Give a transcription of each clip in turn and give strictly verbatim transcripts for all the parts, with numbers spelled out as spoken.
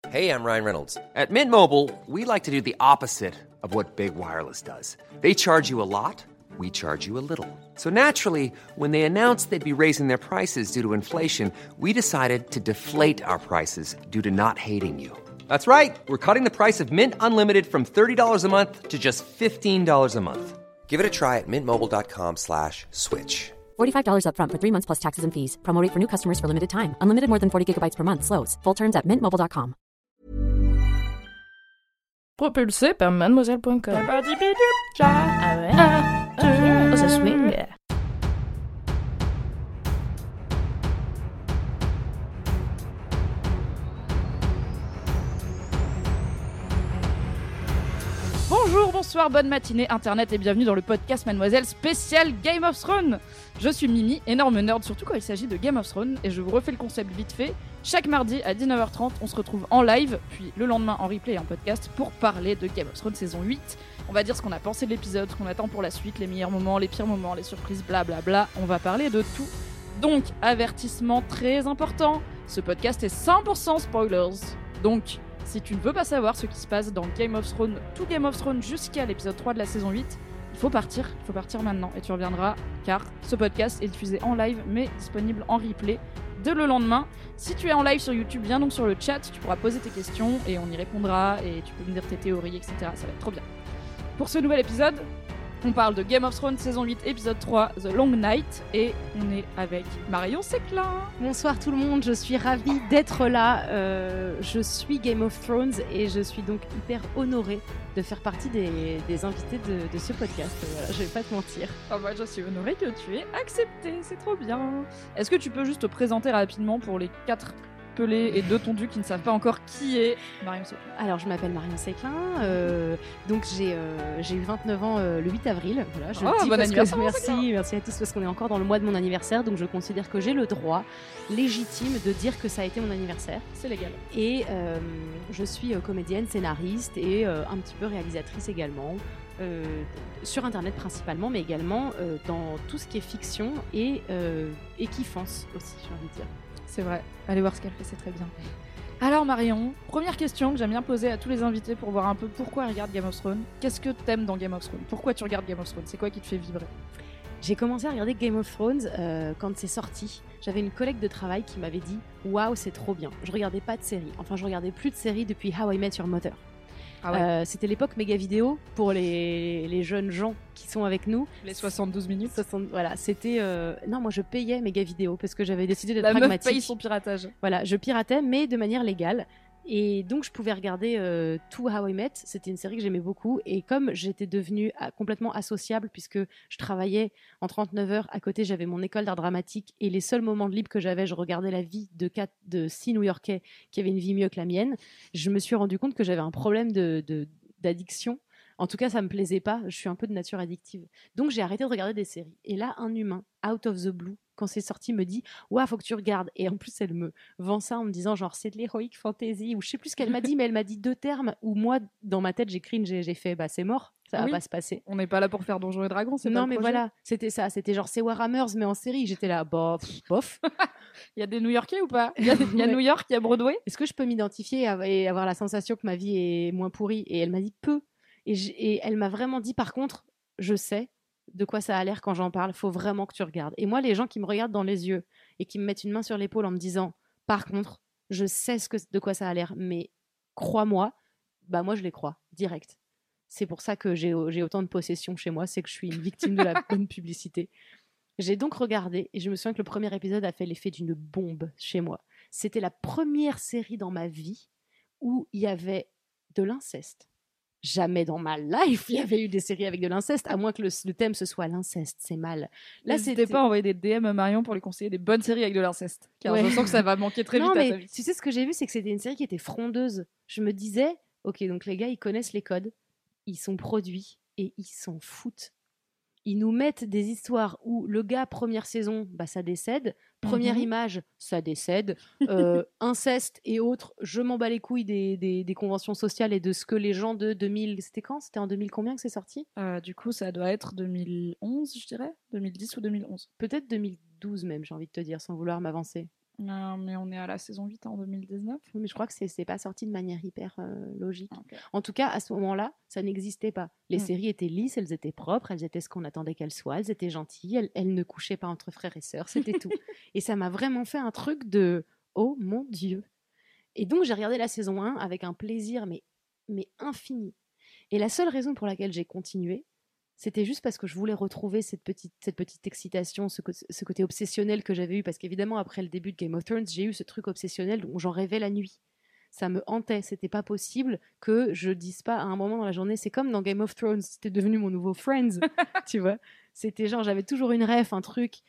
Hey, I'm Ryan Reynolds. At Mint Mobile, we like to do the opposite of what Big Wireless does. They charge you a lot, we charge you a little. So naturally, when they announced they'd be raising their prices due to inflation, we decided to deflate our prices due to not hating you. That's right. We're cutting the price of Mint Unlimited from thirty dollars a month to just fifteen dollars a month. Give it a try at mintmobile.com slash switch. forty-five dollars up front for three months plus taxes and fees. Promo rate for new customers for limited time. Unlimited more than forty gigabytes per month. Slows full terms at mint mobile dot com. Propulsé par mademoiselle point com. Ah ouais. Ah, oh, ça swing. Bonjour, bonsoir, bonne matinée internet et bienvenue dans le podcast Mademoiselle spécial Game of Thrones. Je suis Mimi, énorme nerd surtout quand il s'agit de Game of Thrones et je vous refais le concept vite fait. Chaque mardi à dix-neuf heures trente, on se retrouve en live, puis le lendemain en replay et en podcast pour parler de Game of Thrones saison huit. On va dire ce qu'on a pensé de l'épisode, ce qu'on attend pour la suite, les meilleurs moments, les pires moments, les surprises, blablabla. On va parler de tout. Donc, avertissement très important, ce podcast est cent pour cent spoilers. Donc, si tu ne veux pas savoir ce qui se passe dans Game of Thrones, tout Game of Thrones jusqu'à l'épisode trois de la saison huit, il faut partir, il faut partir maintenant et tu reviendras car ce podcast est diffusé en live mais disponible en replay dès le lendemain. Si tu es en live sur YouTube, viens donc sur le chat, tu pourras poser tes questions et on y répondra et tu peux me dire tes théories, et cetera. Ça va être trop bien. Pour ce nouvel épisode, on parle de Game of Thrones saison huit, épisode trois, The Long Night, et on est avec Marion Séclin. Bonsoir tout le monde, je suis ravie d'être là. Euh, je suis Game of Thrones et je suis donc hyper honorée de faire partie des, des invités de, de ce podcast. Voilà, je vais pas te mentir. Oh bah, je suis honorée que tu aies accepté, c'est trop bien. Est-ce que tu peux juste te présenter rapidement pour les quatre pelés et deux tondus qui ne savent pas encore qui est Marion Séclin? Alors, je m'appelle Marion Séclin, euh, donc j'ai, euh, j'ai eu vingt-neuf ans euh, le huit avril. Voilà, je oh, le dis bon parce anniversaire, que, merci, merci à tous parce qu'on est encore dans le mois de mon anniversaire, donc je considère que j'ai le droit légitime de dire que ça a été mon anniversaire. C'est légal. Et euh, je suis euh, comédienne, scénariste et euh, un petit peu réalisatrice également. Euh, sur internet principalement, mais également euh, dans tout ce qui est fiction et, euh, et kiffance aussi, j'ai envie de dire. C'est vrai, allez voir ce qu'elle fait, c'est très bien. Alors Marion, première question que j'aime bien poser à tous les invités pour voir un peu pourquoi ils regardent Game of Thrones. Qu'est-ce que t'aimes dans Game of Thrones? Pourquoi tu regardes Game of Thrones? C'est quoi qui te fait vibrer? J'ai commencé à regarder Game of Thrones euh, quand c'est sorti. J'avais une collègue de travail qui m'avait dit « Waouh, c'est trop bien ». Je regardais pas de séries. Enfin, je regardais plus de séries depuis How I Met Your Mother. Ah ouais. euh, c'était l'époque méga vidéo pour les, les jeunes gens qui sont avec nous. Les soixante-douze minutes. soixante, voilà, c'était. Euh... Non, moi je payais méga vidéo parce que j'avais décidé d'être La pragmatique. La meuf paye son piratage. Voilà, je piratais, mais de manière légale. Et donc je pouvais regarder euh, tout How I Met. C'était une série que j'aimais beaucoup. Et comme j'étais devenue euh, complètement associable puisque je travaillais en trente-neuf heures, à côté j'avais mon école d'art dramatique et les seuls moments de libre que j'avais, je regardais la vie de, quatre, de six New-Yorkais qui avaient une vie mieux que la mienne. Je me suis rendu compte que j'avais un problème de, de, d'addiction. En tout cas, ça me plaisait pas. Je suis un peu de nature addictive. Donc j'ai arrêté de regarder des séries. Et là, un humain, out of the blue, quand c'est sorti, me dit « Ouah, faut que tu regardes ». Et en plus, elle me vend ça en me disant genre « C'est de l'heroic fantasy » ou je sais plus ce qu'elle m'a dit, mais elle m'a dit deux termes où moi, dans ma tête, j'ai cringe, j'ai, j'ai fait « Bah, c'est mort, ça oui. va pas se passer ». On n'est pas là pour faire Donjons et Dragons, c'est non, pas mais le projet. voilà, c'était ça. C'était genre « C'est Warhammers », mais en série. J'étais là « Bof, bof ». Il y a des New-Yorkais ou pas? Il y a, il y a New York, il y a Broadway. Est-ce que je peux m'identifier et avoir la sensation que ma vie est moins pourrie? Et elle m'a dit « Peu ». Et, et elle m'a vraiment dit, par contre, je sais de quoi ça a l'air quand j'en parle, faut vraiment que tu regardes. Et moi, les gens qui me regardent dans les yeux et qui me mettent une main sur l'épaule en me disant, par contre, je sais ce que, de quoi ça a l'air, mais crois-moi, bah moi, je les crois, direct. C'est pour ça que j'ai, j'ai autant de possessions chez moi, c'est que je suis une victime de la bonne publicité. J'ai donc regardé, et je me souviens que le premier épisode a fait l'effet d'une bombe chez moi. C'était la première série dans ma vie où il y avait de l'inceste. Jamais dans ma life il y avait eu des séries avec de l'inceste, à moins que le, le thème ce soit l'inceste, c'est mal. Là, N'hésitez c'était... pas à envoyer des D M à Marion pour lui conseiller des bonnes séries avec de l'inceste, car ouais. je sens que ça va manquer très non, vite mais à ta vie. Tu sais, ce que j'ai vu, c'est que c'était une série qui était frondeuse. Je me disais, ok, donc les gars, ils connaissent les codes, ils sont produits et ils s'en foutent. Ils nous mettent des histoires où le gars, première saison, bah, ça décède. Première mm-hmm. image, ça décède. Euh, inceste et autres, je m'en bats les couilles des, des, des conventions sociales et de ce que les gens de deux mille... C'était quand? C'était en deux mille combien que c'est sorti? euh, Du coup, ça doit être deux mille onze, je dirais. deux mille dix ou deux mille onze. Peut-être deux mille douze même, j'ai envie de te dire, sans vouloir m'avancer. Non, mais on est à la saison huit en deux mille dix-neuf. Mais je crois que c'est, c'est pas sorti de manière hyper euh, logique. Okay. En tout cas, à ce moment-là, ça n'existait pas. Les Mm. séries étaient lisses, elles étaient propres, elles étaient ce qu'on attendait qu'elles soient, elles étaient gentilles, elles, elles ne couchaient pas entre frères et sœurs, c'était tout. Et ça m'a vraiment fait un truc de « Oh mon Dieu !» Et donc, j'ai regardé la saison un avec un plaisir, mais, mais infini. Et la seule raison pour laquelle j'ai continué, c'était juste parce que je voulais retrouver cette petite, cette petite excitation, ce, co- ce côté obsessionnel que j'avais eu. Parce qu'évidemment, après le début de Game of Thrones, j'ai eu ce truc obsessionnel où j'en rêvais la nuit. Ça me hantait. C'était pas possible que je dise pas à un moment dans la journée. C'est comme dans Game of Thrones, c'était devenu mon nouveau Friends. Tu vois, c'était genre, j'avais toujours une rêve, un truc.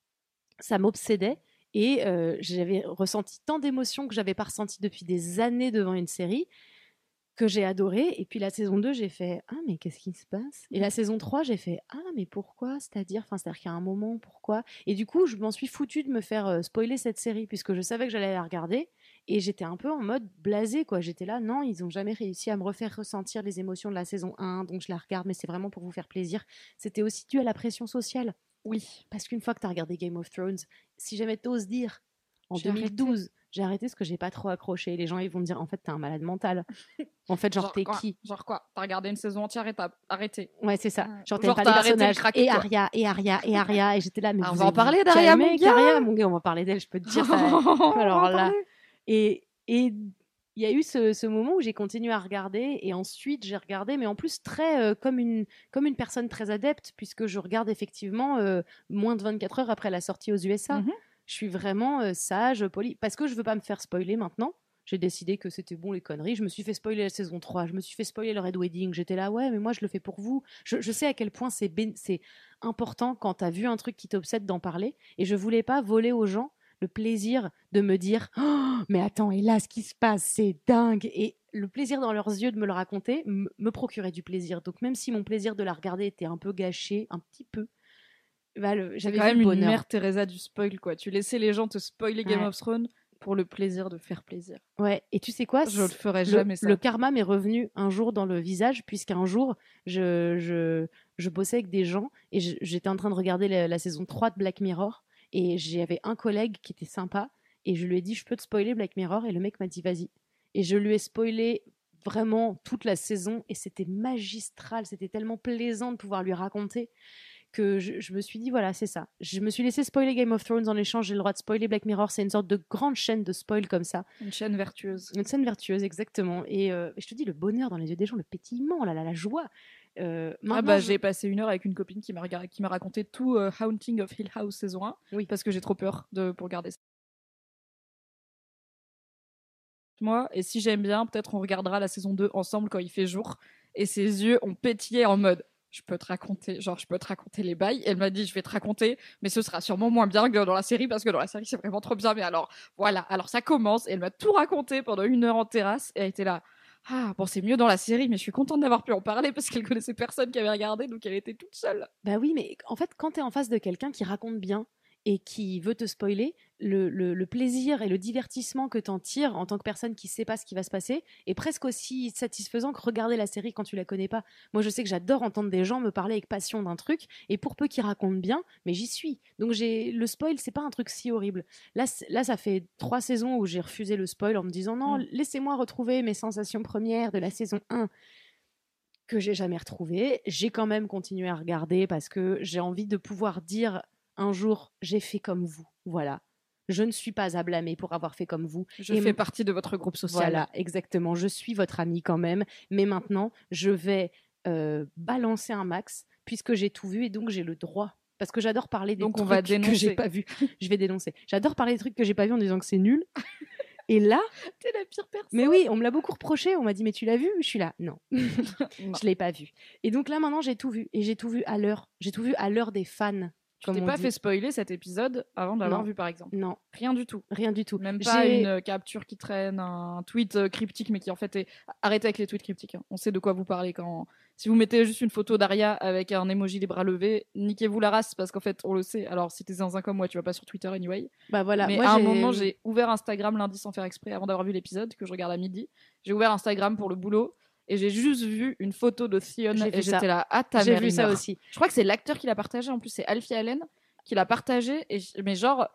Ça m'obsédait. Et euh, j'avais ressenti tant d'émotions que j'avais pas ressenties depuis des années devant une série, que j'ai adoré. Et puis la saison deux, j'ai fait « Ah, mais qu'est-ce qui se passe ?» Et la saison trois, j'ai fait « Ah, mais pourquoi ?» C'est-à-dire, enfin, c'est-à-dire qu'il y a un moment, pourquoi ? Et du coup, je m'en suis foutue de me faire euh, spoiler cette série, puisque je savais que j'allais la regarder. Et j'étais un peu en mode blasé, quoi. J'étais là, non, ils n'ont jamais réussi à me refaire ressentir les émotions de la saison un, donc je la regarde, mais c'est vraiment pour vous faire plaisir. C'était aussi dû à la pression sociale. Oui. Parce qu'une fois que tu as regardé Game of Thrones, si jamais t'oses dire, en J'ai deux mille douze, j'ai arrêté parce que j'ai pas trop accroché. Les gens, ils vont me dire, en fait, t'es un malade mental. En fait, genre, t'es quoi, qui ? Genre quoi ? T'as regardé une saison entière et t'as arrêté. Ouais, c'est ça. Ah. Genre, Genre, t'aimes pas t'as les arrêté le personnages. crack, Et quoi. Arya, et Arya, et Arya. Et j'étais là, mais Ah, on vous va en êtes parler d'Arya, calmés, mon gars. Arya, mon gars, on va parler d'elle, je peux te dire ça. Alors là. Et et il y a eu ce, ce moment où j'ai continué à regarder et ensuite j'ai regardé, mais en plus très euh, comme une comme une personne très adepte, puisque je regarde effectivement euh, moins de vingt-quatre heures après la sortie aux U S A. Mhm. Je suis vraiment euh, sage, polie, parce que je veux pas me faire spoiler maintenant. J'ai décidé que c'était bon les conneries. Je me suis fait spoiler la saison trois, je me suis fait spoiler le Red Wedding. J'étais là, ouais, mais moi je le fais pour vous. Je, je sais à quel point c'est, bé- c'est important quand t'as vu un truc qui t'obsède d'en parler. Et je voulais pas voler aux gens le plaisir de me dire oh, mais attends, et là, ce qui se passe, c'est dingue. Et le plaisir dans leurs yeux de me le raconter m- me procurait du plaisir. Donc même si mon plaisir de la regarder était un peu gâché, un petit peu, bah, le- J'avais j'avais quand vu même le une bonheur. mère Teresa du spoil, quoi. Tu laissais les gens te spoiler Game Ouais. of Thrones pour le plaisir de faire plaisir. Ouais, et tu sais quoi, Je le ferai le, jamais, ça. le karma m'est revenu un jour dans le visage, puisqu'un jour, je, je, je bossais avec des gens et je- j'étais en train de regarder la, la saison trois de Black Mirror et j'avais un collègue qui était sympa et je lui ai dit, je peux te spoiler Black Mirror? Et le mec m'a dit, vas-y. Et je lui ai spoilé vraiment toute la saison et c'était magistral, c'était tellement plaisant de pouvoir lui raconter que je, je me suis dit, voilà, c'est ça. Je me suis laissé spoiler Game of Thrones en échange, j'ai le droit de spoiler Black Mirror, c'est une sorte de grande chaîne de spoil comme ça. Une chaîne vertueuse. Une scène vertueuse, exactement. Et euh, je te dis, le bonheur dans les yeux des gens, le pétillement, la, la, la joie. Euh, Ah maintenant, bah je- j'ai passé une heure avec une copine qui m'a, regardé, qui m'a raconté tout euh, Haunting of Hill House saison un, Oui. parce que j'ai trop peur de, pour regarder ça. Moi, et si j'aime bien, peut-être on regardera la saison deux ensemble quand il fait jour. Et ses yeux ont pétillé en mode je peux te raconter, genre je peux te raconter les bails. Elle m'a dit je vais te raconter, mais ce sera sûrement moins bien que dans la série parce que dans la série c'est vraiment trop bien. Mais alors voilà, alors ça commence. Et elle m'a tout raconté pendant une heure en terrasse et elle était là. Ah bon, c'est mieux dans la série, mais je suis contente d'avoir pu en parler parce qu'elle connaissait personne qui avait regardé, donc elle était toute seule. Bah oui, mais en fait, quand tu es en face de quelqu'un qui raconte bien et qui veut te spoiler, le, le, le plaisir et le divertissement que tu en tires en tant que personne qui sait pas ce qui va se passer est presque aussi satisfaisant que regarder la série quand tu la connais pas. Moi, je sais que j'adore entendre des gens me parler avec passion d'un truc, et pour peu qu'ils racontent bien, mais j'y suis. Donc j'ai le spoil, c'est pas un truc si horrible. Là, c'est- là ça fait trois saisons où j'ai refusé le spoil en me disant non, Mm. laissez-moi retrouver mes sensations premières de la saison un que j'ai jamais retrouvées. J'ai quand même continué à regarder parce que j'ai envie de pouvoir dire un jour j'ai fait comme vous. Voilà. Je ne suis pas à blâmer pour avoir fait comme vous. Je Et fais m- partie de votre groupe social. Voilà, exactement. Je suis votre ami quand même. Mais maintenant, je vais euh, balancer un max puisque j'ai tout vu et donc j'ai le droit. Parce que j'adore parler des Donc on trucs va que dénoncer. j'ai pas vus. Je vais dénoncer. J'adore parler des trucs que j'ai pas vus en disant que c'est nul. Et là, T'es la pire personne. mais oui, on me l'a beaucoup reproché. On m'a dit, mais tu l'as vu? Je suis là, non. Non. Je l'ai pas vu. Et donc là, maintenant, j'ai tout vu. Et j'ai tout vu à l'heure. J'ai tout vu à l'heure des fans. Tu comme t'es on pas dit. fait spoiler cet épisode avant de l'avoir Non. vu, par exemple. Non, Rien du tout. rien du tout. Même pas J'ai- une euh, capture qui traîne, un tweet euh, cryptique, mais qui en fait est. Arrêtez avec les tweets cryptiques. hein. On sait de quoi vous parlez quand. Si vous mettez juste une photo d'Aria avec un emoji les bras levés, niquez-vous la race parce qu'en fait on le sait. Alors si t'es zinzin comme moi, tu vas pas sur Twitter anyway. Bah voilà. mais moi, à un j'ai- moment, j'ai ouvert Instagram lundi sans faire exprès avant d'avoir vu l'épisode que je regarde à midi. J'ai ouvert Instagram pour le boulot et j'ai juste vu une photo de Theon J'ai vu et ça. j'étais là à ta J'ai mère, vu il ça meurt. aussi. Je crois que c'est l'acteur qui l'a partagé. En plus, c'est Alfie Allen qui l'a partagé. Et je- mais genre,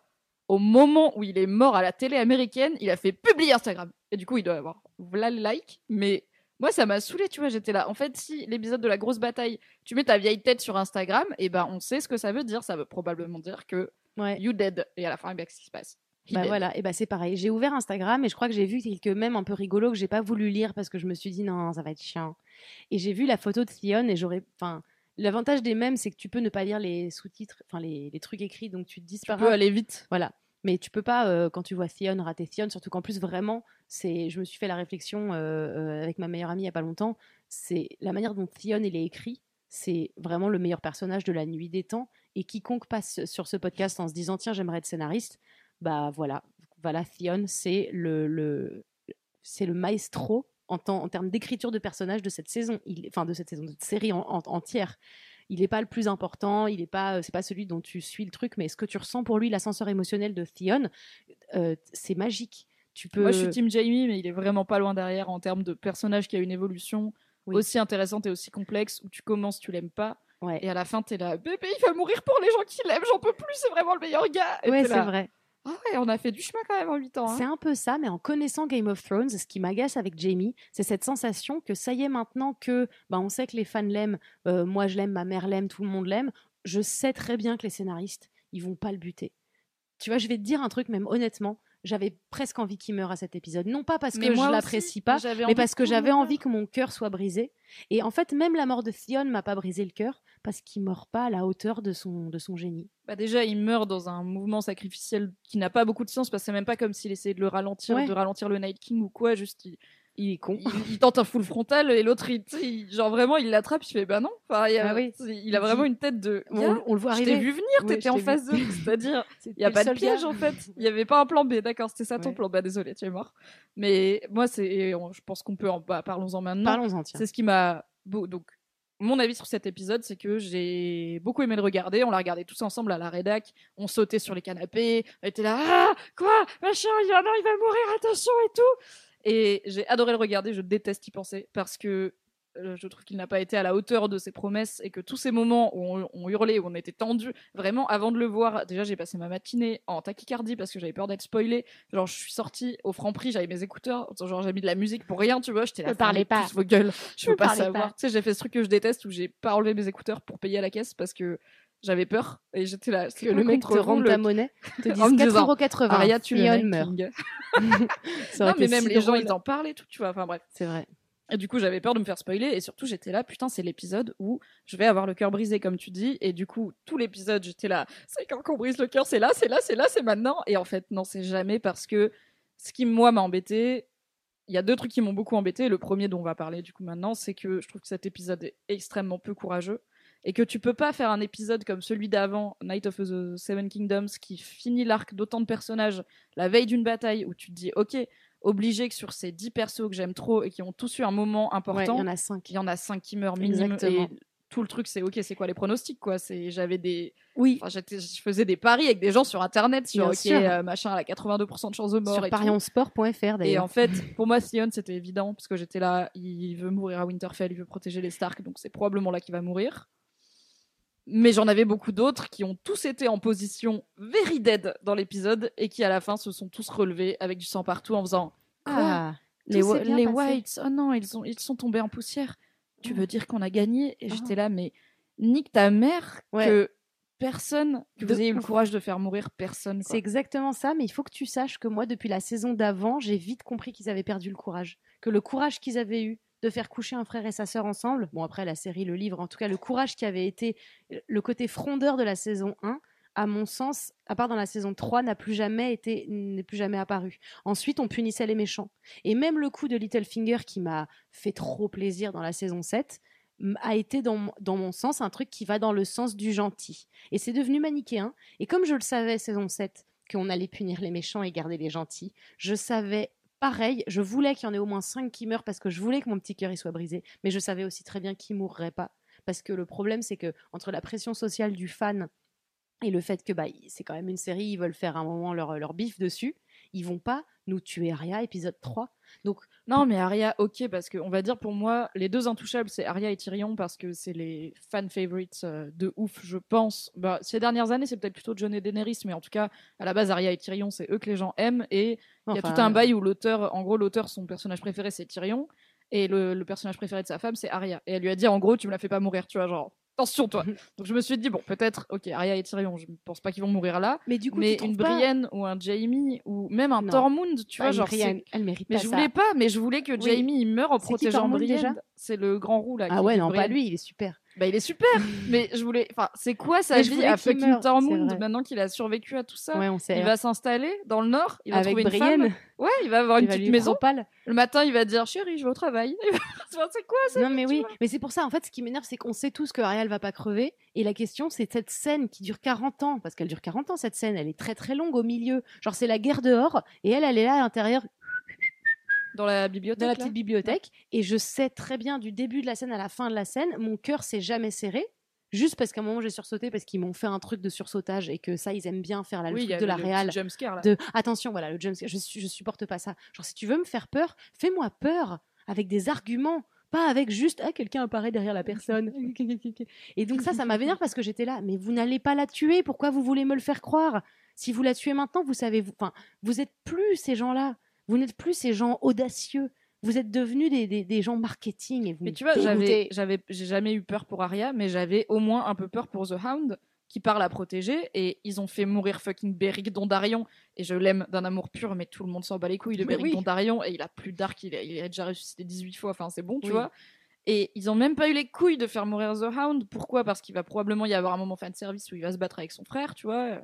au moment où il est mort à la télé américaine, il a fait publier Instagram. Et du coup, il doit avoir voilà le like. Mais moi, ça m'a saoulé, tu vois. J'étais là. En fait, si l'épisode de la grosse bataille, tu mets ta vieille tête sur Instagram, et ben on sait ce que ça veut dire. Ça veut probablement dire que Ouais. you dead. Et à la fin, eh ben, qu'est-ce qui se passe? He Bah dead. voilà, et bah c'est pareil. J'ai ouvert Instagram et je crois que j'ai vu quelques mèmes un peu rigolos que j'ai pas voulu lire parce que je me suis dit non, ça va être chiant. Et j'ai vu la photo de Theon et j'aurais. Enfin, l'avantage des mèmes, c'est que tu peux ne pas lire les sous-titres, enfin les, les trucs écrits, donc tu te dis c'est Tu pas peux grave. aller vite. Voilà. Mais tu peux pas, euh, quand tu vois Theon, rater Theon, surtout qu'en plus, vraiment, c'est, je me suis fait la réflexion euh, euh, avec ma meilleure amie il y a pas longtemps, c'est la manière dont Theon il est écrit, c'est vraiment le meilleur personnage de la nuit des temps. Et quiconque passe sur ce podcast en se disant tiens, j'aimerais être scénariste, bah voilà, voilà Theon, c'est le, le, c'est le maestro en, temps, en termes d'écriture de personnages de cette saison, il, enfin de cette saison, de cette série en, en, entière. Il n'est pas le plus important, il est pas, c'est pas celui dont tu suis le truc, mais ce que tu ressens pour lui, l'ascenseur émotionnel de Theon, euh, c'est magique. Tu peux... Moi, je suis team Jamie, mais il est vraiment pas loin derrière en termes de personnage qui a une évolution Oui. aussi intéressante et aussi complexe, où tu commences, tu l'aimes pas, Ouais, et à la fin, t'es là, bébé, il va mourir pour les gens qui l'aiment, j'en peux plus, c'est vraiment le meilleur gars. Et ouais t'es c'est là, vrai. ah ouais, on a fait du chemin quand même en huit ans. Hein. C'est un peu ça, mais en connaissant Game of Thrones, ce qui m'agace avec Jamie, c'est cette sensation que ça y est maintenant que, bah, on sait que les fans l'aiment, euh, moi je l'aime, ma mère l'aime, tout le monde l'aime, je sais très bien que les scénaristes, ils vont pas le buter. Tu vois, je vais te dire un truc, même honnêtement, j'avais presque envie qu'il meure à cet épisode. Non pas parce Mais que moi je aussi, l'apprécie pas, j'avais mais envie parce que que tout le j'avais monde envie meure. que mon cœur soit brisé. Et en fait, même la mort de Theon m'a pas brisé le cœur, parce qu'il meurt pas à la hauteur de son, de son génie. Bah déjà, il meurt dans un mouvement sacrificiel qui n'a pas beaucoup de sens, parce que c'est même pas comme s'il essayait de le ralentir, Ouais. de ralentir le Night King ou quoi, juste il, Il est con. il, il tente un full frontal et l'autre, il, tu sais, il- genre vraiment, il l'attrape, il fait bah non. Enfin, il, y a, Ah oui. tu sais, il a vraiment une tête de. On, gars, on le voit je arriver. t'ai vu venir, Oui, t'étais je en t'ai vu. phase deux. C'est-à-dire, C'était il n'y a le pas de seul piège gars. en fait. Il n'y avait pas un plan B, d'accord, c'était ça ton Ouais. plan. Bah désolé, tu es mort. Mais moi, c'est, on- je pense qu'on peut en. Bah, parlons-en maintenant. Parlons-en, tiens. C'est ce qui m'a. beau- Donc, mon avis sur cet épisode, c'est que j'ai beaucoup aimé le regarder. On l'a regardé tous ensemble à la rédac. On sautait sur les canapés. On était là, ah, quoi, machin, il y en a, il va mourir, attention et tout. Et j'ai adoré le regarder. Je déteste y penser parce que euh, je trouve qu'il n'a pas été à la hauteur de ses promesses et que tous ces moments où on, on hurlait, où on était tendu, vraiment avant de le voir, déjà j'ai passé ma matinée en tachycardie parce que j'avais peur d'être spoilée. Genre je suis sortie au Franprix, j'avais mes écouteurs, genre j'ai mis de la musique pour rien, tu vois, j'étais là, Ne parlez fermez pas. tous vos gueules, je Ne veux pas parlez savoir. pas. Tu sais, j'ai fait ce truc que je déteste où j'ai pas enlevé mes écouteurs pour payer à la caisse parce que j'avais peur et j'étais là. Que le mec te rende ta monnaie, te En me dise disant, quatre euros quatre-vingts. Aria, tu le Theon Night meurt. King. Ça aurait Non, mais été même si les gens, drôle. ils en parlent et tout, tu vois. Enfin bref. C'est vrai. Et du coup, j'avais peur de me faire spoiler. Et surtout, j'étais là, putain, c'est l'épisode où je vais avoir le cœur brisé, comme tu dis. Et du coup, tout l'épisode, j'étais là, c'est quand qu'on brise le cœur, c'est là, c'est là, c'est là, c'est maintenant. Et en fait, non, c'est jamais parce que ce qui, moi, m'a embêté, il y a deux trucs qui m'ont beaucoup embêté. Le premier dont on va parler du coup maintenant, c'est que je trouve que cet épisode est extrêmement peu courageux. Et que tu peux pas faire un épisode comme celui d'avant, Night of the Seven Kingdoms, qui finit l'arc d'autant de personnages la veille d'une bataille, où tu te dis, ok, obligé que sur ces dix persos que j'aime trop et qui ont tous eu un moment Ouais, important, il y en a cinq. il y en a cinq qui meurent minimum. Exactement. Et tout le truc, c'est ok, c'est quoi les pronostics, quoi. C'est, j'avais des, Oui, enfin, j'étais, je faisais des paris avec des gens sur internet sur Bien ok, sûr. euh, machin, à la quatre-vingt-deux pour cent de chances de mort sur et tout. parionsport point f r Et d'ailleurs. en fait, pour moi, Theon, c'était évident parce que j'étais là, il veut mourir à Winterfell, il veut protéger les Stark, donc c'est probablement là qu'il va mourir. Mais j'en avais beaucoup d'autres qui ont tous été en position very dead dans l'épisode et qui à la fin se sont tous relevés avec du sang partout en faisant quoi, Ah, les, tout s'est wa- bien les passé. Whites, oh non, ils, ont, ils sont tombés en poussière. Tu Oh. veux dire qu'on a gagné? Et Oh. j'étais là, mais nique ta mère Ouais. que personne, que De vous ayez eu le ouf. courage de faire mourir personne. C'est Quoi. exactement ça, mais il faut que tu saches que moi, depuis la saison d'avant, j'ai vite compris qu'ils avaient perdu le courage. Que le courage qu'ils avaient eu de faire coucher un frère et sa sœur ensemble, bon après la série, le livre, en tout cas le courage qui avait été le côté frondeur de la saison un, à mon sens, à part dans la saison trois, n'a plus jamais été, n'est plus jamais apparu. Ensuite, on punissait les méchants. Et même le coup de Littlefinger qui m'a fait trop plaisir dans la saison sept, m- a été dans, mon- dans mon sens un truc qui va dans le sens du gentil. Et c'est devenu manichéen. Et comme je le savais, saison sept, qu'on allait punir les méchants et garder les gentils, je savais, pareil, je voulais qu'il y en ait au moins cinq qui meurent parce que je voulais que mon petit cœur y soit brisé, mais je savais aussi très bien qu'ils mourraient pas. Parce que le problème, c'est que entre la pression sociale du fan et le fait que bah, c'est quand même une série, ils veulent faire un moment leur, leur bif dessus, ils vont pas nous tuer Arya épisode trois. Donc Non, mais Arya, ok, parce que on va dire pour moi, les deux intouchables, c'est Arya et Tyrion, parce que c'est les fan favorites euh, de ouf, je pense. Bah, ces dernières années, c'est peut-être plutôt Jon et Daenerys, mais en tout cas, à la base, Arya et Tyrion, c'est eux que les gens aiment. Et il y a Enfin, tout un euh, bail où l'auteur, en gros, l'auteur, son personnage préféré, c'est Tyrion, et le, le personnage préféré de sa femme, c'est Arya. Et elle lui a dit, en gros, tu me la fais pas mourir, tu vois, genre. Attention, toi. Donc je me suis dit, bon, peut-être, ok, Arya et Tyrion, je pense pas qu'ils vont mourir là. Mais du coup, Mais tu trouves une pas- Brienne ou un Jaime ou même un Non. Tormund, tu Bah, vois, une genre. Brienne, c'est- elle mérite Mais pas je ça. voulais pas, mais je voulais que Oui. Jaime il meure en C'est qui, protégeant Tormund, Brienne. déjà C'est le grand roux là. Ah qui ouais, guide non, pas Brienne. lui, il est super. Bah il est super, mais je voulais. Enfin, c'est quoi sa Mais je vie voulais à qu'il fucking meure, c'est Tormund vrai. maintenant qu'il a survécu à tout ça? Ouais, on sait. Il va s'installer dans le nord, il va Avec trouver une Brienne. femme. Ouais, il va avoir Il une va petite lui maison. propale. Le matin, il va dire chérie, je vais au travail. Enfin, c'est quoi ça? Non mais oui, mais c'est pour ça en fait ce qui m'énerve c'est qu'on sait tous que Ariel va pas crever et la question c'est cette scène qui dure quarante ans parce qu'elle dure quarante ans cette scène, elle est très très longue au milieu. Genre c'est la guerre dehors et elle elle est là à l'intérieur Dans la bibliothèque. dans la là petite bibliothèque et je sais très bien du début de la scène à la fin de la scène, mon cœur s'est jamais serré. Juste parce qu'à un moment j'ai sursauté parce qu'ils m'ont fait un truc de sursautage et que ça ils aiment bien faire là, le Oui, il y truc a de le- la le réal. petit jumpscare, là. De attention voilà le jumpscare, je, su- je supporte pas ça. Genre si tu veux me faire peur, fais-moi peur avec des arguments, pas avec juste ah quelqu'un apparaît derrière la personne. Et donc ça ça m'a vénère parce que j'étais là mais vous n'allez pas la tuer, pourquoi vous voulez me le faire croire? Si vous la tuez maintenant, vous savez vous enfin vous êtes plus ces gens-là, vous n'êtes plus ces gens audacieux. Vous êtes devenus des, des, des gens marketing et vous Mais me tu vois, j'avais, dégoûtez. j'avais, j'ai jamais eu peur pour Arya, mais j'avais au moins un peu peur pour The Hound, qui part la protéger, et ils ont fait mourir fucking Beric Dondarrion, et je l'aime d'un amour pur, mais tout le monde s'en bat les couilles de Mais Beric oui. Dondarrion, et il a plus d'arc, il a, il a déjà ressuscité dix-huit fois, enfin c'est bon, tu Oui. vois. Et ils ont même pas eu les couilles de faire mourir The Hound. Pourquoi? Parce qu'il va probablement y avoir un moment fan service où il va se battre avec son frère, tu vois.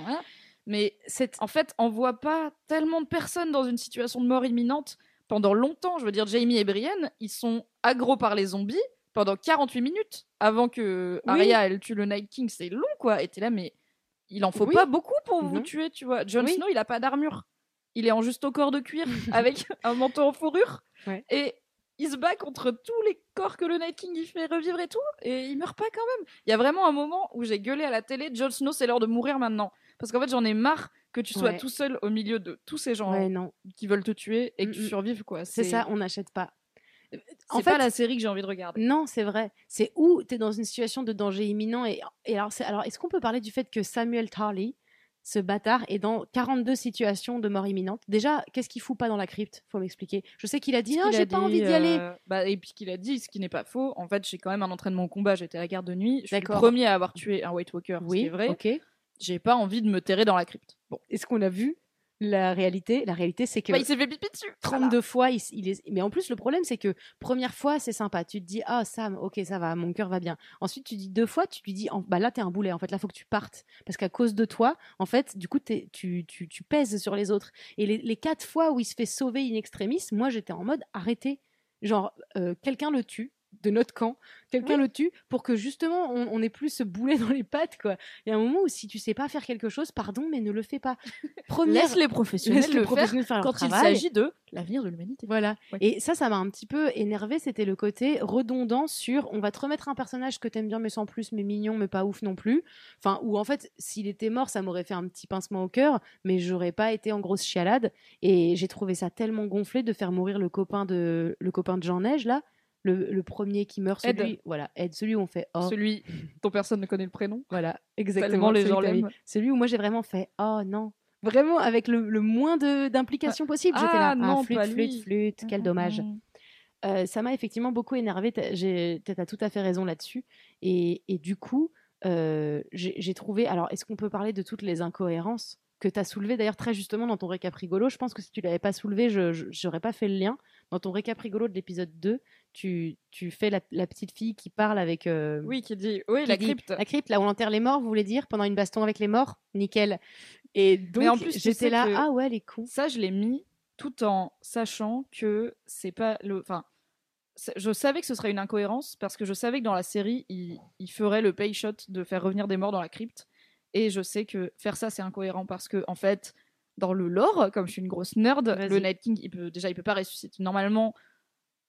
Mais c'est, en fait, on voit pas tellement de personnes dans une situation de mort imminente pendant longtemps. Je veux dire, Jaime et Brienne, ils sont aggro par les zombies pendant quarante-huit minutes avant que Oui. Arya elle tue le Night King. C'est long, quoi. Et t'es là, mais il en faut Oui. pas beaucoup pour vous Non. tuer, tu vois. Jon Oui. Snow, il a pas d'armure. Il est en juste au corps de cuir avec un manteau en fourrure. Ouais. Et il se bat contre tous les corps que le Night King il fait revivre et tout. Et il meurt pas quand même. Il y a vraiment un moment où j'ai gueulé à la télé, Jon Snow, c'est l'heure de mourir maintenant. Parce qu'en fait, j'en ai marre que tu sois Ouais. tout seul au milieu de tous ces gens Ouais, non. qui veulent te tuer et que tu Mm, mm. survives, quoi. C'est ça, on n'achète pas. C'est pas la série que j'ai envie de regarder. Non, c'est vrai. C'est où tu es dans une situation de danger imminent. Et, et alors, c'est- alors, est-ce qu'on peut parler du fait que Samuel Tarly, ce bâtard, est dans quarante-deux situations de mort imminente? Déjà, qu'est-ce qu'il fout pas dans la crypte? Faut m'expliquer. Je sais qu'il a dit, Ce non, qu'il j'ai a pas dit, envie d'y aller. euh, Bah, et puis qu'il a dit, ce qui n'est pas faux. En fait, j'ai quand même un entraînement au combat. J'étais à la garde de nuit. Je suis le D'accord. premier à avoir tué un White Walker, ce qui Oui, est vrai. ok. J'ai pas envie de me terrer dans la crypte. Bon. Est-ce qu'on a vu la réalité? La réalité, c'est que Bah, il s'est fait pipi dessus. trente-deux fois, il, il est... mais en plus, le problème, c'est que première fois, c'est sympa. Tu te dis, ah, Sam, ok, ça va, mon cœur va bien. Ensuite, tu dis deux fois, tu lui dis, en- bah là, t'es un boulet. En fait, là, faut que tu partes. Parce qu'à cause de toi, en fait, du coup, t'es- tu, tu, tu pèses sur les autres. Et les, les quatre fois où il se fait sauver in extremis, moi, j'étais en mode, arrêtez. Genre, euh, quelqu'un le tue de notre camp, quelqu'un Oui. le tue pour que justement on, on ait plus ce boulet dans les pattes, quoi. Il y a un moment où si tu sais pas faire quelque chose, pardon, mais ne le fais pas. Première... Laisse les professionnels Laisse les le professionnels faire faire leur quand il travail. s'agit de l'avenir de l'humanité. Voilà. Ouais. Et ça, ça m'a un petit peu énervé. C'était le côté redondant sur on va te remettre un personnage que t'aimes bien, mais sans plus, mais mignon, mais pas ouf non plus. Enfin, ou en fait, s'il était mort, ça m'aurait fait un petit pincement au cœur, mais j'aurais pas été en grosse chialade. Et j'ai trouvé ça tellement gonflé de faire mourir le copain de, le copain de Jean Neige, là. Le, le premier qui meurt, Ed. celui, voilà, Ed, celui où on fait oh, Celui dont personne ne connaît le prénom. voilà, Tellement exactement. les celui gens que t'as mis. l'aiment. Celui où moi j'ai vraiment fait oh non, vraiment avec le, le moins de- d'implication possible. J'étais Ah, là, non, ah, flûte, pas flûte, lui. flûte, quel Mhm, dommage. mhm. Euh, ça m'a effectivement beaucoup énervé. T'as j'ai- t'as- t'as tout à fait raison là-dessus. Et, et du coup, euh, j'ai j'ai trouvé. Alors, est-ce qu'on peut parler de toutes les incohérences que tu as soulevées d'ailleurs très justement dans ton récap rigolo? Je pense que si tu l'avais pas soulevé, je n'aurais pas fait le lien. Dans ton récap rigolo de l'épisode deux, tu, tu fais la, la petite fille qui parle avec. euh, Oui, qui dit. Oui, qui la dit- crypte. La crypte, là où on enterre les morts, vous voulez dire, pendant une baston avec les morts? Nickel. Et donc, Mais en plus, tu j'étais sais là, que- ah ouais, les cons. Ça, je l'ai mis tout en sachant que c'est pas le. Enfin, c'est- je savais que ce serait une incohérence parce que je savais que dans la série, il, il ferait le pay shot de faire revenir des morts dans la crypte. Et je sais que faire ça, c'est incohérent parce que, en fait, dans le lore, comme je suis une grosse nerd, Vas-y. le Night King, il peut, déjà, il peut pas ressusciter. Normalement,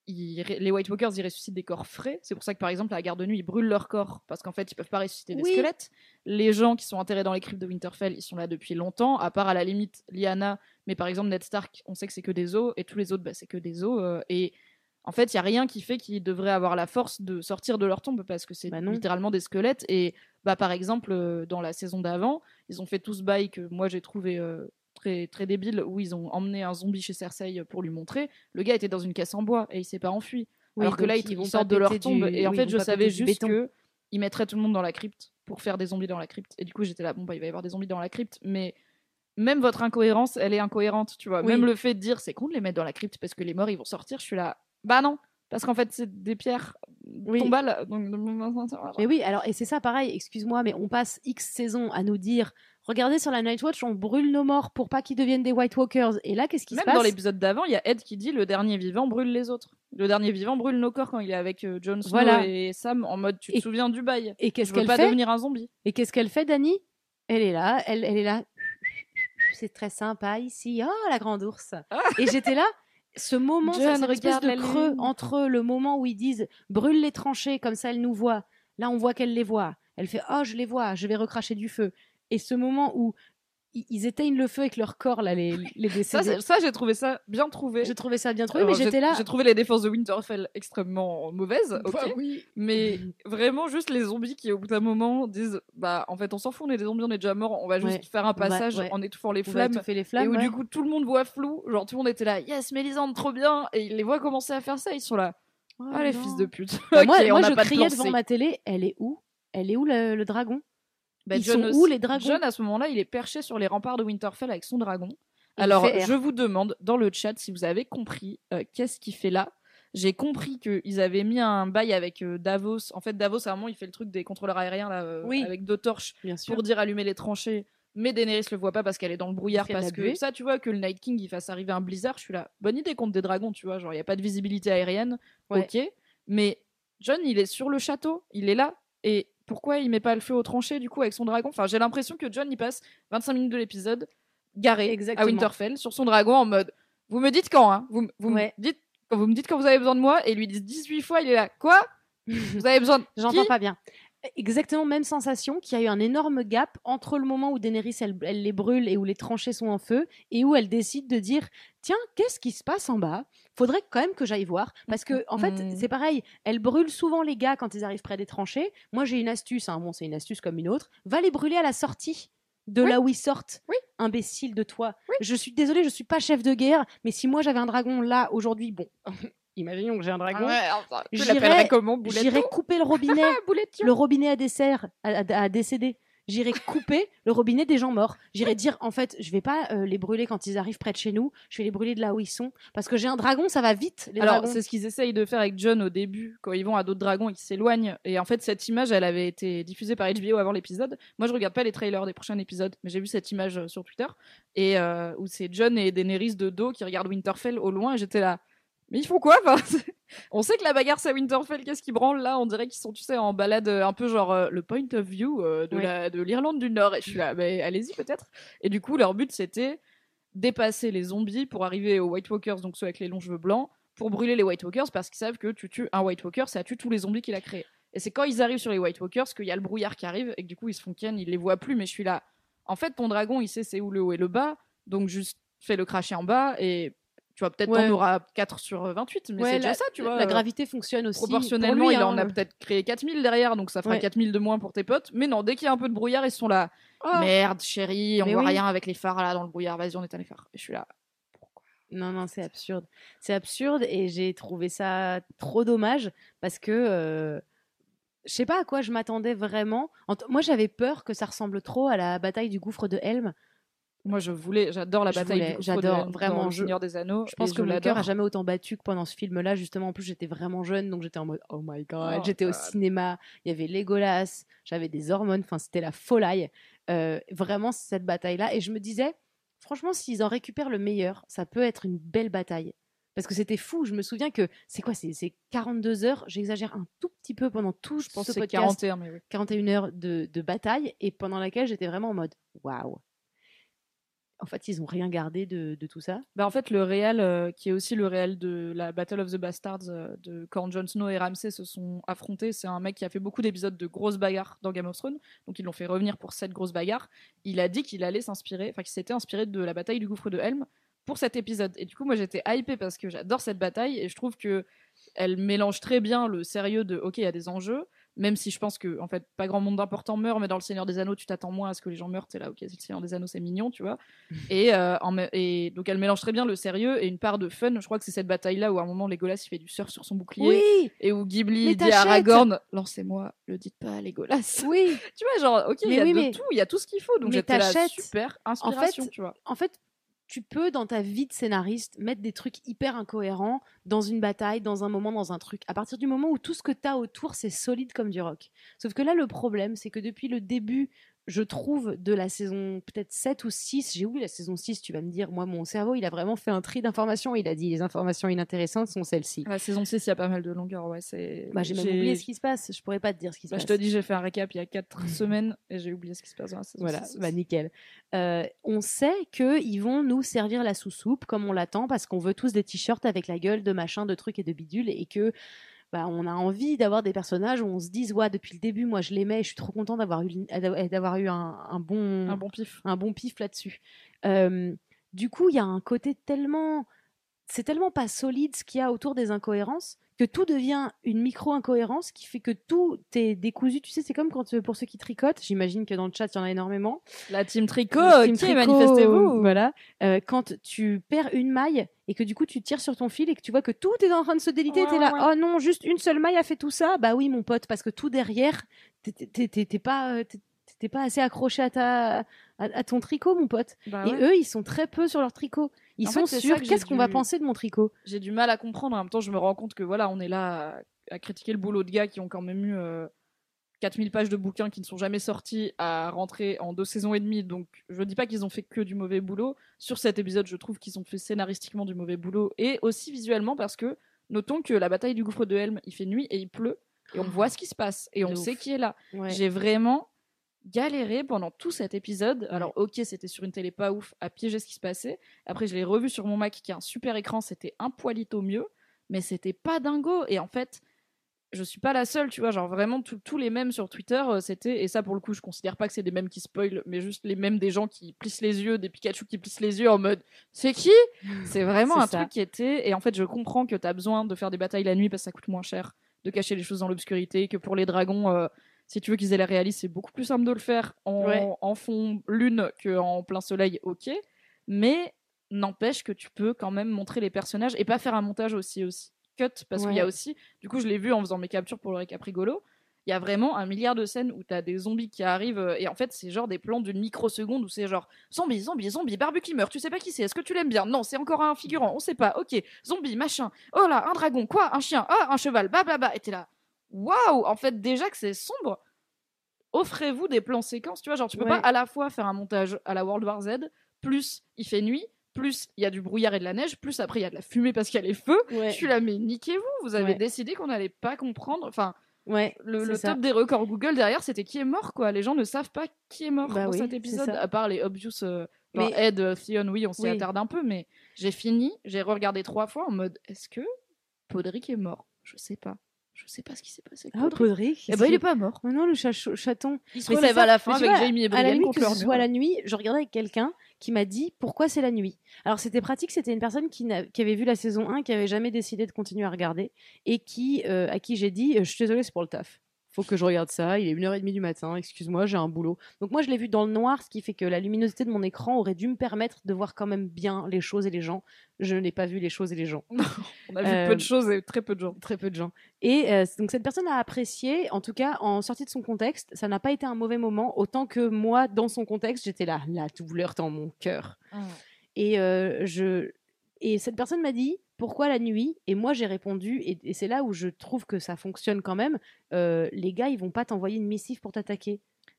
ils, les White Walkers ils ressuscitent des corps frais. C'est pour ça que par exemple à la garde de nuit ils brûlent leurs corps parce qu'en fait ils peuvent pas ressusciter des Oui. squelettes. Les gens qui sont enterrés dans les cryptes de Winterfell ils sont là depuis longtemps, à part à la limite Lyanna, mais par exemple Ned Stark on sait que c'est que des os et tous les autres bah, c'est que des os euh, et en fait il y a rien qui fait qu'ils devraient avoir la force de sortir de leur tombe parce que c'est Bah non. littéralement des squelettes. Et bah par exemple euh, dans la saison d'avant ils ont fait tout ce bail que moi j'ai trouvé euh, très, très débile où ils ont emmené un zombie chez Cersei pour lui montrer. Le gars était dans une caisse en bois et il s'est pas enfui. Oui, Alors que donc là, ils, ils vont ils pas sortent de leur péter tombe. du- Et en oui, fait, ils vont je pas savais péter du juste béton. que ils mettraient tout le monde dans la crypte pour faire des zombies dans la crypte. Et du coup, j'étais là, bon, bah, il va y avoir des zombies dans la crypte. Mais même votre incohérence, elle est incohérente, tu vois. Oui. Même le fait de dire, c'est con de les mettre dans la crypte parce que les morts, ils vont sortir, je suis là, bah non. Parce qu'en fait, c'est des pierres Oui. tombales. Donc... Mais oui, alors, et c'est ça pareil, excuse-moi, mais on passe X saisons à nous dire regardez sur la Night Watch, on brûle nos morts pour pas qu'ils deviennent des White Walkers. Et là, qu'est-ce qui Même se passe dans l'épisode d'avant, il y a Ed qui dit le dernier vivant brûle les autres. Le dernier vivant brûle nos corps quand il est avec euh, Jon Snow Voilà. et Sam en mode tu te Et- souviens du bail. Et qu'est-ce Je veux qu'elle pas fait devenir un zombie. Et qu'est-ce qu'elle fait, Dani? Elle est là, elle, elle est là. C'est très sympa ici. Oh, la grande ours. Et j'étais là. Ce moment, John, ça- cette espèce regarde de la creux lune. entre le moment où ils disent brûle les tranchées, comme ça elle nous voit. Là, on voit qu'elle les voit. Elle fait oh, je les vois, je vais recracher du feu. Et ce moment où i- ils éteignent le feu avec leur corps, là, les, les Ça, décédés. c'est- ça, j'ai trouvé ça bien trouvé. J'ai trouvé ça bien trouvé, Alors, mais j'ai- j'étais là. J'ai trouvé les défenses de Winterfell extrêmement mauvaises, ok. Bah oui. Mais vraiment, juste les zombies qui, au bout d'un moment, disent bah, en fait, on s'en fout, on est des zombies, on est déjà morts, on va juste Ouais. faire un On va- passage ouais. en étouffant les On va flammes. étouffer les Et flammes. où ouais. du coup, tout le monde voit flou. Genre, tout le monde était là, yes, Mélisande, trop bien. Et ils les voient commencer à faire ça, ils sont là. Oh Ah, les non. fils de pute. Bah, Ok, moi, on moi n'a je pas de criais plan devant C. ma télé. Elle est où Elle est où le, le dragon Bah, Ils Jon sont aussi. où les dragons Jon, à ce moment-là, il est perché sur les remparts de Winterfell avec son dragon. Il Alors, fait R. je vous demande dans le chat si vous avez compris euh, qu'est-ce qu'il fait là. J'ai compris qu'ils avaient mis un bail avec euh, Davos. En fait, Davos, à un moment, il fait le truc des contrôleurs aériens là, euh, Oui. avec deux torches Bien sûr. pour dire allumer les tranchées. Mais Daenerys le voit pas parce qu'elle est dans le brouillard. Parce Parce qu'il y a de la que buée. ça, tu vois, que le Night King il fasse arriver un blizzard, je suis là. Bonne idée contre des dragons, tu vois. Genre, il n'y a pas de visibilité aérienne. Ouais. Ok. Mais Jon, il est sur le château. Il est là. Et pourquoi il met pas le feu aux tranchées du coup avec son dragon? Enfin, j'ai l'impression que Jon il passe vingt-cinq minutes de l'épisode garé Exactement. à Winterfell sur son dragon en mode vous me dites quand hein vous, m- vous Ouais. me dites quand vous me dites quand vous avez besoin de moi et ils lui disent dix-huit fois il est là quoi vous avez besoin de J'entends qui pas bien. Exactement même sensation qu'il y a eu un énorme gap entre le moment où Daenerys elle, elle les brûle et où les tranchées sont en feu et où elle décide de dire tiens qu'est-ce qui se passe en bas, faudrait quand même que j'aille voir parce que en fait Mm. c'est pareil, elle brûle souvent les gars quand ils arrivent près des tranchées. Moi j'ai une astuce, hein. Bon c'est une astuce comme une autre, va les brûler à la sortie de Oui. là où ils sortent. Oui. Imbécile de toi. Oui. Je suis désolée, je suis pas chef de guerre, mais si moi j'avais un dragon là aujourd'hui, bon imaginons que j'ai un dragon, Ouais, enfin, tu J'irais- l'appellerais comment Bouletto j'irais couper le robinet. Ah, Boulettion. Le robinet à dessert, à, à- à décéder. J'irai couper le robinet des gens morts. J'irai dire, en fait, je vais pas euh, les brûler quand ils arrivent près de chez nous. Je vais les brûler de là où ils sont. Parce que j'ai un dragon, ça va vite, les Alors, dragons. c'est ce qu'ils essayent de faire avec Jon au début, quand ils vont à d'autres dragons et qu'ils s'éloignent. Et en fait, cette image, elle avait été diffusée par H B O avant l'épisode. Moi, je regarde pas les trailers des prochains épisodes, mais j'ai vu cette image euh, sur Twitter, et euh, où c'est Jon et Daenerys de dos qui regardent Winterfell au loin, et j'étais là. Mais ils font quoi enfin, c'est- On sait que la bagarre c'est à Winterfell, qu'est-ce qu'ils branlent là? On dirait qu'ils sont, tu sais, en balade euh, un peu genre euh, le point of view euh, de Ouais. la- de l'Irlande du Nord. Et je suis là, mais allez-y peut-être. Et du coup, leur but c'était dépasser les zombies pour arriver aux White Walkers, donc ceux avec les longs cheveux blancs, pour brûler les White Walkers parce qu'ils savent que tu tues un White Walker, ça tue tous les zombies qu'il a créés. Et c'est quand ils arrivent sur les White Walkers qu'il y a le brouillard qui arrive et que du coup ils se font ken, ils les voient plus. Mais je suis là, en fait, ton dragon il sait c'est où le haut et le bas, donc juste fais le cracher en bas et tu vois, peut-être Ouais. t'en auras quatre sur vingt-huit, mais Ouais, c'est la, déjà ça, tu vois. la gravité fonctionne aussi. Proportionnellement, pour lui, il en hein. a peut-être créé quatre mille derrière, donc ça fera Ouais. quatre mille de moins pour tes potes. Mais non, dès qu'il y a un peu de brouillard, ils sont là. Oh. Merde, chérie, on Mais voit oui. rien avec les phares là dans le brouillard, vas-y, on éteint les phares. Et je suis là. Non, non, c'est absurde. C'est absurde et j'ai trouvé ça trop dommage parce que euh, je sais pas à quoi je m'attendais vraiment. En t- Moi, j'avais peur que ça ressemble trop à la bataille du gouffre de Helm. Moi, je voulais, j'adore la Je bataille voulais, du gouffre j'adore, de Helm vraiment, dans Le je- Seigneur des Anneaux. Je pense et que mon cœur l'adore. a jamais autant battu que pendant ce film-là. Justement, en plus, j'étais vraiment jeune, donc j'étais en mode oh my god. Oh j'étais au God. cinéma, il y avait Legolas, j'avais des hormones, enfin, c'était la folie. Euh, vraiment, cette bataille-là. Et je me disais, franchement, s'ils en récupèrent le meilleur, ça peut être une belle bataille. Parce que c'était fou. Je me souviens que c'est quoi C'est c'est quarante-deux heures. J'exagère un tout petit peu pendant tout Je pense ce que c'est podcast. quarante et un, mais oui. quarante et une heures de, de bataille et pendant laquelle j'étais vraiment en mode waouh. En fait, ils ont rien gardé de, de tout ça. Bah en fait, le réel, euh, qui est aussi le réel de la Battle of the Bastards, euh, de quand Jon Snow et Ramsay se sont affrontés, c'est un mec qui a fait beaucoup d'épisodes de grosses bagarres dans Game of Thrones, donc ils l'ont fait revenir pour cette grosse bagarre. Il a dit qu'il allait s'inspirer, enfin qu'il s'était inspiré de la bataille du gouffre de Helm pour cet épisode. Et du coup, moi j'étais hypée parce que j'adore cette bataille et je trouve que elle mélange très bien le sérieux de ok, il y a des enjeux, même si je pense que en fait pas grand monde d'important meurt, mais dans le Seigneur des Anneaux tu t'attends moins à ce que les gens meurent, t'es là ok, c'est le Seigneur des Anneaux, c'est mignon, tu vois. Et, euh, en, et donc elle mélange très bien le sérieux et une part de fun. Je crois que c'est cette bataille là où à un moment Legolas il fait du surf sur son bouclier, Oui. et où Ghibli Mais dit à Aragorn lancez-moi, le dites pas à Legolas. Oui. Tu vois, genre ok, il Mais y a oui, de mais- tout, il y a tout ce qu'il faut, donc mais j'étais là t'achètes. super inspiration, En fait, tu vois. En fait, tu peux, dans ta vie de scénariste, mettre des trucs hyper incohérents dans une bataille, dans un moment, dans un truc. À partir du moment où tout ce que tu as autour, c'est solide comme du rock. Sauf que là, le problème, c'est que depuis le début, je trouve, de la saison peut-être sept ou six, j'ai oublié la saison six, tu vas me dire, moi, mon cerveau, il a vraiment fait un tri d'informations. Il a dit, les informations inintéressantes sont celles-ci. La saison six, il y a pas mal de longueur, ouais. C'est... Bah, j'ai même oublié ce qui se passe. Je pourrais pas te dire ce qui se Bah, passe. je te dis, j'ai fait un récap il y a quatre semaines et j'ai oublié ce qui se passe dans la saison Voilà, six. bah nickel. Euh, on sait qu'ils vont nous servir la sous-soupe comme on l'attend parce qu'on veut tous des t-shirts avec la gueule de machin, de trucs et de bidules et que bah, on a envie d'avoir des personnages où on se dise ouais, depuis le début, moi je l'aimais et je suis trop content d'avoir eu, d'avoir eu un, un, bon, Un bon pif. un bon pif là-dessus. Euh, du coup, il y a un côté tellement... C'est tellement pas solide ce qu'il y a autour des incohérences que tout devient une micro-incohérence qui fait que tout est décousu. Tu sais, c'est comme quand, pour ceux qui tricotent, j'imagine que dans le chat, il y en a énormément. La team tricot, La team ok, tricot, manifestez-vous. Voilà. Euh, quand tu perds une maille et que du coup, tu tires sur ton fil et que tu vois que tout est en train de se déliter, Ouais, t'es là, ouais, ouais. oh non, juste une seule maille a fait tout ça. Bah oui, mon pote, parce que tout derrière, t'es- t'es t'es- t'es pas... t'es- t'es pas assez accroché à, ta, à, à ton tricot, mon pote. Bah et ouais. eux, ils sont très peu sur leur tricot. Ils En sont fait, c'est ça sûrs, que j'ai qu'est-ce qu'on va dû- penser de mon tricot? J'ai du mal à comprendre. En même temps, je me rends compte que voilà, on est là à, à critiquer le boulot de gars qui ont quand même eu euh, quatre mille pages de bouquins qui ne sont jamais sortis à rentrer en deux saisons et demie. Donc, je dis pas qu'ils ont fait que du mauvais boulot. Sur cet épisode, je trouve qu'ils ont fait scénaristiquement du mauvais boulot et aussi visuellement parce que notons que la bataille du gouffre de Helm, il fait nuit et il pleut et on voit ce qui se passe et on De sait ouf. qui est là. Ouais. J'ai vraiment galéré pendant tout cet épisode. Alors ok, c'était sur une télé pas ouf à piéger ce qui se passait. Après, je l'ai revu sur mon Mac qui a un super écran, c'était un poilito mieux, mais c'était pas dingo. Et en fait, je suis pas la seule, tu vois, genre vraiment tout- tous les mèmes sur Twitter, euh, c'était, et ça pour le coup, je considère pas que c'est des mèmes qui spoilent, mais juste les mèmes des gens qui plissent les yeux, des Pikachu qui plissent les yeux en mode c'est qui? C'est vraiment C'est un ça. truc qui était, et en fait, je comprends que t'as besoin de faire des batailles la nuit parce que ça coûte moins cher de cacher les choses dans l'obscurité, que pour les dragons, euh, si tu veux qu'ils aient l'air réalistes, c'est beaucoup plus simple de le faire en, Ouais. en fond lune qu'en plein soleil, ok, mais n'empêche que tu peux quand même montrer les personnages et pas faire un montage aussi, aussi cut, parce qu'il y a Ouais. aussi, du coup je l'ai vu en faisant mes captures pour le récap rigolo, il y a vraiment un milliard de scènes où t'as des zombies qui arrivent, euh, et en fait c'est genre des plans d'une microseconde où c'est genre zombie, zombie, zombie, barbu qui meurt, tu sais pas qui c'est, est-ce que tu l'aimes bien? Non, c'est encore un figurant, on sait pas, ok, zombie, machin, oh là, un dragon, quoi, un chien, ah, un cheval, blablabla, et t'es là, waouh, en fait déjà que c'est sombre, offrez-vous des plans séquences, tu vois, genre tu peux Ouais. pas à la fois faire un montage à la World War Z, plus il fait nuit, plus il y a du brouillard et de la neige, plus après il y a de la fumée parce qu'il y a les feux. Ouais. Je suis là, mais niquez-vous, vous avez Ouais. décidé qu'on n'allait pas comprendre. Enfin, Ouais, le, c'est le ça. top des records Google derrière, c'était qui est mort, quoi. Les gens ne savent pas qui est mort Bah dans oui, cet c'est épisode, ça. à part les obvious. Euh, genre Mais- Ed, euh, Theon, oui, on s'y Oui. attarde un peu, mais j'ai fini, j'ai regardé trois fois en mode, est-ce que Podrick est mort? Je sais pas. Je sais pas ce qui s'est passé. avec Ah, Podrick. Podrick. Eh ben, il est pas mort. Oh non, le chat- chaton. Il se Mais c'est relève ça. à la fin Mais tu avec vois, Jamie et à la Brienne limite contre que leur ce mur. soit la nuit, je regardais avec quelqu'un qui m'a dit pourquoi c'est la nuit. Alors c'était pratique, c'était une personne qui, n'a- qui avait vu la saison un, qui avait jamais décidé de continuer à regarder et qui, euh, à qui j'ai dit je suis désolée, c'est pour le taf. Faut que je regarde ça, il est une heure trente du matin, excuse-moi, j'ai un boulot. Donc moi je l'ai vu dans le noir, ce qui fait que la luminosité de mon écran aurait dû me permettre de voir quand même bien les choses et les gens. Je n'ai pas vu les choses et les gens. On a vu Euh, peu de choses et très peu de gens. Très peu de gens. Et euh, donc cette personne a apprécié, en tout cas en sortie de son contexte, ça n'a pas été un mauvais moment, autant que moi, dans son contexte, j'étais là, la douleur dans mon cœur. Et, euh, je... et cette personne m'a dit, pourquoi la nuit? Et moi j'ai répondu, et, et c'est là où je trouve que ça fonctionne quand même, euh, les gars, ils vont pas t'envoyer une missive pour t'attaquer.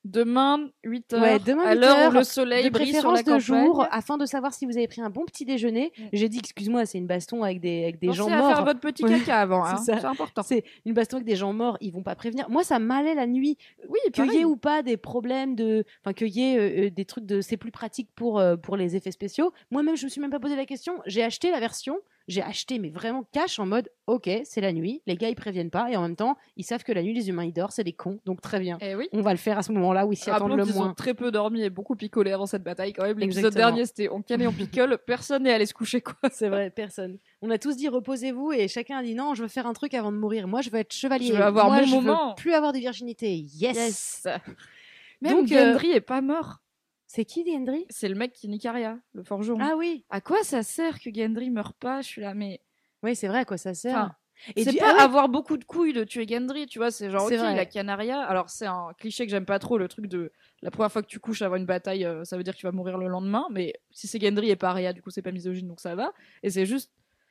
Demain, huit heures, Ouais, demain, à huit l'heure heures, où le soleil de brille sur la préférence de campagne. jour, afin de savoir si vous avez pris un bon petit déjeuner. Mm. J'ai dit, excuse-moi, c'est une baston avec des, avec des Pensez gens à morts. faire votre petit Ouais, caca avant, c'est hein. ça. C'est important. C'est une baston avec des gens morts, ils vont pas prévenir. Moi, ça m'allait la nuit. Oui, Qu'il y pareil. ait ou pas des problèmes de. Enfin, qu'il y ait euh, euh, des trucs de. C'est plus pratique pour, euh, pour les effets spéciaux. Moi-même, je me suis même pas posé la question. J'ai acheté la version. J'ai acheté, mais vraiment cash en mode ok, c'est la nuit. Les gars, ils préviennent pas. Et en même temps, ils savent que la nuit, les humains, ils dorment. C'est des cons. Donc très bien. Eh oui. On va le faire à ce moment-là où ils s'y attendent Rappelons le qu'ils moins. ont très peu dormi et beaucoup picolé avant cette bataille quand même. L'épisode Exactement. dernier, c'était on canne et on picole. Personne n'est allé se coucher, quoi. C'est vrai, personne. On a tous dit reposez-vous et chacun a dit non, je veux faire un truc avant de mourir. Moi, je veux être chevalier. Je veux avoir Moi, mon je moment. veux plus avoir de virginité. Yes. Yes. Même Donc, euh, Gendry est pas mort. C'est qui, Gendry? C'est le mec qui nique Arya, le forgeron. Ah oui. À quoi ça sert que Gendry meurt pas? Je suis là, mais. Oui, c'est vrai, à quoi ça sert? Enfin, Et c'est du- pas ah ouais. avoir beaucoup de couilles de tuer Gendry, tu vois, c'est genre, C'est ok, vrai. il a Canaria. Alors, c'est un cliché que j'aime pas trop, le truc de la première fois que tu couches avant une bataille, euh, ça veut dire que tu vas mourir le lendemain, mais si c'est Gendry et pas Arya, du coup, c'est pas misogyne, donc ça va. Et c'est juste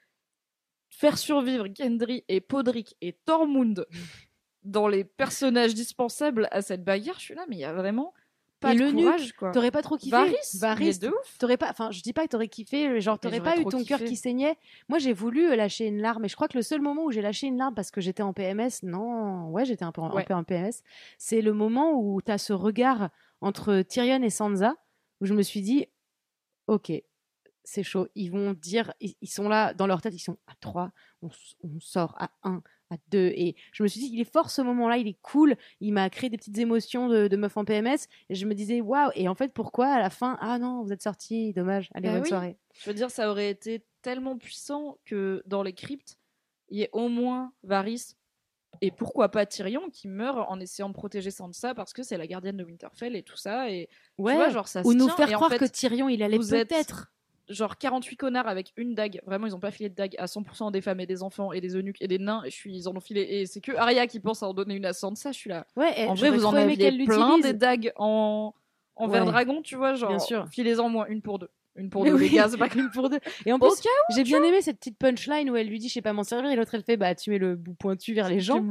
faire survivre Gendry et Podrick et Tormund dans les personnages dispensables à cette bagarre. Je suis là, mais il y a vraiment pas Et de le courage, quoi. T'aurais pas trop kiffé? Varys, Varys, il est de ouf. T'aurais pas, enfin, je dis pas que t'aurais kiffé, genre t'aurais j'aurais pas eu trop ton cœur kiffé. qui saignait. Moi, j'ai voulu euh, lâcher une larme, et je crois que le seul moment où j'ai lâché une larme parce que j'étais en P M S, non, ouais, j'étais un peu en, un Ouais. peu en P M S, c'est le moment où t'as ce regard entre Tyrion et Sansa, où je me suis dit, ok, c'est chaud. Ils vont dire, ils, ils sont là dans leur tête, ils sont à trois, on, s- on sort à un, à deux, et je me suis dit, il est fort ce moment-là, il est cool, il m'a créé des petites émotions de, de meuf en P M S, et je me disais, waouh, et en fait, pourquoi à la fin, ah non, vous êtes sortis, dommage, allez, Bah bonne oui. soirée. Je veux dire, ça aurait été tellement puissant que dans les cryptes, il y ait au moins Varys et pourquoi pas Tyrion qui meurt en essayant de protéger Sansa parce que c'est la gardienne de Winterfell et tout ça. Et Ouais, tu vois, genre ça se ou nous tient. faire Et en croire fait, que Tyrion, il allait vous êtes peut-être. genre quarante-huit connards avec une dague. Vraiment, ils ont pas filé de dague à cent pour cent des femmes et des enfants et des eunuques et des nains. Et je suis, ils en ont filé. Et c'est que Arya qui pense à en donner une à Sansa. Je suis là. Ouais, et En vrai, j'aurais vous en trop aimé aviez qu'elle plein l'utilise. des dagues en, en Ouais. verre dragon, tu vois. Genre, Bien sûr. filez-en moins une pour deux. Une pour Mais deux, oui. les gars, c'est pas que Une pour deux. Et en Au plus, cas j'ai bien aimé cette petite punchline où elle lui dit, je sais pas m'en servir, et l'autre elle fait, bah tu mets le bout pointu vers les gens.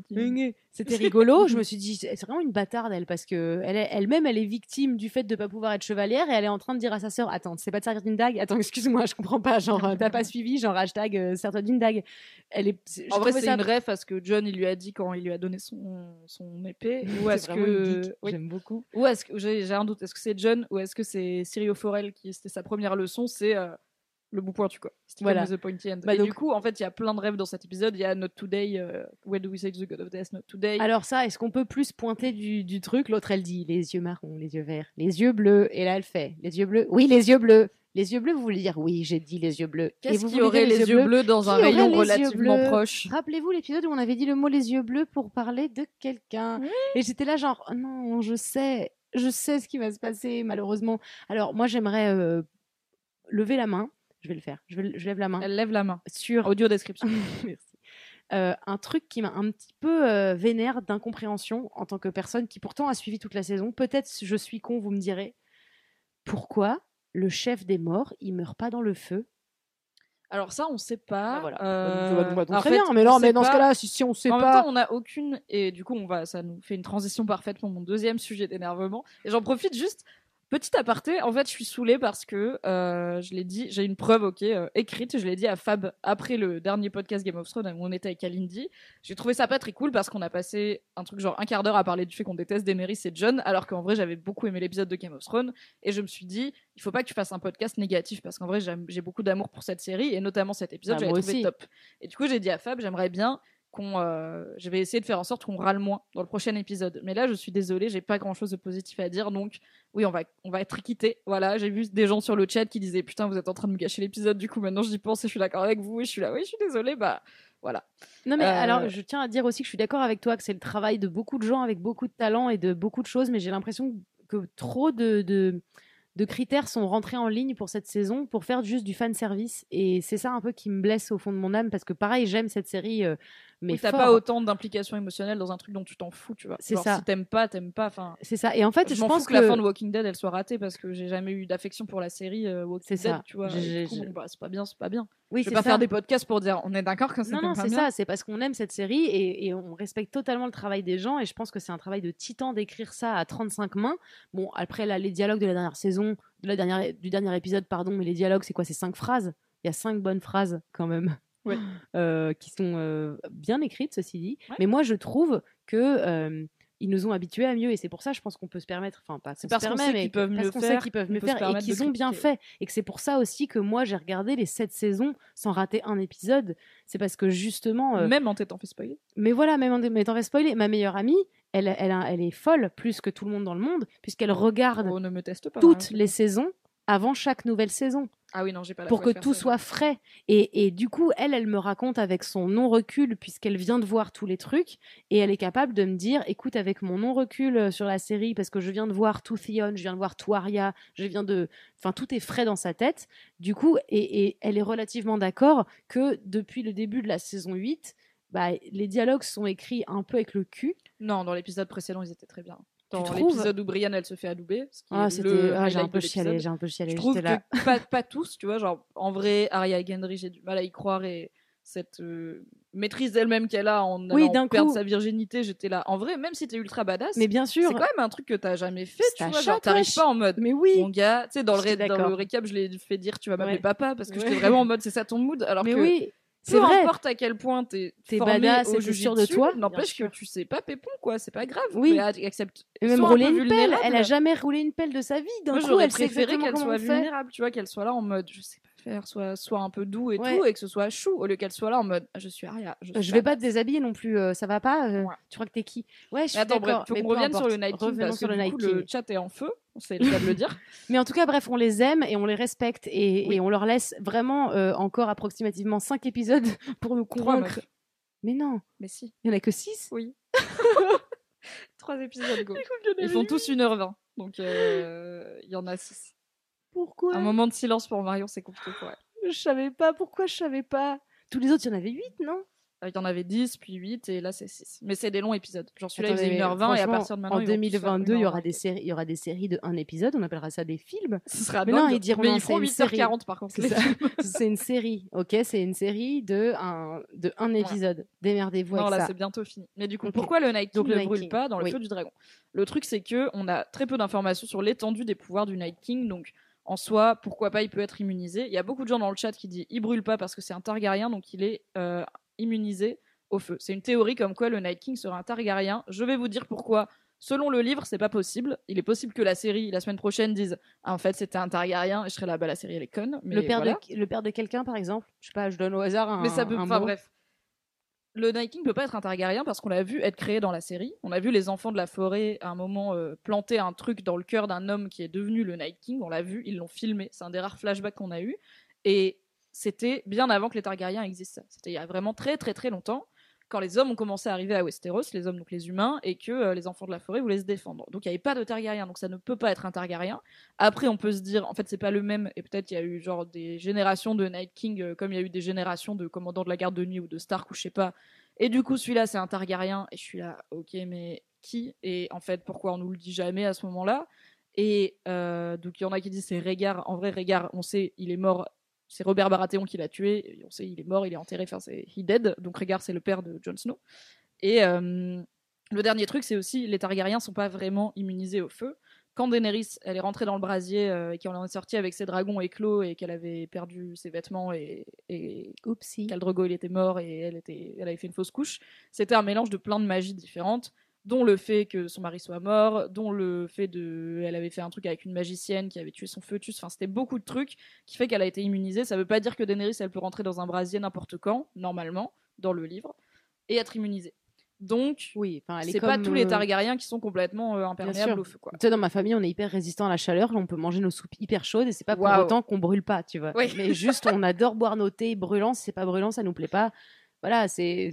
C'était rigolo. Je me suis dit, c'est c'est vraiment une bâtarde, elle, parce que elle est- elle-même, elle est victime du fait de pas pouvoir être chevalière et elle est en train de dire à sa sœur, attends, c'est pas de servir d'une dague. Attends, excuse-moi, je comprends pas. Genre, euh, t'as pas suivi, genre hashtag euh, sers-toi d'une dague. Elle est. je En vrai, trouvais c'est ça- une ref à ce que John il lui a dit quand il lui a donné son, son épée. Ou C'est est-ce vraiment une que. geek. Oui. J'aime beaucoup. Ou est-ce que. J'ai j'ai un doute. Est-ce que c'est John ou est-ce que c'est Sirio Forel qui c'était sa première leçon? C'est euh, le bout pointu, quoi. Stick Voilà. with the pointy end. Bah Et donc- du coup, en fait, il y a plein de rêves dans cet épisode. Il y a Not Today. euh, Where do we say to the God of Death? Not Today. Alors ça, est-ce qu'on peut plus pointer du, du truc? L'autre, elle dit les yeux marrons, les yeux verts, les yeux bleus. Et là, elle fait les yeux bleus. Oui, les yeux bleus. Les yeux bleus, vous voulez dire oui, j'ai dit les yeux bleus. Et Qu'est-ce vous qui voulez aurait dire les yeux bleus dans Qui un aurait rayon les yeux relativement bleus proche? Rappelez-vous l'épisode où on avait dit le mot les yeux bleus pour parler de quelqu'un. Oui. Et j'étais là genre, oh non, je sais, je sais ce qui va se passer, malheureusement. Alors moi, j'aimerais euh, lever la main. Je vais le faire. Je, vais, je lève la main. Elle lève la main. Sur Audio description. Merci. Euh, un truc qui m'a un petit peu euh, vénère d'incompréhension en tant que personne qui pourtant a suivi toute la saison. Peut-être je suis con, vous me direz. Pourquoi le chef des morts, il meurt pas dans le feu? Alors ça, on sait pas. Ah, voilà. Euh, Bah, bah, donc, en très fait, bien, mais on non, sait mais dans ce pas. cas-là, si, si on sait En pas. même temps, on n'a aucune. Et du coup, on va, ça nous fait une transition parfaite pour mon deuxième sujet d'énervement. Et j'en profite juste. Petit aparté, en fait, je suis saoulée parce que, euh, je l'ai dit, j'ai une preuve, ok, euh, écrite, je l'ai dit à Fab après le dernier podcast Game of Thrones où on était avec Kalindi. J'ai trouvé ça pas très cool parce qu'on a passé un truc genre un quart d'heure à parler du fait qu'on déteste Daenerys et Jon, alors qu'en vrai, j'avais beaucoup aimé l'épisode de Game of Thrones et je me suis dit, il faut pas que tu fasses un podcast négatif parce qu'en vrai, j'aime- j'ai beaucoup d'amour pour cette série et notamment cet épisode, Bah, j'avais moi trouvé aussi. top. Et du coup, j'ai dit à Fab, j'aimerais bien qu'on, euh, je vais essayer de faire en sorte qu'on râle moins dans le prochain épisode. Mais là, je suis désolée, j'ai pas grand chose de positif à dire, donc oui, on va, on va être quittés. Voilà, j'ai vu des gens sur le chat qui disaient putain, vous êtes en train de me gâcher l'épisode. Du coup, maintenant, j'y pense et je suis d'accord avec vous. Et je suis là, oui, je suis désolée. Bah, voilà. Non, mais Euh, alors, je tiens à dire aussi que je suis d'accord avec toi que c'est le travail de beaucoup de gens avec beaucoup de talent et de beaucoup de choses, mais j'ai l'impression que trop de, de, de critères sont rentrés en ligne pour cette saison pour faire juste du fan service. Et c'est ça un peu qui me blesse au fond de mon âme parce que, pareil, j'aime cette série, euh, mais oui, t'as fort. pas autant d'implication émotionnelle dans un truc dont tu t'en fous, tu vois. C'est Genre, ça. Si t'aimes pas, t'aimes pas. Enfin, c'est ça. Et en fait, je, je, m'en pense fous que, que la fin de Walking Dead elle soit ratée parce que j'ai jamais eu d'affection pour la série euh, Walking C'est Dead, ça. tu vois. Je- Et du je- coup, je- bon, bah, c'est pas bien, c'est pas bien. oui, je vais c'est pas ça. faire des podcasts pour dire on est d'accord que c'est Non, quand non, même pas c'est bien. ça. C'est parce qu'on aime cette série et, et on respecte totalement le travail des gens. Et je pense que c'est un travail de titan d'écrire ça à trente-cinq mains. Bon, après, là, les dialogues de la dernière saison, de la dernière, du dernier épisode, pardon, mais les dialogues, c'est quoi? C'est cinq phrases. Il y a cinq bonnes phrases quand même. Ouais. euh, qui sont euh, bien écrites, ceci dit. Ouais. Mais moi, je trouve que euh, ils nous ont habitués à mieux et c'est pour ça, je pense qu'on peut se permettre, enfin pas C'est qu'on se parce qu'on permet, sait mais qu'ils peuvent parce mieux qu'on faire, sait qu'ils peuvent on mieux peut se faire et permettre qu'ils de ont bien critiquer. fait et que c'est pour ça aussi que moi j'ai regardé les sept saisons sans rater un épisode. C'est parce que justement, euh, Même en t'étant fait spoiler. mais voilà, même en m'étant fait spoiler, ma meilleure amie, elle, elle, a- elle est folle plus que tout le monde dans le monde puisqu'elle regarde Oh, ne me teste pas. toutes hein, les saisons avant chaque nouvelle saison Ah oui, non, j'ai pas la pour foi que de faire tout ça, soit frais. Et, et du coup, elle, elle me raconte avec son non-recul, puisqu'elle vient de voir tous les trucs, et elle est capable de me dire, écoute, avec mon non-recul euh, sur la série, parce que je viens de voir tout Theon, je viens de voir tout Arya, je viens de... Enfin, tout est frais dans sa tête. Du coup, et, et elle est relativement d'accord que depuis le début de la saison huit, bah, les dialogues sont écrits un peu avec le cul. Non, dans l'épisode précédent, ils étaient très bien. Dans trouves l'épisode où Brienne elle se fait adouber, ce qui Ah, est c'était... le ah, j'ai un highlight peu de l'épisode. chialé, j'ai un peu chialé. Je trouve j'étais là. que pas, pas tous, tu vois, genre en vrai, Arya et Gendry, j'ai du mal à y croire et cette euh, maîtrise d'elle-même qu'elle a en Oui, allant d'un perdre coup. sa virginité, j'étais là. En vrai, même si t'es ultra badass, Mais bien sûr. c'est quand même un truc que t'as jamais fait, C'est tu ta vois, genre chatte, t'arrives wesh. pas en mode Mais oui. mon gars, tu sais, dans, le J'étais ré- dans le d'accord. récap, je l'ai fait dire tu vas m'appeler Ouais. papa parce que Ouais. j'étais vraiment en mode c'est ça ton mood, alors Mais que oui. peu C'est vrai. importe à quel point t'es T'es formé badass au et t'es sûr de jujitsu, toi, bien n'empêche que sûr. tu sais pas pépon quoi, c'est pas grave. Oui. Mais accepte. Et même sois un rouler peu une pelle. vulnérable. Elle a jamais roulé une pelle de sa vie. D'un Moi, coup, j'aurais elle sait préféré exactement qu'elle comment soit on fait. vulnérable, tu vois, qu'elle soit là en mode je sais pas faire, soit, soit un peu doux et Ouais. tout, et que ce soit chou, au lieu qu'elle soit là en mode je suis Arya. Je, Je suis vais pas badass. te déshabiller non plus, euh, ça va pas euh, Ouais. Tu crois que t'es qui? Ouais, je suis Mais attends, bref, d'accord. faut mais qu'on peu revienne sur importe. le Night King Revenons parce sur que le du Night coup, King. le chat est en feu, c'est le cas de le dire. Mais en tout cas, bref, on les aime et on les respecte et, Oui. et on leur laisse vraiment euh, encore approximativement cinq épisodes pour nous Trois convaincre. meufs. Mais non, Mais si, il y en a que six. oui. Trois épisodes, go. Ils font tous une heure vingt, donc euh, il y en a six. Pourquoi? Un moment de silence pour Marion, c'est compliqué pour elle. Je savais pas. Pourquoi je savais pas? Tous les autres, il y en avait huit, non? Euh, Il y en avait dix, puis huit, et là c'est six. Mais c'est des longs épisodes. Genre celui-là, il Attendez, faisait mais une heure vingt, et à franchement, partir de maintenant, en ils vont tous deux mille faire vingt-deux, il y aura une heure vingt. des séries, il y aura des séries de un épisode. On appellera ça des films. Ce sera Mais dingue. non, ils diront Mais non, ils c'est feront une huit heures série. quarante par contre. C'est les ça. films. C'est une série, ok? C'est une série de un, de un épisode. Démerdez-vous Non, avec là ça. c'est bientôt fini. Mais du coup, Ok. pourquoi le Night King Donc, le ne Night brûle King, pas dans le oui. feu du dragon? Le truc, c'est que on a très peu d'informations sur l'étendue des pouvoirs du Night King. Donc, en soi, pourquoi pas, il peut être immunisé. Il y a beaucoup de gens dans le chat qui disent il brûle pas parce que c'est un Targaryen, donc il est euh, immunisé au feu. C'est une théorie comme quoi le Night King serait un Targaryen. Je vais vous dire pourquoi. Selon le livre, c'est pas possible. Il est possible que la série, la semaine prochaine, dise ah, en fait c'était un Targaryen et je serais là, bah la série elle est conne. Mais le père voilà. de le père de quelqu'un, par exemple. Je sais pas, je donne au hasard un. Mais ça peut. un Enfin mot. bref. Le Night King peut pas être un Targaryen parce qu'on l'a vu être créé dans la série. On a vu les enfants de la forêt à un moment euh, planter un truc dans le cœur d'un homme qui est devenu le Night King. On l'a vu, ils l'ont filmé. C'est un des rares flashbacks qu'on a eu. Et c'était bien avant que les Targaryens existent. C'était il y a vraiment très très très longtemps. Quand les hommes ont commencé à arriver à Westeros, les hommes donc les humains, et que euh, les enfants de la forêt voulaient se défendre. Donc il n'y avait pas de Targaryen, donc ça ne peut pas être un Targaryen. Après on peut se dire, en fait c'est pas le même, et peut-être il y a eu genre des générations de Night King, euh, comme il y a eu des générations de commandants de la garde de nuit ou de Stark ou je sais pas. Et du coup celui-là c'est un Targaryen, et je suis là, ok mais qui? Et en fait pourquoi on nous le dit jamais à ce moment-là? Et euh, donc il y en a qui disent c'est Rhaegar. En vrai Rhaegar, on sait, il est mort. C'est Robert Baratheon qui l'a tué. On sait, il est mort, il est enterré. Enfin, c'est he dead. Donc Rhaegar, c'est le père de Jon Snow. Et euh, le dernier truc, c'est aussi les Targaryens sont pas vraiment immunisés au feu. Quand Daenerys, elle est rentrée dans le brasier euh, et qu'elle en est sortie avec ses dragons éclos et qu'elle avait perdu ses vêtements et, et Oupsie. Khal Drogo il était mort et elle était, elle avait fait une fausse couche. C'était un mélange de plein de magies différentes, dont le fait que son mari soit mort, dont le fait de, elle avait fait un truc avec une magicienne qui avait tué son foetus. Enfin, c'était beaucoup de trucs qui fait qu'elle a été immunisée. Ça veut pas dire que Daenerys, elle peut rentrer dans un brasier n'importe quand, normalement, dans le livre, et être immunisée. Donc, Oui, enfin, elle est c'est comme, pas tous les euh, Targaryens qui sont complètement euh, imperméables sûr. au feu, quoi. Tu sais, dans ma famille, on est hyper résistant à la chaleur. On peut manger nos soupes hyper chaudes et c'est pas pour Waouh. autant qu'on brûle pas, tu vois. Oui. Mais juste, on adore boire nos thés brûlants. Si c'est pas brûlant, ça nous plaît pas. Voilà, c'est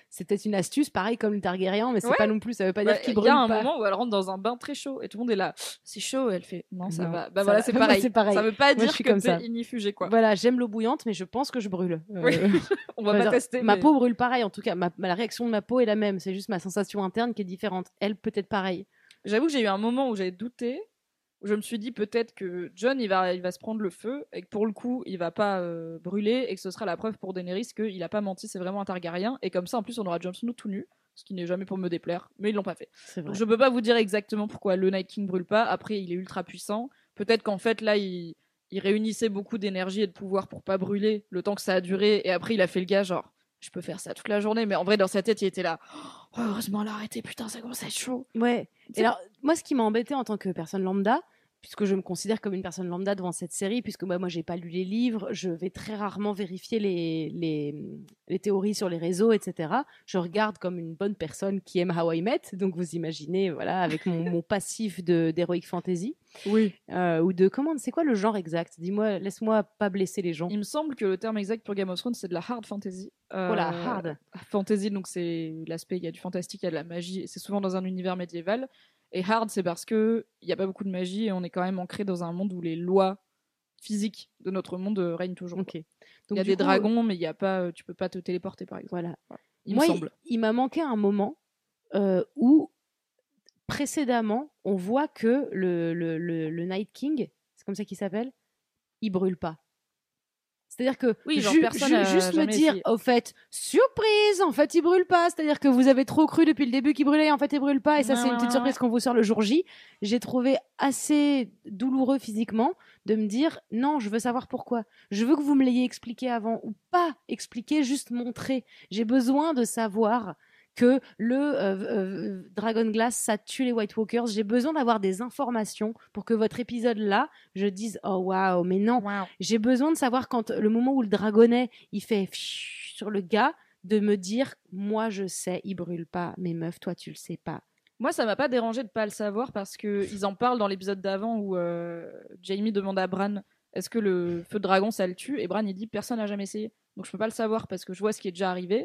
c'est peut-être une astuce, pareil comme le Targaryen, mais c'est Ouais. pas non plus, ça veut pas Bah, dire qu'il il brûle y a un pas. moment où elle rentre dans un bain très chaud et tout le monde est là, c'est chaud, et elle fait non ça Non, va. Bah ça voilà, va. c'est Moi, pareil. c'est pareil. Ça veut pas Moi, je dire suis que comme ça. t'es inifugé quoi. Voilà, j'aime l'eau bouillante, mais je pense que je brûle. Euh, Oui. On va Enfin, pas tester. Ma mais- peau brûle pareil, en tout cas. Ma, ma- la réaction de ma peau est la même. C'est juste ma sensation interne qui est différente. Elle, peut-être pareil. J'avoue que j'ai eu un moment où j'ai douté, où je me suis dit peut-être que Jon il va, il va se prendre le feu et que pour le coup il va pas euh, brûler et que ce sera la preuve pour Daenerys qu'il a pas menti, c'est vraiment un Targaryen et comme ça en plus on aura Jon Snow tout nu, ce qui n'est jamais pour me déplaire, mais ils l'ont pas fait. C'est vrai. Donc je peux pas vous dire exactement pourquoi le Night King brûle pas. Après il est ultra puissant. Peut-être qu'en fait là il, il réunissait beaucoup d'énergie et de pouvoir pour pas brûler le temps que ça a duré et après il a fait le gars genre je peux faire ça toute la journée, mais en vrai dans sa tête il était là oh, heureusement elle a arrêté, putain ça commence à être chaud. Ouais. C'est- Et alors, moi, ce qui m'a embêté en tant que personne lambda, puisque je me considère comme une personne lambda devant cette série, puisque moi, moi j'ai pas lu les livres, je vais très rarement vérifier les, les, les théories sur les réseaux, et cetera. Je regarde comme une bonne personne qui aime How I Met, donc vous imaginez, voilà, avec mon, mon passif de, d'Heroic Fantasy, Oui. euh, ou de, comment, c'est quoi le genre exact? Dis-moi, laisse-moi pas blesser les gens. Il me semble que le terme exact pour Game of Thrones, c'est de la hard fantasy. Euh, Voilà, hard. Fantasy, donc c'est l'aspect, il y a du fantastique, il y a de la magie, et c'est souvent dans un univers médiéval. Et hard, c'est parce que il n'y a pas beaucoup de magie et on est quand même ancré dans un monde où les lois physiques de notre monde euh, règnent toujours. Ok. quoi. Donc, Il y a du des coup, dragons, mais il y a pas, euh, tu peux pas te téléporter par exemple. Voilà. Il Moi, me il, semble. il m'a manqué un moment euh, où, précédemment, on voit que le, le, le, le Night King, c'est comme ça qu'il s'appelle, il brûle pas. C'est-à-dire que Oui, genre, ju- personne ju- a juste me jamais dire, essayé. au fait, surprise, en fait, il brûle pas. C'est-à-dire que vous avez trop cru depuis le début qu'il brûlait, et en fait, il brûle pas. Et ça, Ouais, c'est ouais, une petite ouais, surprise ouais. qu'on vous sort le jour J. J'ai trouvé assez douloureux physiquement de me dire, non, je veux savoir pourquoi. Je veux que vous me l'ayez expliqué avant, ou pas expliqué, juste montré. J'ai besoin de savoir que le euh, euh, Dragon Glass, ça tue les White Walkers. J'ai besoin d'avoir des informations pour que votre épisode-là, je dise, oh waouh, mais non. Wow. J'ai besoin de savoir quand le moment où le dragonnet, il fait pfiou sur le gars, de me dire, moi je sais, il brûle pas, mais meuf, toi tu le sais pas. Moi, ça m'a pas dérangé de pas le savoir parce que ils en parlent dans l'épisode d'avant où euh, Jaime demande à Bran est-ce que le feu de dragon ça le tue et Bran il dit personne n'a jamais essayé. Donc je peux pas le savoir parce que je vois ce qui est déjà arrivé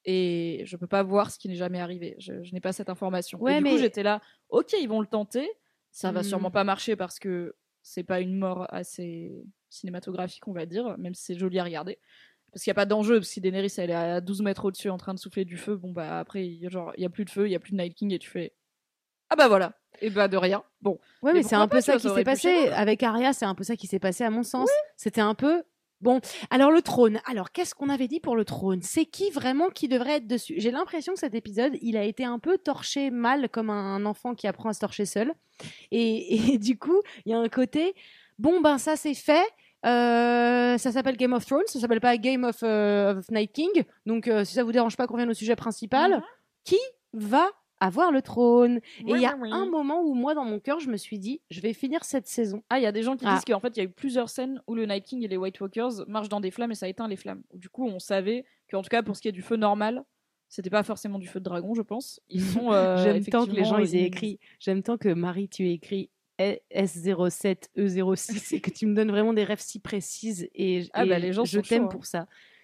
et je peux pas voir ce qui n'est jamais arrivé. Je, je n'ai pas cette information. Ouais, et du mais- coup, j'étais là, ok, ils vont le tenter. Ça va Hmm. sûrement pas marcher parce que c'est pas une mort assez cinématographique, on va dire, même si c'est joli à regarder. Parce qu'il n'y a pas d'enjeu, parce que si Daenerys elle est à douze mètres au-dessus en train de souffler du feu, bon bah après, il y a genre, il y a plus de feu, il y a plus de Night King et tu fais ah bah voilà, et bah de rien. Bon, Ouais, Mais mais c'est pourquoi un peu pas, tu ça vois, qui ça s'est aurait pu passé. changer. Avec Arya, c'est un peu ça qui s'est passé à mon sens. C'était un peu. Bon, alors le trône. Alors, qu'est-ce qu'on avait dit pour le trône? C'est qui vraiment qui devrait être dessus? J'ai l'impression que cet épisode, il a été un peu torché mal, comme un enfant qui apprend à se torcher seul. Et, et du coup, il y a un côté, bon, ben ça c'est fait. Euh, ça s'appelle Game of Thrones, ça s'appelle pas Game of, euh, of Night King. Donc, euh, si ça vous dérange pas qu'on revienne au sujet principal, Mhm. qui va avoir le trône? Et il Oui, y a oui, oui. un moment où moi, dans mon cœur, je me suis dit, je vais finir cette saison. Ah, il y a des gens qui Ah. disent qu'en fait, il y a eu plusieurs scènes où le Night King et les White Walkers marchent dans des flammes et ça éteint les flammes. Du coup, on savait qu'en tout cas, pour ce qui est du feu normal, c'était pas forcément du feu de dragon, je pense. Ils sont. euh, J'aime tant que les gens effectivement, ils aient ils- écrit. J'aime tant que Marie, tu aies écrit S zéro sept E zéro six et que tu me donnes vraiment des rêves si précises. Et, Ah et bah, les gens je sont t'aime chauds, hein. pour ça.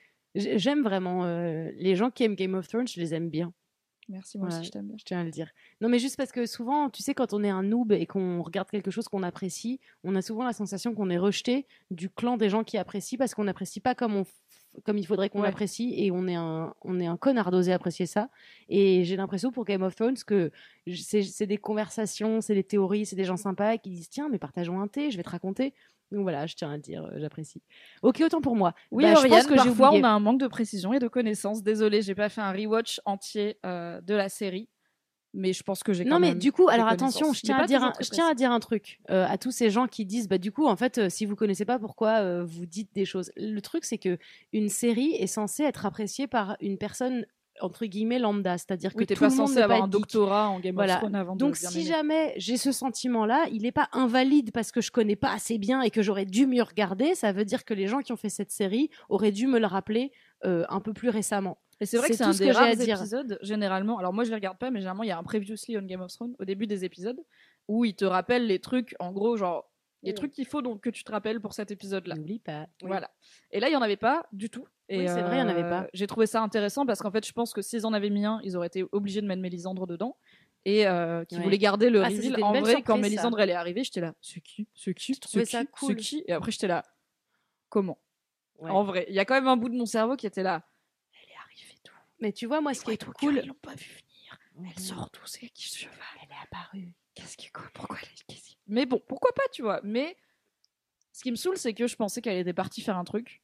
J- J'aime vraiment euh, les gens qui aiment Game of Thrones, je les aime bien. Merci, moi Ouais. aussi, je t'aime bien. Je tiens à le dire. Non, mais juste parce que souvent, tu sais, quand on est un noob et qu'on regarde quelque chose qu'on apprécie, on a souvent la sensation qu'on est rejeté du clan des gens qui apprécient parce qu'on n'apprécie pas comme, on f- comme il faudrait qu'on Ouais. apprécie et on est un, on est un connard d'oser apprécier ça. Et j'ai l'impression pour Game of Thrones que j- c'est c'est des conversations, c'est des théories, c'est des gens sympas qui disent tiens, mais partageons un thé, je vais te raconter. Donc voilà, je tiens à le dire, euh, j'apprécie. Ok, autant pour moi. Oui, Bah, je Oriane, pense que j'ai parfois oublié. on a un manque de précision et de connaissances. Désolée, j'ai pas fait un rewatch entier euh, de la série, mais je pense que j'ai quand Non mais même du coup, des alors connaissances. attention, je Mais tiens, pas à dire toujours un, très je tiens à précises. dire un truc euh, à tous ces gens qui disent bah du coup en fait euh, si vous connaissez pas pourquoi euh, vous dites des choses. Le truc c'est que une série est censée être appréciée par une personne entre guillemets lambda, c'est-à-dire que Oui, t'es tout pas le monde censé n'est avoir pas un geek. doctorat en Game Voilà. of Thrones avant Donc de bien si aimer. jamais j'ai ce sentiment-là, il n'est pas invalide parce que je connais pas assez bien et que j'aurais dû mieux regarder. Ça veut dire que les gens qui ont fait cette série auraient dû me le rappeler euh, un peu plus récemment. Et c'est vrai que C'est c'est tout un ce des que j'ai rares à dire. épisodes, généralement. Alors moi, je les regarde pas, mais généralement, il y a un previously on Game of Thrones au début des épisodes où il te rappelle les trucs, en gros, genre Les Oui. trucs qu'il faut donc que tu te rappelles pour cet épisode-là. N'oublie pas. Oui. Voilà. Et là, il n'y en avait pas du tout. Et Oui, c'est vrai, il y en avait euh, pas. J'ai trouvé ça intéressant parce qu'en fait, je pense que s'ils en avaient mis un, ils auraient été obligés de mettre Mélisandre dedans. Et euh, qui Ouais. voulaient garder le Ah, ça, reveal. c'était une En belle vrai, quand surprise, Mélisandre ça. elle est arrivée, j'étais là, c'est qui C'est qui Je trouvais C'est ça qui cool. C'est qui Et après, j'étais là, comment Ouais. En vrai, il y a quand même un bout de mon cerveau qui était là. Elle est arrivée d'où Mais tu vois, moi, ce qui est cool. Ils l'ont pas vu venir. Mhm. Elle sort d'où C'est qui ce cheval Elle est apparue. Qu'est-ce qui quoi Pourquoi elle est qu'est-ce qui- Mais bon, pourquoi pas, tu vois. Mais ce qui me saoule, c'est que je pensais qu'elle était partie faire un truc.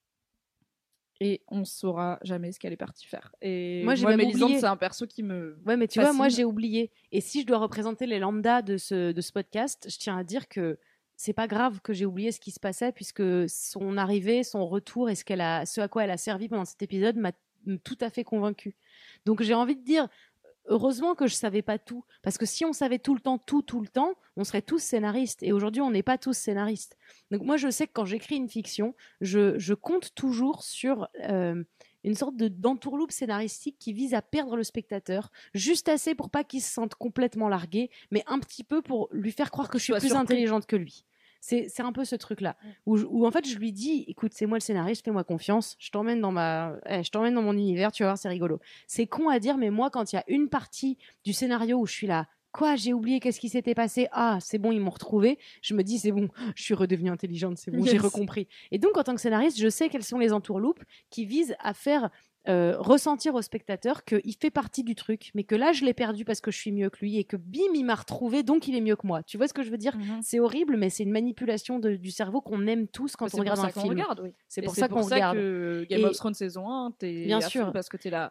Et on saura jamais ce qu'elle est partie faire. Et Moi, moi, j'ai même Mélisandre, oublié. c'est un perso qui me. Ouais, mais tu vois, moi, fascine. j'ai oublié. Et si je dois représenter les lambdas de ce, de ce podcast, je tiens à dire que c'est pas grave que j'ai oublié ce qui se passait, puisque son arrivée, son retour et ce, qu'elle a, ce à quoi elle a servi pendant cet épisode m'a tout à fait convaincue. Donc, j'ai envie de dire, heureusement que je savais pas tout. Parce que si on savait tout le temps, tout, tout le temps, on serait tous scénaristes. Et aujourd'hui, on n'est pas tous scénaristes. Donc, moi, je sais que quand j'écris une fiction, je, je compte toujours sur euh, une sorte de, d'entourloupe scénaristique qui vise à perdre le spectateur, juste assez pour pas qu'il se sente complètement largué, mais un petit peu pour lui faire croire que je suis sois plus surpris. intelligente que lui. C'est, c'est un peu ce truc-là, où, je- où en fait je lui dis, écoute, c'est moi le scénariste, fais-moi confiance, je t'emmène dans ma, eh, je t'emmène dans mon univers, tu vas voir, c'est rigolo. C'est con à dire, mais moi, quand il y a une partie du scénario où je suis là, quoi, j'ai oublié, qu'est-ce qui s'était passé, ah, c'est bon, ils m'ont retrouvé, je me dis, c'est bon, je suis redevenue intelligente, c'est bon, j'ai Yes. recompris. Et donc, en tant que scénariste, je sais quelles sont les entourloupes qui visent à faire euh, ressentir au spectateur qu'il fait partie du truc, mais que là, je l'ai perdu parce que je suis mieux que lui et que bim, il m'a retrouvé, donc il est mieux que moi. Tu vois ce que je veux dire? Mhm. C'est horrible, mais c'est une manipulation de- du cerveau qu'on aime tous quand C'est on regarde pour un ça qu'on film. regarde, oui. C'est Et pour ça qu'on regarde. que Game Et- of Thrones saison un, t'es Bien à sûr. fond parce que t'es là.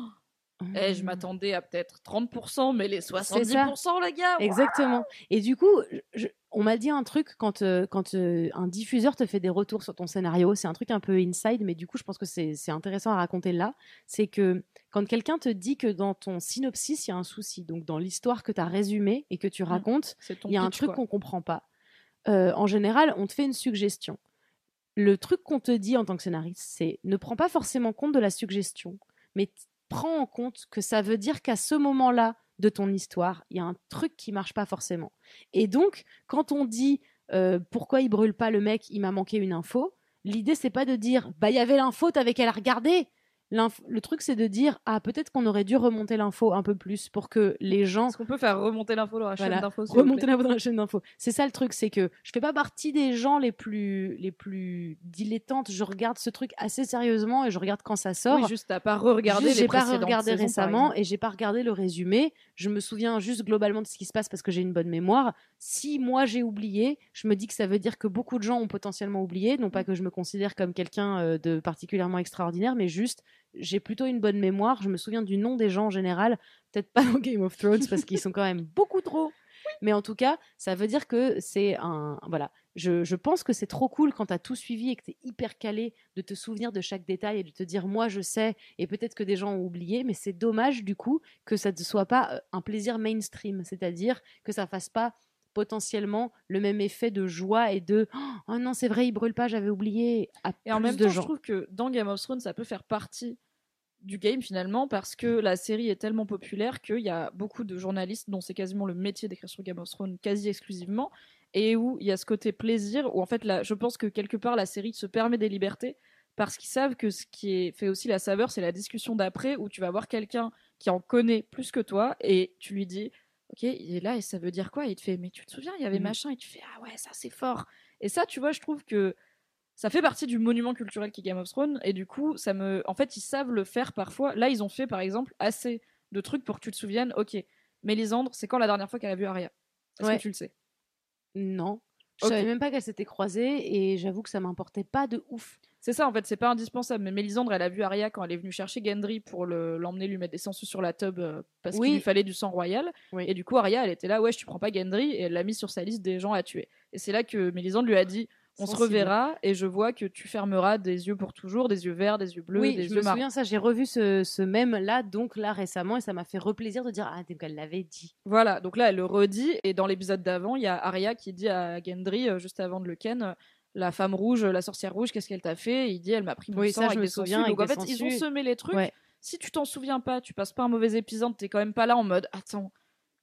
Eh, je m'attendais à peut-être trente pour cent, mais les soixante-dix pour cent, les gars. Exactement. Et du coup, je- on m'a dit un truc quand, euh, quand euh, un diffuseur te fait des retours sur ton scénario. C'est un truc un peu inside, mais du coup, je pense que c'est c'est intéressant à raconter là. C'est que quand quelqu'un te dit que dans ton synopsis, il y a un souci, donc dans l'histoire que tu as résumée et que tu racontes, C'est ton il y a un pitch, truc quoi. qu'on comprend pas. Euh, en général, on te fait une suggestion. Le truc qu'on te dit en tant que scénariste, c'est ne prends pas forcément compte de la suggestion, mais t- prends en compte que ça veut dire qu'à ce moment-là de ton histoire, il y a un truc qui marche pas forcément. Et donc, quand on dit euh, pourquoi il brûle pas le mec, il m'a manqué une info, l'idée c'est pas de dire bah il y avait l'info, t'avais qu'à la regarder. L'inf- Le truc c'est de dire ah peut-être qu'on aurait dû remonter l'info un peu plus pour que les gens Est-ce qu'on peut faire remonter l'info dans la chaîne voilà, d'infos s'il vous remonter plaît l'info dans la chaîne d'infos. C'est ça le truc, c'est que je fais pas partie des gens les plus les plus dilettantes. Je regarde ce truc assez sérieusement et je regarde quand ça sort. Oui, juste t'as pas re-regardé Juste, les j'ai pas précédentes regardé saisons, par récemment exemple. et j'ai pas regardé le résumé. Je me souviens juste globalement de ce qui se passe parce que j'ai une bonne mémoire. Si moi j'ai oublié, je me dis que ça veut dire que beaucoup de gens ont potentiellement oublié. Non pas que je me considère comme quelqu'un euh, de particulièrement extraordinaire, mais juste j'ai plutôt une bonne mémoire. Je me souviens du nom des gens en général. Peut-être pas dans Game of Thrones parce qu'ils sont quand même beaucoup trop. Mais en tout cas, ça veut dire que c'est un. Voilà. Je, je pense que c'est trop cool quand tu as tout suivi et que tu es hyper calé de te souvenir de chaque détail et de te dire moi je sais et peut-être que des gens ont oublié, mais c'est dommage du coup que ça ne soit pas euh, un plaisir mainstream, c'est-à-dire que ça fasse pas potentiellement le même effet de joie et de oh non c'est vrai il brûle pas j'avais oublié à Et en plus même de temps, gens. je trouve que dans Game of Thrones, ça peut faire partie du game finalement parce que la série est tellement populaire qu'il y a beaucoup de journalistes dont c'est quasiment le métier d'écrire sur Game of Thrones quasi exclusivement et où il y a ce côté plaisir où en fait là, je pense que quelque part la série se permet des libertés parce qu'ils savent que ce qui est fait aussi la saveur c'est la discussion d'après où tu vas voir quelqu'un qui en connaît plus que toi et tu lui dis ok il est là et ça veut dire quoi et il te fait mais tu te souviens il y avait Mhm. machin et tu fais ah ouais ça c'est fort et ça tu vois je trouve que ça fait partie du monument culturel qui est Game of Thrones et du coup ça me en fait ils savent le faire parfois là ils ont fait par exemple assez de trucs pour que tu te souviennes ok Mélisandre c'est quand la dernière fois qu'elle a vu Arya est-ce Ouais. que tu le sais Non, je Ok. savais même pas qu'elles s'étaient croisées et j'avoue que ça m'importait pas de ouf. c'est ça en fait c'est pas indispensable mais Mélisandre elle a vu Arya quand elle est venue chercher Gendry pour le, l'emmener lui mettre des sangsues sur la tub euh, parce Oui. qu'il lui fallait du sang royal Oui. et du coup Arya elle était là ouais tu prends pas Gendry et elle l'a mis sur sa liste des gens à tuer et c'est là que Mélisandre lui a dit on se Sensible. reverra et je vois que tu fermeras des yeux pour toujours, des yeux verts, des yeux bleus, Oui, des je yeux me marrons. souviens ça, j'ai revu ce, ce même là donc là récemment et ça m'a fait replaisir de dire ah donc elle l'avait dit. Voilà, donc là elle le redit et dans l'épisode d'avant, il y a Arya qui dit à Gendry euh, juste avant de le ken euh, la femme rouge, la sorcière rouge, qu'est-ce qu'elle t'a fait? Et il dit elle m'a pris mon Oui, sang ça, je avec me des souviens, sangsues. avec Donc en des fait, ils ont sangsues. semé les trucs. Ouais. Si tu t'en souviens pas, tu passes pas un mauvais épisode, t'es quand même pas là en mode attends,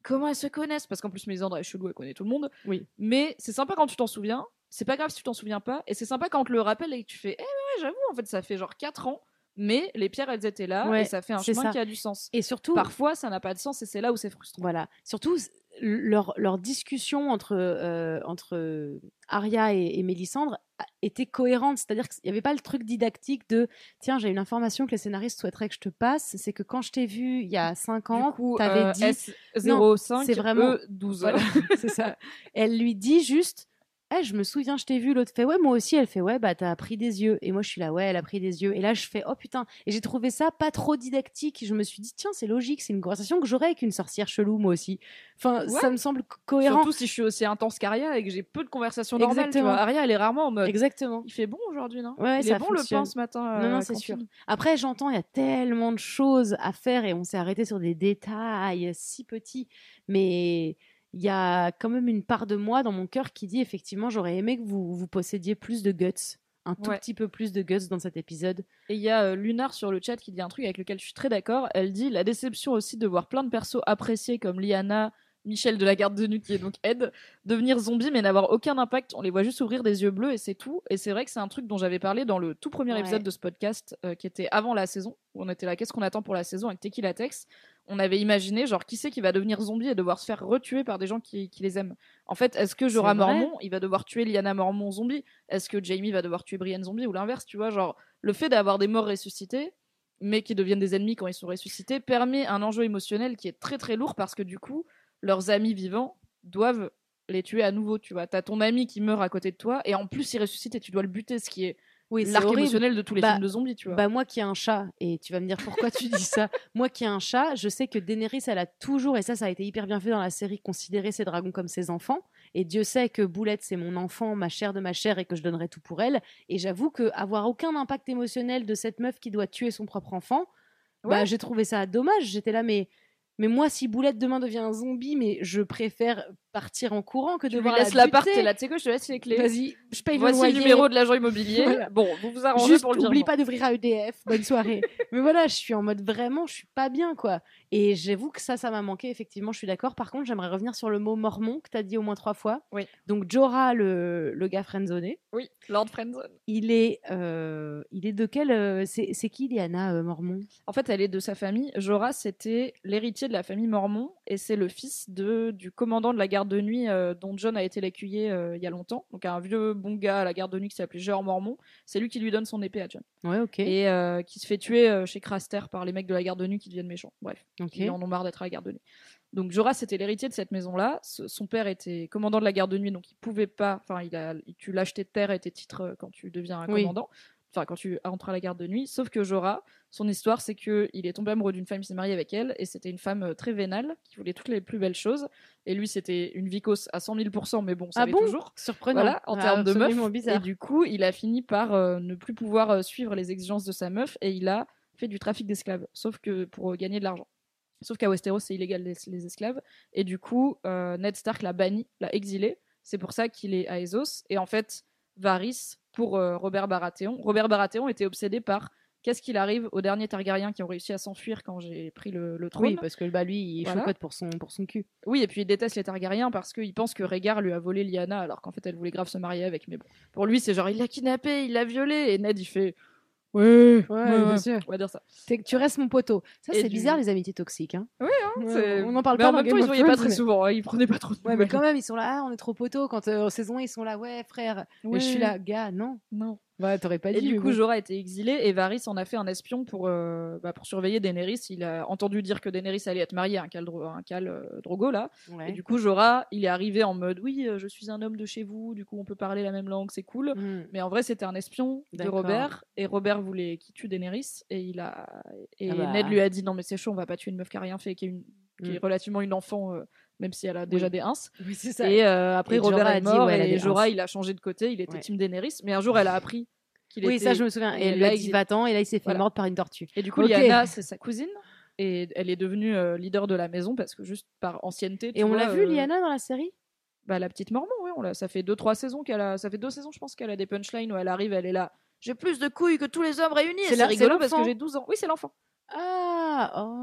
comment elles se connaissent, parce qu'en plus Mélisandre est chelou, elle connaît tout le monde. Oui. Mais c'est sympa quand tu t'en souviens, c'est pas grave si tu t'en souviens pas, et c'est sympa quand on te le rappelle et que tu fais eh ouais, j'avoue, en fait ça fait genre quatre ans, mais les pierres elles étaient là, Ouais, et ça fait un c'est chemin ça. qui a du sens. Et surtout, Parfois ça n'a pas de sens et c'est là où c'est frustrant. voilà. Surtout, leur, leur discussion entre, euh, entre Arya et, et Mélisandre était cohérente. C'est-à-dire qu'il n'y avait pas le truc didactique de « Tiens, j'ai une information que les scénaristes souhaiteraient que je te passe. C'est que quand je t'ai vu il y a cinq ans, tu avais euh, dit... » S zéro cinq, c'est vraiment... E douze. Voilà, c'est ça. Elle lui dit juste... Hey, je me souviens, je t'ai vu. L'autre fait ouais, moi aussi. Elle fait ouais, bah t'as pris des yeux. Et moi je suis là, ouais, elle a pris des yeux. Et là je fais oh putain. Et j'ai trouvé ça pas trop didactique. Je me suis dit tiens, c'est logique, c'est une conversation que j'aurais avec une sorcière chelou moi aussi. Enfin, ouais. Ça me semble co- cohérent. Surtout si je suis aussi intense qu'Arya et que j'ai peu de conversations normales. Exactement. Tu vois. Arya, elle est rarement en mode. Exactement. Il fait bon aujourd'hui, non? Ouais, il ça est bon fonctionne. le pain ce matin. Euh, non, non, c'est sûr. Après, j'entends, il y a tellement de choses à faire et on s'est arrêté sur des détails si petits, mais. Il y a quand même une part de moi dans mon cœur qui dit effectivement j'aurais aimé que vous, vous possédiez plus de guts, un tout ouais. petit peu plus de guts dans cet épisode. Et il y a euh, Lunar sur le chat qui dit un truc avec lequel je suis très d'accord. Elle dit la déception aussi de voir plein de persos appréciés comme Lyanna, Michel de la Garde de Nuit qui est donc Ed, devenir zombie mais n'avoir aucun impact. On les voit juste ouvrir des yeux bleus et c'est tout. Et c'est vrai que c'est un truc dont j'avais parlé dans le tout premier ouais. épisode de ce podcast euh, qui était avant la saison, où on était là, qu'est-ce qu'on attend pour la saison avec Tequila Tex. On avait imaginé genre qui c'est qui va devenir zombie et devoir se faire retuer par des gens qui, qui les aiment. En fait, est-ce que Jorah Mormont, il va devoir tuer Lyanna Mormont zombie? Est-ce que Jaime va devoir tuer Brienne zombie ou l'inverse, tu vois, genre le fait d'avoir des morts ressuscités mais qui deviennent des ennemis quand ils sont ressuscités permet un enjeu émotionnel qui est très très lourd parce que du coup leurs amis vivants doivent les tuer à nouveau, tu vois. T'as ton ami qui meurt à côté de toi et en plus il ressuscite et tu dois le buter, ce qui est oui, l'arc horrible. Émotionnel de tous les bah, films de zombies, tu vois. Bah moi qui ai un chat, et tu vas me dire pourquoi tu dis ça, moi qui ai un chat, je sais que Daenerys, elle a toujours, et ça, ça a été hyper bien fait dans la série, considéré ses dragons comme ses enfants, et Dieu sait que Boulette, c'est mon enfant, ma chair de ma chair, et que je donnerai tout pour elle, et j'avoue qu'avoir aucun impact émotionnel de cette meuf qui doit tuer son propre enfant, ouais. bah j'ai trouvé ça dommage, j'étais là, mais... Mais moi, si Boulette demain devient un zombie, mais je préfère partir en courant que de tu voir lui laisses la l'appart, t'es là, tu sais quoi, je te laisse les clés. Vas-y, je paye Voici le loyer. le numéro de l'agent immobilier. Voilà. Bon, vous vous arrangez Juste, pour le virement. oublie pas d'ouvrir à E D F. Bonne soirée. Mais voilà, je suis en mode vraiment, je suis pas bien, quoi. Et j'avoue que ça, ça m'a manqué, effectivement, je suis d'accord. Par contre, j'aimerais revenir sur le mot mormon que t'as dit au moins trois fois. Oui. Donc, Jorah, le, le gars friendzoné. Oui, Lord Friendzone. Il est, euh, il est de quel... Euh, c'est, c'est qui, Lyanna euh, Mormont? En fait, elle est de sa famille. Jorah, c'était l'héritier de la famille Mormont et c'est le fils de, du commandant de la garde de nuit euh, dont Jon a été l'écuyer euh, il y a longtemps. Donc, un vieux bon gars à la garde de nuit qui s'appelait Jeor Mormont. C'est lui qui lui donne son épée à Jon. Ouais, ok. Et euh, qui se fait tuer euh, chez Craster par les mecs de la garde de nuit qui deviennent méchants. Bref, okay. Ils en ont marre d'être à la garde de nuit. Donc Jorah, c'était l'héritier de cette maison-là. Son père était commandant de la garde de nuit, donc il pouvait pas... Enfin, il a... tu lâches tes terres et tes titres quand tu deviens un oui. commandant. Enfin, quand tu entres à la garde de nuit. Sauf que Jorah, son histoire, c'est qu'il est tombé amoureux d'une femme, il s'est marié avec elle, et c'était une femme très vénale, qui voulait toutes les plus belles choses. Et lui, c'était une vicose à cent mille pour cent, mais bon, ça ah l'est bon toujours. Surprenant. Voilà, en ah, termes de meuf. Bizarre. Et du coup, il a fini par euh, ne plus pouvoir euh, suivre les exigences de sa meuf, et il a fait du trafic d'esclaves. Sauf que pour euh, gagner de l'argent. Sauf qu'à Westeros, c'est illégal les, les esclaves. Et du coup, euh, Ned Stark l'a banni, l'a exilé. C'est pour ça qu'il est à Essos. Et en fait, Varys, pour euh, Robert Baratheon, Robert Baratheon était obsédé par qu'est-ce qu'il arrive aux derniers Targaryens qui ont réussi à s'enfuir quand j'ai pris le, le trône. Oui, parce que bah, lui, il voilà. chocotte pour son, pour son cul. Oui, et puis il déteste les Targaryens parce qu'il pense que Rhaegar lui a volé Lyanna alors qu'en fait, elle voulait grave se marier avec. Mais bon, pour lui, c'est genre, il l'a kidnappé, il l'a violé. Et Ned, il fait... Ouais, ouais, ouais, bien sûr. On va dire ça. T'es, tu restes mon poteau. Ça, et c'est du... bizarre, les amitiés toxiques. Hein. Oui, hein, c'est... on n'en parle mais pas en dans même Game temps, of ils voyaient pas Thrones, très mais... souvent. Hein, ils prenaient pas trop de ouais, mais quand même, ils sont là, ah, on est trop poteaux. Quand euh, en saison un, ils sont là, ouais, frère. Ouais. Et je suis là, gars, non. Non. Ouais, t'aurais pas dit. Et du coup, bon. Jorah a été exilé et Varys en a fait un espion pour, euh, bah, pour surveiller Daenerys. Il a entendu dire que Daenerys allait être mariée à un Khal, Dro- un Khal euh, Drogo, là. Ouais. Et du coup, Jorah, il est arrivé en mode, oui, euh, je suis un homme de chez vous, du coup, on peut parler la même langue, c'est cool. Mm. Mais en vrai, c'était un espion D'accord. de Robert. Et Robert voulait qu'il tue Daenerys. Et, il a... et ah bah. Ned lui a dit, non, mais c'est chaud, on va pas tuer une meuf qui a rien fait, qui est, une... qui Mm. est relativement une enfant, euh, même si elle a déjà oui. des ins. Oui, c'est ça. Et euh, après, et Robert Jorah est dit, mort ouais, et Jorah, il a changé de côté. Il était ouais. team Daenerys. Mais un jour, elle a appris qu'il oui, était... ça, je me souviens. Et elle lui a dit, va-t'en. Et là, il s'est fait voilà. mordre par une tortue. Et du coup, okay. Lyanna, c'est sa cousine. Et elle est devenue euh, leader de la maison parce que juste par ancienneté. Tu et on vois, l'a vu, euh... Lyanna, dans la série? Bah, la petite Mormon, oui. On l'a... Ça fait deux, trois saisons qu'elle a. Ça fait deux saisons, je pense, qu'elle a des punchlines où elle arrive, elle est là. J'ai plus de couilles que tous les hommes réunis. C'est, et c'est la... rigolo c'est parce que j'ai douze ans. Oui, c'est l'enfant. Ah, oh.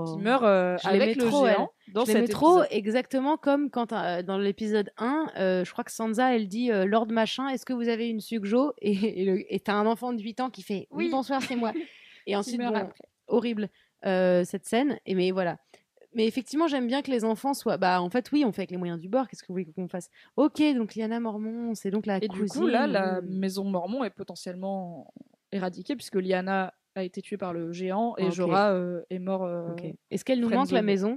Oh. qui meurt euh, Je avec le trop, géant elle. dans je cet l'aimais trop, épisode. exactement comme quand euh, dans l'épisode un, euh, je crois que Sansa, elle dit euh, Lord machin, est-ce que vous avez une sugjo Et et le- et t'as un enfant de huit ans qui fait oui, Oui. bonsoir, c'est moi. Et ensuite, meurt bon, après. horrible euh, cette scène. Et mais voilà. Mais effectivement, j'aime bien que les enfants soient. Bah, en fait, oui, on fait avec les moyens du bord. Qu'est-ce que vous voulez qu'on fasse? Ok, donc Lyanna Mormont, c'est donc la Et cousine. du coup, là, la hmm. maison Mormont est potentiellement éradiquée puisque Lyanna a été tuée par le géant et Ok. Jorah euh, est mort. euh, Ok. Est-ce qu'elle nous manque la friendzone. maison?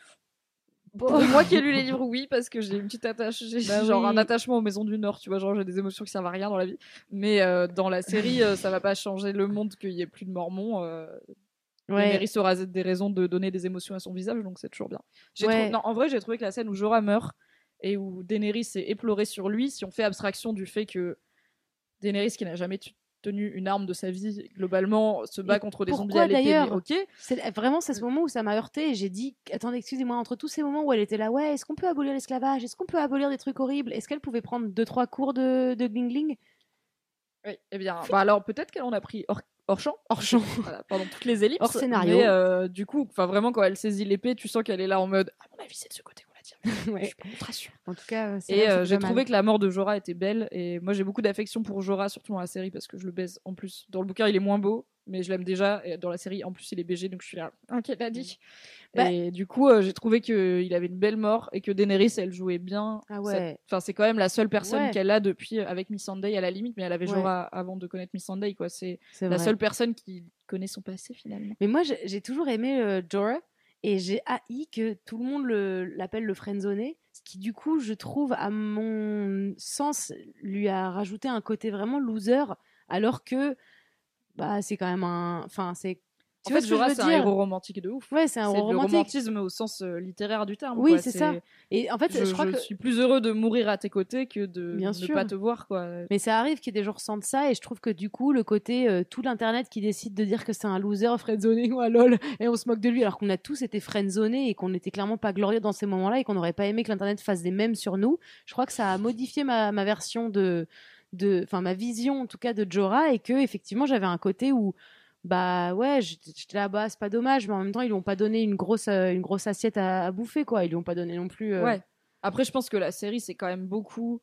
Pour moi qui ai lu les livres, oui, parce que j'ai une petite attache, j'ai Bah genre oui. un attachement aux maisons du Nord, tu vois, genre j'ai des émotions qui servent à rien dans la vie. Mais euh, dans la série, euh, ça va pas changer le monde qu'il y ait plus de Mormons. Euh, Ouais. Daenerys aura des raisons de donner des émotions à son visage, donc c'est toujours bien. J'ai Ouais. trou- non, en vrai, j'ai trouvé que la scène où Jorah meurt et où Daenerys est éplorée sur lui, si on fait abstraction du fait que Daenerys, qui n'a jamais tu- tenu une arme de sa vie, globalement, se bat Et contre des pourquoi, zombies à l'épée, mais d'ailleurs ok. C'est vraiment c'est ce moment où ça m'a heurté et j'ai dit attendez excusez-moi entre tous ces moments où elle était là ouais est-ce qu'on peut abolir l'esclavage, est-ce qu'on peut abolir des trucs horribles, est-ce qu'elle pouvait prendre deux trois cours de de glingling Oui, eh bien, bah alors peut-être qu'elle en a pris hors, hors champ, hors champ voilà, pendant toutes les ellipses. hors scénario. Mais euh, du coup, enfin vraiment, quand elle saisit l'épée, tu sens qu'elle est là en mode, à mon avis, c'est de ce côté qu'on l'a dit. Je Ouais. suis pas ultra sûre. En tout cas c'est Et vrai euh, que j'ai c'était pas trouvé mal. que la mort de Jorah était belle. Et moi, j'ai beaucoup d'affection pour Jorah, surtout dans la série, parce que je le baise en plus. Dans le bouquin, il est moins beau, mais je l'aime déjà. Et dans la série, en plus, il est B G, donc je suis là. Ok, t'as dit. Bah- Et du coup, euh, j'ai trouvé qu'il avait une belle mort et que Daenerys, elle jouait bien. Ah ouais. Cette- Enfin, c'est quand même la seule personne Ouais. qu'elle a depuis, avec Miss Sunday à la limite, mais elle avait Ouais. Jorah avant de connaître Miss Sunday, quoi. C'est C'est la vrai. seule personne qui connaît son passé finalement. Mais moi j'ai j'ai toujours aimé euh, Jorah et j'ai haï que tout le monde le- l'appelle le friendzoné, ce qui du coup je trouve à mon sens lui a rajouté un côté vraiment loser alors que bah c'est quand même un enfin c'est En tu vois fait, ce que je Jorah, veux c'est un dire héros romantique de ouf. ouais c'est un C'est héros le romantique romantisme au sens euh, littéraire du terme. oui quoi. c'est ça et en fait Je, je, crois je que suis plus heureux de mourir à tes côtés que de Bien ne sûr. pas te voir, quoi. mais ça arrive qu'il y ait des gens qui ressentent ça et je trouve que du coup le côté euh, tout l'internet qui décide de dire que c'est un loser friendzoné ou un lol et on se moque de lui alors qu'on a tous été friendzonés et qu'on n'était clairement pas glorieux dans ces moments-là et qu'on n'aurait pas aimé que l'internet fasse des mèmes sur nous. Je crois que ça a modifié ma, ma version de de enfin ma vision en tout cas de Jorah et que effectivement j'avais un côté où bah ouais j'étais j'étais là bas c'est pas dommage mais en même temps ils lui ont pas donné une grosse euh, une grosse assiette à, à bouffer quoi ils lui ont pas donné non plus euh, Ouais. Après, je pense que la série, c'est quand même beaucoup.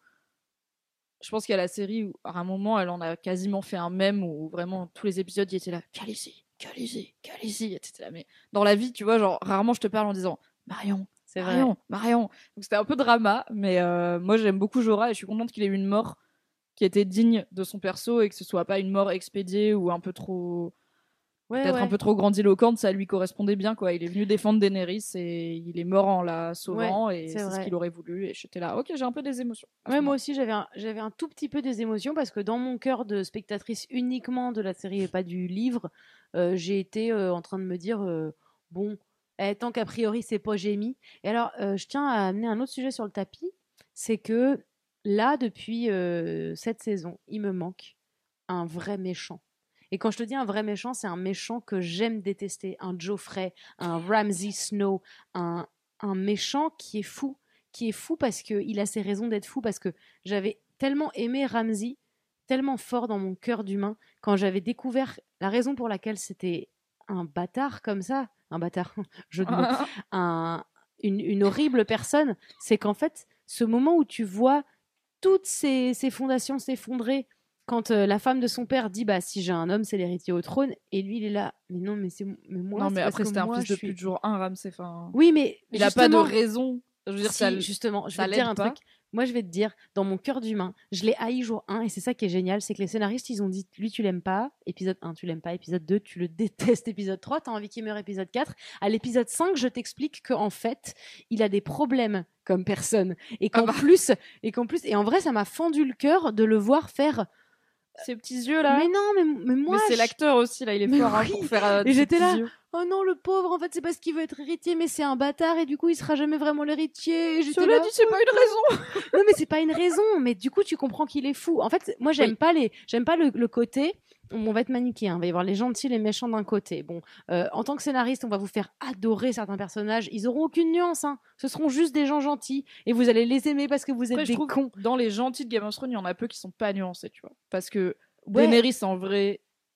Je pense qu'il y a la série où, à un moment, elle en a quasiment fait un mème où vraiment tous les épisodes, il était là, Khaleesi, Khaleesi, Khaleesi, et t'étais là. Mais dans la vie, tu vois, genre, rarement je te parle en disant Marion, c'est vrai Marion, Marion. Donc c'était un peu drama, mais euh, moi j'aime beaucoup Jorah et je suis contente qu'il ait eu une mort qui était digne de son perso et que ce soit pas une mort expédiée ou un peu trop. ouais, Peut-être ouais. un peu trop grandiloquente, ça lui correspondait bien, quoi. Il est venu défendre Daenerys et il est mort en la sauvant et c'est c'est ce vrai. qu'il aurait voulu. Et j'étais là, ok, j'ai un peu des émotions. à ce Ouais, moment. moi aussi, j'avais un, j'avais un tout petit peu des émotions parce que dans mon cœur de spectatrice uniquement de la série et pas du livre, euh, j'ai été euh, en train de me dire euh, bon, eh, tant qu'a priori c'est pas Jamie. Et alors, euh, je tiens à amener un autre sujet sur le tapis, c'est que là, depuis euh, cette saison, il me manque un vrai méchant. Et quand je te dis un vrai méchant, c'est un méchant que j'aime détester, un Joffrey, un Ramsay Snow, un, un méchant qui est fou, qui est fou parce qu'il a ses raisons d'être fou, parce que j'avais tellement aimé Ramsay, tellement fort dans mon cœur d'humain, quand j'avais découvert la raison pour laquelle c'était un bâtard comme ça, un bâtard, jeu de mots, un, une, une horrible personne, c'est qu'en fait, ce moment où tu vois toutes ces, ces fondations s'effondrer, quand euh, la femme de son père dit bah si j'ai un homme c'est l'héritier au trône et lui il est là mais non mais c'est mais moi non, c'est mais parce après, que c'était un moi, fils je de suis... pute jour un, Ramsay. Enfin, oui mais il a pas de justement- raison. Je veux dire, si, ça, justement je ça vais te dire l'aide un pas. truc moi je vais te dire dans mon cœur d'humain je l'ai haï jour un et c'est ça qui est génial c'est que les scénaristes ils ont dit lui tu l'aimes pas épisode un tu l'aimes pas épisode deux tu le détestes épisode trois t'as envie qu'il meure épisode quatre à l'épisode cinq je t'explique qu'en fait il a des problèmes comme personne et qu'en Ah bah. plus et qu'en plus et en vrai ça m'a fendu le cœur de le voir faire Ces petits yeux là. mais non mais, mais moi mais c'est je- l'acteur aussi là, il est Mais fort hein, oui. pour faire. euh, Et ces j'étais petits là. yeux. Oh non, le pauvre, en fait, c'est parce qu'il veut être héritier, mais c'est un bâtard, et du coup, il sera jamais vraiment l'héritier. Et j'étais Cela là, dit, c'est pas une raison. non, mais c'est pas une raison, mais du coup, tu comprends qu'il est fou. En fait, moi, j'aime Oui. pas les, j'aime pas le, le côté, on va être manichéen, hein. Il va y avoir les gentils, les méchants d'un côté. Bon, euh, en tant que scénariste, on va vous faire adorer certains personnages. Ils auront aucune nuance, hein. Ce seront juste des gens gentils, et vous allez les aimer parce que vous êtes Après, je des trouve cons. que dans les gentils de Game of Thrones, il y en a peu qui sont pas nuancés, tu vois. Parce que Ouais. Daenerys, en vrai,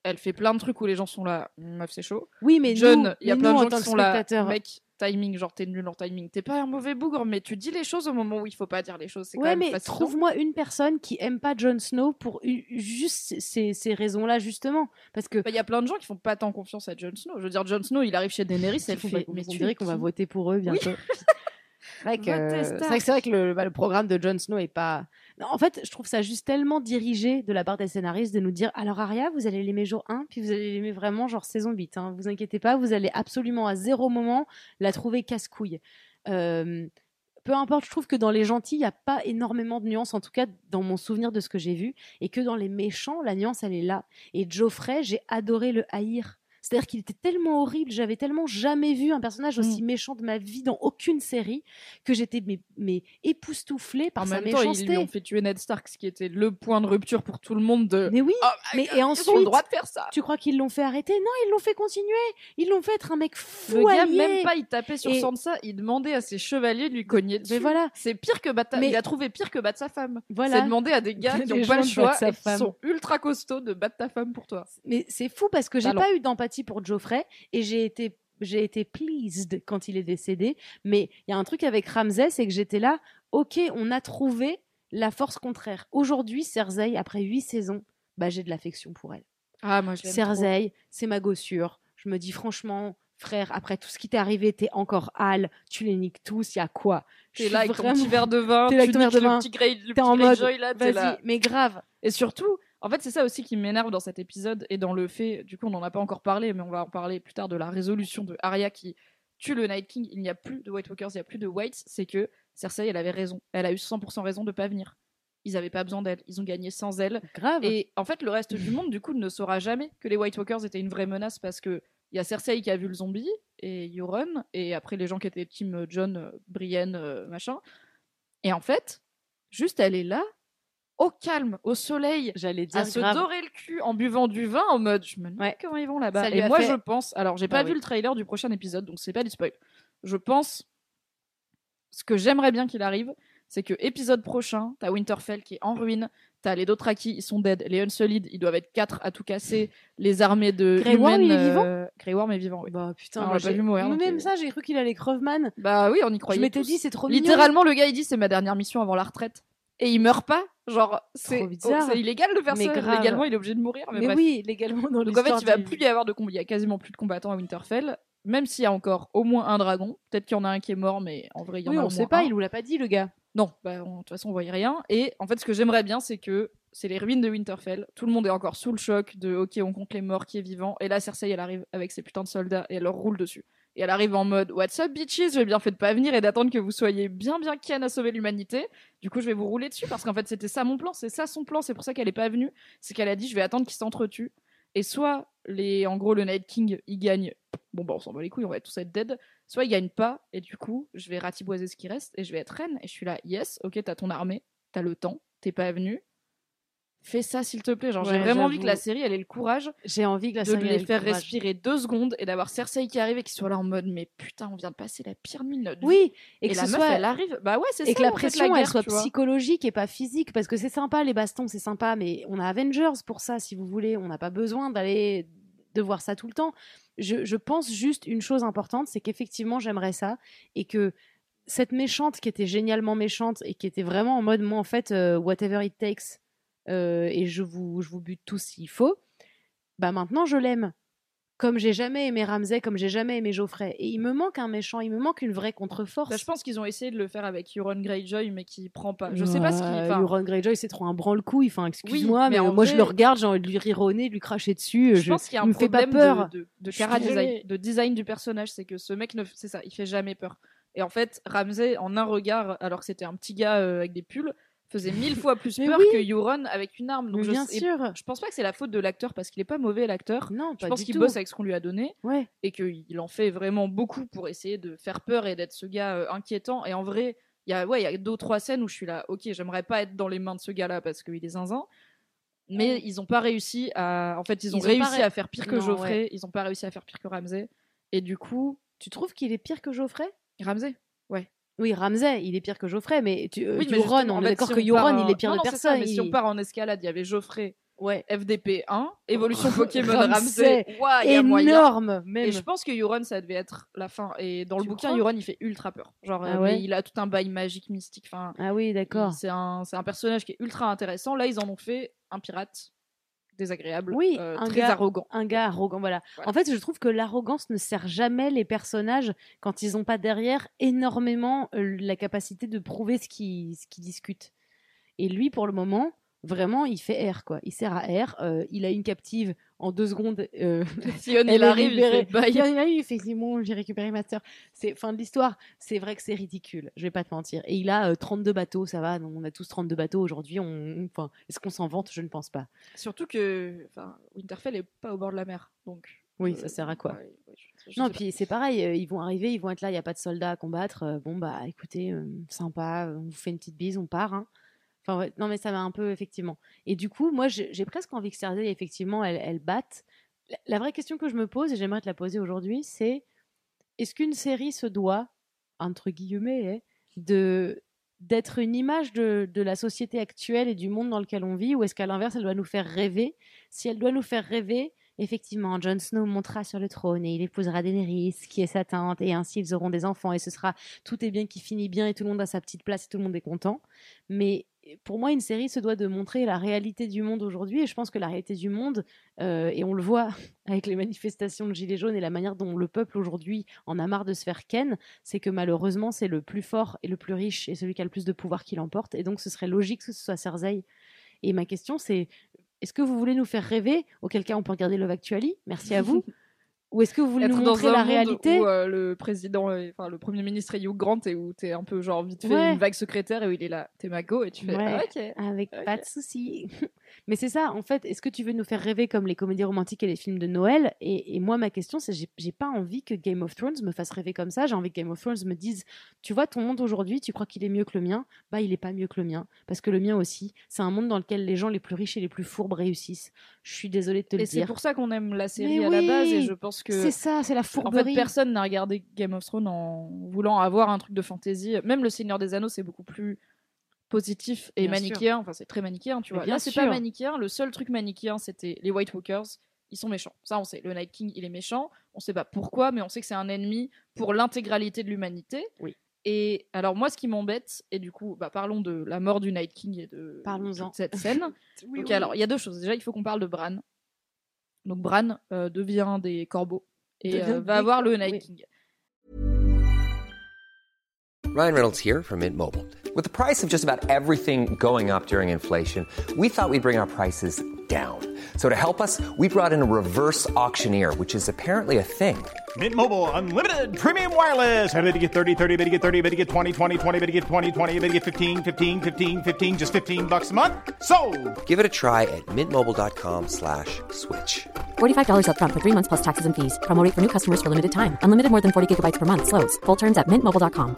elle fait plein de trucs où les gens sont là, meuf, c'est chaud. Oui, mais John, il y a mais plein nous, de en gens tant qui que sont là, spectateurs- mec, timing, genre t'es nul en timing. T'es pas un mauvais bougre, mais tu dis les choses au moment où il faut pas dire les choses. C'est quand Ouais, même mais fascinant. trouve-moi une personne qui aime pas Jon Snow pour u- juste ces, ces raisons-là, justement. Parce que Bah, il y a plein de gens qui font pas tant confiance à Jon Snow. Je veux dire, Jon Snow, il arrive chez Daenerys, Ils elle font fait. pas confiance. Mais on tu dirait es qu'on va qui voter pour eux bientôt. C'est vrai que, Votez c'est Stark. vrai que c'est vrai que le, bah, le programme de Jon Snow est pas. Non, en fait, je trouve ça juste tellement dirigé de la part des scénaristes de nous dire alors Arya, vous allez l'aimer jour un, puis vous allez l'aimer vraiment genre saison huit. Hein. Vous inquiétez pas, vous allez absolument à zéro moment la trouver casse-couille. Euh, peu importe, je trouve que dans les gentils, il n'y a pas énormément de nuances, en tout cas dans mon souvenir de ce que j'ai vu, et que dans les méchants, la nuance, elle est là. Et Joffrey, j'ai adoré le haïr. C'est-à-dire qu'il était tellement horrible, j'avais tellement jamais vu un personnage aussi Mm. méchant de ma vie dans aucune série que j'étais mais, mais époustouflée par En sa même temps, ils méchanceté. lui ont fait tuer Ned Stark, ce qui était le point de rupture pour tout le monde de. Mais oui, Ah, mais euh, et ils ensuite, ont le droit de faire ça. tu crois qu'ils l'ont fait arrêter? Non, ils l'ont fait continuer. Ils l'ont fait être un mec fou Le gars, allié. même pas, il tapait sur Et- Sansa, il demandait à ses chevaliers de lui cogner dessus. Mais voilà. C'est pire que battre. Mais- Il a trouvé pire que battre sa femme. Voilà. C'est demander à des gars qui Des ont gens pas le de choix battre sa et qui femme. sont ultra costauds de battre ta femme pour toi. Mais c'est fou parce que j'ai Talent. pas eu d'empathie pour Geoffrey et j'ai été j'ai été pleased quand il est décédé. Mais il y a un truc avec Ramsay, c'est que j'étais là, ok, on a trouvé la force contraire. Aujourd'hui, Cersei, après huit saisons, bah j'ai de l'affection pour elle. Ah, moi je l'aime trop. Cersei, c'est ma gossure. Je me dis franchement, frère, après tout ce qui t'est arrivé, t'es encore Hal, tu les niques tous, il y a quoi? Je T'es suis là avec ton vraiment- petit verre de vin, T'es là avec tu ton verre niques de vin, le petit Grey, le T'es petit en mode, Greyjoy là, t'es là. vas-y, mais grave. Et surtout, en fait, c'est ça aussi qui m'énerve dans cet épisode et dans le fait, du coup, on n'en a pas encore parlé, mais on va en parler plus tard de la résolution de Arya qui tue le Night King. Il n'y a plus de White Walkers, il n'y a plus de Whites. C'est que Cersei, elle avait raison. Elle a eu cent pour cent raison de pas venir. Ils n'avaient pas besoin d'elle. Ils ont gagné sans elle. Grave. Et en fait, le reste du monde, du coup, ne saura jamais que les White Walkers étaient une vraie menace parce que il y a Cersei qui a vu le zombie et Euron et après les gens qui étaient team Jon, euh, Brienne, euh, machin. Et en fait, juste elle est là, au calme, au soleil, J'allais dire à se grave. dorer le cul en buvant du vin en mode je me demande Ouais. comment ils vont là-bas. Ça lui Et a moi fait- je pense, alors j'ai Bah pas oui. vu le trailer du prochain épisode donc c'est pas du spoil. Je pense ce que j'aimerais bien qu'il arrive, c'est que épisode prochain, t'as Winterfell qui est en ruine, t'as les Dothraki, ils sont dead, les Unsullied, ils doivent être quatre à tout casser, les armées de Grey Worm, humaines, il est vivant euh, Grey Worm est vivant, oui. Bah putain, Ah, on moi, l'a pas j'ai- vu mourir, donc, Même euh, ça, j'ai cru qu'il allait creveman. Bah oui, on y croyait. Je m'étais tous. dit, c'est trop mignon. Littéralement, le gars il dit c'est ma dernière mission avant la retraite. Et il meurt pas. Genre, c'est Trop bizarre. oh, c'est illégal de faire Mais ça. grave. Légalement, il est obligé de mourir. Mais, Mais bref. oui, légalement dans Donc en fait, l'histoire il va du- plus y avoir de combat. Il y a quasiment plus de combattants à Winterfell. Même s'il y a encore au moins un dragon. Peut-être qu'il y en a un qui est mort, mais en vrai, il y en Oui, a on au sait moins pas, un. il nous l'a pas dit, le gars. Non, bah, on- de toute façon, on voyait rien. Et en fait, ce que j'aimerais bien, c'est que c'est les ruines de Winterfell. Tout le monde est encore sous le choc de OK, on compte les morts, qui est vivant. Et là, Cersei, elle arrive avec ses putains de soldats et elle leur roule dessus. Et elle arrive en mode What's up, bitches? J'ai bien fait de pas venir et d'attendre que vous soyez bien, bien ken à sauver l'humanité. Du coup, je vais vous rouler dessus parce qu'en fait, c'était ça mon plan. C'est ça son plan. C'est pour ça qu'elle est pas venue. C'est qu'elle a dit Je vais attendre qu'ils s'entretuent. Et soit, les, en gros, le Night King, il gagne. Bon, bah, on s'en bat les couilles, on va tous être dead. Soit il gagne pas, et du coup, je vais ratiboiser ce qui reste, et je vais être reine. Et je suis là, yes, ok, t'as ton armée, t'as le temps, t'es pas venu. Fais ça, s'il te plaît. Genre, j'ai Ouais, vraiment envie j'avoue. que la série, elle ait le courage J'ai envie que la de série ait les le faire courage. respirer deux secondes et d'avoir Cersei qui arrive et qui soit là en mode, mais putain, on vient de passer la pire nuit de notre vie. Oui, et, Et, que la ce meuf, soit elle arrive. Bah ouais, c'est ça. et que la en fait, pression guerre, elle soit tu vois. psychologique et pas physique parce que c'est sympa les bastons, c'est sympa, mais on a Avengers pour ça si vous voulez. On n'a pas besoin d'aller de voir ça tout le temps. Je, je pense juste une chose importante, c'est qu'effectivement j'aimerais ça et que cette méchante qui était génialement méchante et qui était vraiment en mode moi en fait euh, whatever it takes euh, et je vous je vous bute tous s'il faut. Bah maintenant je l'aime. Comme j'ai jamais aimé Ramsay, comme j'ai jamais aimé Geoffrey. Et il me manque un méchant, il me manque une vraie contre-force. Bah, je pense qu'ils ont essayé de le faire avec Euron Greyjoy, mais qui prend pas. Je sais pas ce qu'il. Euh, Enfin, Euron Greyjoy, c'est trop un branle-couille. Enfin, excuse-moi, Oui, mais mais, en moi vrai- je le regarde, j'ai envie de lui rironner, de lui cracher dessus. je pense qu'il y a il un me fait pas problème peur. de, de, de Je suis chara désolée. design, de design du personnage. C'est que ce mec, ne, c'est ça, il fait jamais peur. Et en fait, Ramsay, en un regard, alors que c'était un petit gars euh, avec des pulls, faisait mille fois plus Mais peur oui. que Euron avec une arme. Donc Mais je, bien et sûr. je pense pas que c'est la faute de l'acteur parce qu'il est pas mauvais l'acteur. Non, Je pas pense du qu'il tout. bosse avec ce qu'on lui a donné Ouais. et qu'il en fait vraiment beaucoup pour essayer de faire peur et d'être ce gars euh, inquiétant. Et en vrai, il y a ouais, il y a deux ou trois scènes où je suis là, ok, j'aimerais pas être dans les mains de ce gars-là parce qu'il est zinzin. Mais Mm. ils ont pas réussi à. En fait, ils ont Ils ont réussi pas ré- à faire pire que Non, Geoffrey. ouais. Ils ont pas réussi à faire pire que Ramsay. Et du coup, Tu trouves qu'il est pire que Geoffrey? Ramsay. Oui, Ramsay, il est pire que Geoffrey, mais tu, euh, Oui, mais Euron, justement, on en est fait, d'accord si que on part Euron, en- il est pire non, de non, c'est ça, personne. mais si il- on part en escalade, il y avait Geoffrey, Ouais. F D P un, évolution Pokémon Ramsey, Ramsey, ouah, y a moyen. énorme même. Et je pense que Euron, ça devait être la fin. Et dans le Tu bouquin, crois Euron, il fait ultra peur. Genre, Ah euh, ouais mais il a tout un bail magique, mystique. Enfin, Ah oui, d'accord. il- c'est un, c'est un personnage qui est ultra intéressant. Là, ils en ont fait un pirate désagréable, Oui, euh, un très gars- arrogant. Un gars arrogant, voilà. Voilà. En fait, je trouve que l'arrogance ne sert jamais les personnages quand ils n'ont pas derrière énormément euh, la capacité de prouver ce qu'ils ce qu'ils discutent. Et lui, pour le moment, vraiment, il fait R, quoi. Il sert à R. euh, il a une captive en deux secondes. euh, Sion, Elle il est arrive, il libérée. fait bail. Il arrive, il fait c'est bon, j'ai récupéré ma sœur. C'est fin de l'histoire. C'est vrai que c'est ridicule. Je vais pas te mentir. Et il a euh, trente-deux bateaux, ça va. On a tous trente-deux bateaux aujourd'hui. On... Enfin, est-ce qu'on s'en vante? Je ne pense pas. Surtout que enfin, Winterfell est pas au bord de la mer. Donc, Oui, euh, ça sert à quoi? ouais, ouais, je- je Non, sais puis c'est pareil. euh, ils vont arriver, ils vont être là. Il y a pas de soldats à combattre. euh, bon bah, écoutez, euh, sympa. euh, On vous fait une petite bise, on part. Hein. Enfin, ouais, non, mais ça m'a un peu effectivement. Et du coup, moi, j'ai j'ai presque envie que Cersei, effectivement, elle, elle batte. La, la vraie question que je me pose, et j'aimerais te la poser aujourd'hui, c'est est-ce qu'une série se doit, entre guillemets, hein, de d'être une image de, de la société actuelle et du monde dans lequel on vit, ou est-ce qu'à l'inverse, elle doit nous faire rêver? Si elle doit nous faire rêver, effectivement, Jon Snow montera sur le trône et il épousera Daenerys, qui est sa tante, et ainsi ils auront des enfants, et ce sera tout est bien qui finit bien, et tout le monde a sa petite place, et tout le monde est content. Mais pour moi, une série se doit de montrer la réalité du monde aujourd'hui, et je pense que la réalité du monde, euh, et on le voit avec les manifestations de Gilets jaunes et la manière dont le peuple aujourd'hui en a marre de se faire ken, c'est que malheureusement, c'est le plus fort et le plus riche et celui qui a le plus de pouvoir qui l'emporte, et donc ce serait logique que ce soit Cersei. Et ma question, c'est est-ce que vous voulez nous faire rêver? Auquel cas, on peut regarder Love Actually. Merci à vous. Ou est-ce que vous voulez Être nous dans montrer un la monde réalité? où euh, le président, euh, enfin le premier ministre est Hugh Grant et où t'es un peu genre vite fait Ouais. une vague secrétaire et où il est là, t'es ma go et tu fais Ouais. ah, ok. Avec Ok. pas de soucis. Mais c'est ça, en fait, est-ce que tu veux nous faire rêver comme les comédies romantiques et les films de Noël? et, et moi, ma question, c'est j'ai, j'ai pas envie que Game of Thrones me fasse rêver comme ça. J'ai envie que Game of Thrones me dise, tu vois, ton monde aujourd'hui, tu crois qu'il est mieux que le mien? Bah, il est pas mieux que le mien. Parce que le mien aussi, c'est un monde dans lequel les gens les plus riches et les plus fourbes réussissent. Je suis désolée de te Et le c'est dire. pour ça qu'on aime la série Mais à la oui, base et je pense que C'est ça, c'est la en fourberie. fait personne n'a regardé Game of Thrones en voulant avoir un truc de fantasy. Même le Seigneur des Anneaux c'est beaucoup plus positif et Bien manichéen. Enfin c'est très manichéen, tu Mais vois. bien Là c'est sûr. pas manichéen. Le seul truc manichéen c'était les White Walkers. Ils sont méchants. Ça, on sait. Le Night King, il est méchant. On sait pas pourquoi, mais on sait que c'est un ennemi pour l'intégralité de l'humanité. Oui. Et alors, moi, ce qui m'embête, et du coup, bah, parlons de la mort du Night King et de Parlons-en. toute cette scène. Oui, Donc, oui. alors, il y a deux choses. Déjà, il faut qu'on parle de Bran. Donc, Bran euh, devient des corbeaux et Devient euh, va des avoir le corbeaux, Night oui. King. Ryan Reynolds here from Mint Mobile. With the price of just about everything going up during inflation, we thought we'd bring our prices down. So to help us, we brought in a reverse auctioneer, which is apparently a thing. Mint Mobile Unlimited Premium Wireless. How to get thirty, thirty, how to get thirty, how to get twenty, twenty, twenty, how to get twenty, twenty, how to get fifteen, fifteen, fifteen, fifteen, just fifteen bucks a month? Sold! Give it a try at mintmobile.com slash switch. forty-five dollars up front for three months plus taxes and fees. Promo rate for new customers for limited time. Unlimited more than forty gigabytes per month. Slows full terms at mint mobile dot com.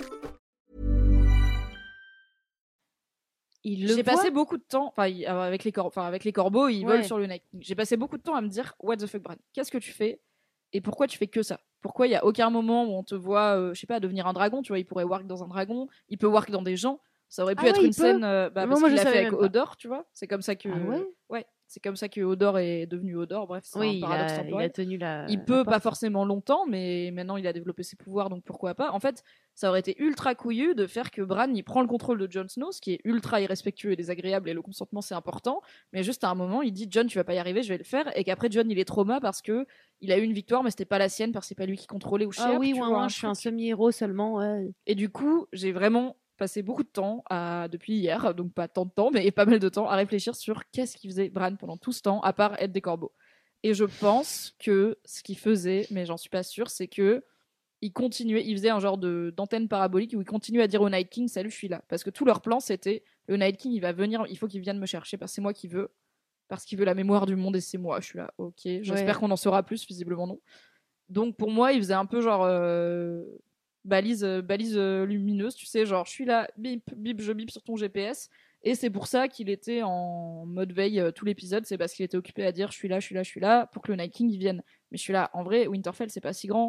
Il le J'ai voit. passé beaucoup de temps, enfin, il- avec les, cor- enfin, avec les corbeaux, ils Ouais. volent sur le Night King. J'ai passé beaucoup de temps à me dire, what the fuck, Bran, qu'est-ce que tu fais et pourquoi tu fais que ça? Pourquoi il y a aucun moment où on te voit, euh, je sais pas, devenir un dragon? Tu vois, il pourrait work dans un dragon, il peut work dans des gens. Ça aurait pu Ah être ouais, une il peut scène, euh, bah, Non, parce moi, qu'il je l'a fait savais avec même pas. Hodor, tu vois. C'est comme ça que, Ah ouais ouais, c'est comme ça que Hodor est devenu Hodor. Bref, c'est Oui, un il paradoxe a, il temporel. a tenu la. Il la peut pas porte. forcément longtemps, mais maintenant il a développé ses pouvoirs, donc pourquoi pas. En fait, ça aurait été ultra couillu de faire que Bran il prend le contrôle de Jon Snow, ce qui est ultra irrespectueux et désagréable, et le consentement c'est important. Mais juste à un moment, il dit Jon, tu vas pas y arriver, je vais le faire, et qu'après Jon il est trauma parce que il a eu une victoire, mais c'était pas la sienne parce que c'est pas lui qui contrôlait ou Ah chef. oui, tu ouais, vois, ouais, un je suis un truc. semi-héros seulement. Ouais. Et du coup, j'ai vraiment passé beaucoup de temps à, depuis hier, donc pas tant de temps, mais pas mal de temps à réfléchir sur qu'est-ce qu'il faisait Bran pendant tout ce temps, à part être des corbeaux. Et je pense que ce qu'il faisait, mais j'en suis pas sûre, c'est que il continuait, il faisait un genre de d'antenne parabolique où il continuait à dire au Night King salut, je suis là, parce que tout leur plan c'était le Night King il va venir, il faut qu'il vienne me chercher parce que c'est moi qui veux, parce qu'il veut la mémoire du monde et c'est moi. Je suis là, ok, j'espère Ouais. qu'on en saura plus, visiblement non. Donc pour moi il faisait un peu genre euh, balise euh, balise euh, lumineuse, tu sais, genre je suis là, bip bip, je bip sur ton G P S. Et c'est pour ça qu'il était en mode veille euh, tout l'épisode, c'est parce qu'il était occupé à dire je suis là, je suis là, je suis là, pour que le Night King il vienne. Mais je suis là, en vrai, Winterfell c'est pas si grand,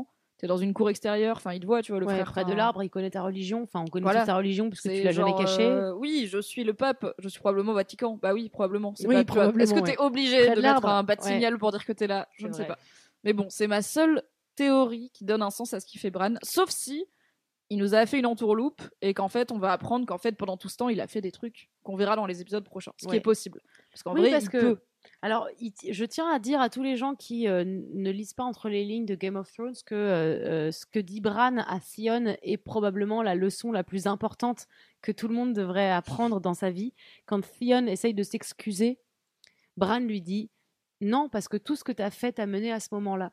t'es dans une cour extérieure, enfin il te voit, tu vois, le ouais, frère. près enfin, de l'arbre, il connaît ta religion. Enfin, on connaît Voilà. toute ta religion parce que c'est tu l'as jamais genre, cachée. euh, oui, je suis le pape, je suis probablement au Vatican. Bah oui, probablement. C'est Oui, pas, tu vois, probablement, Est-ce que ouais. t'es obligé Près de, de mettre l'arbre, un bat ouais. signal pour dire que t'es là? Je C'est ne sais vrai. pas. Mais bon, c'est ma seule théorie qui donne un sens à ce qu'il fait Bran, sauf si il nous a fait une entourloupe et qu'en fait on va apprendre qu'en fait pendant tout ce temps il a fait des trucs qu'on verra dans les épisodes prochains, ce qui Ouais. est possible. Parce qu'en Oui, vrai, parce il que peut. alors, il t- je tiens à dire à tous les gens qui euh, n- ne lisent pas entre les lignes de Game of Thrones que euh, euh, ce que dit Bran à Theon est probablement la leçon la plus importante que tout le monde devrait apprendre dans sa vie. Quand Theon essaye de s'excuser, Bran lui dit non, parce que tout ce que tu as fait t'a mené à ce moment-là.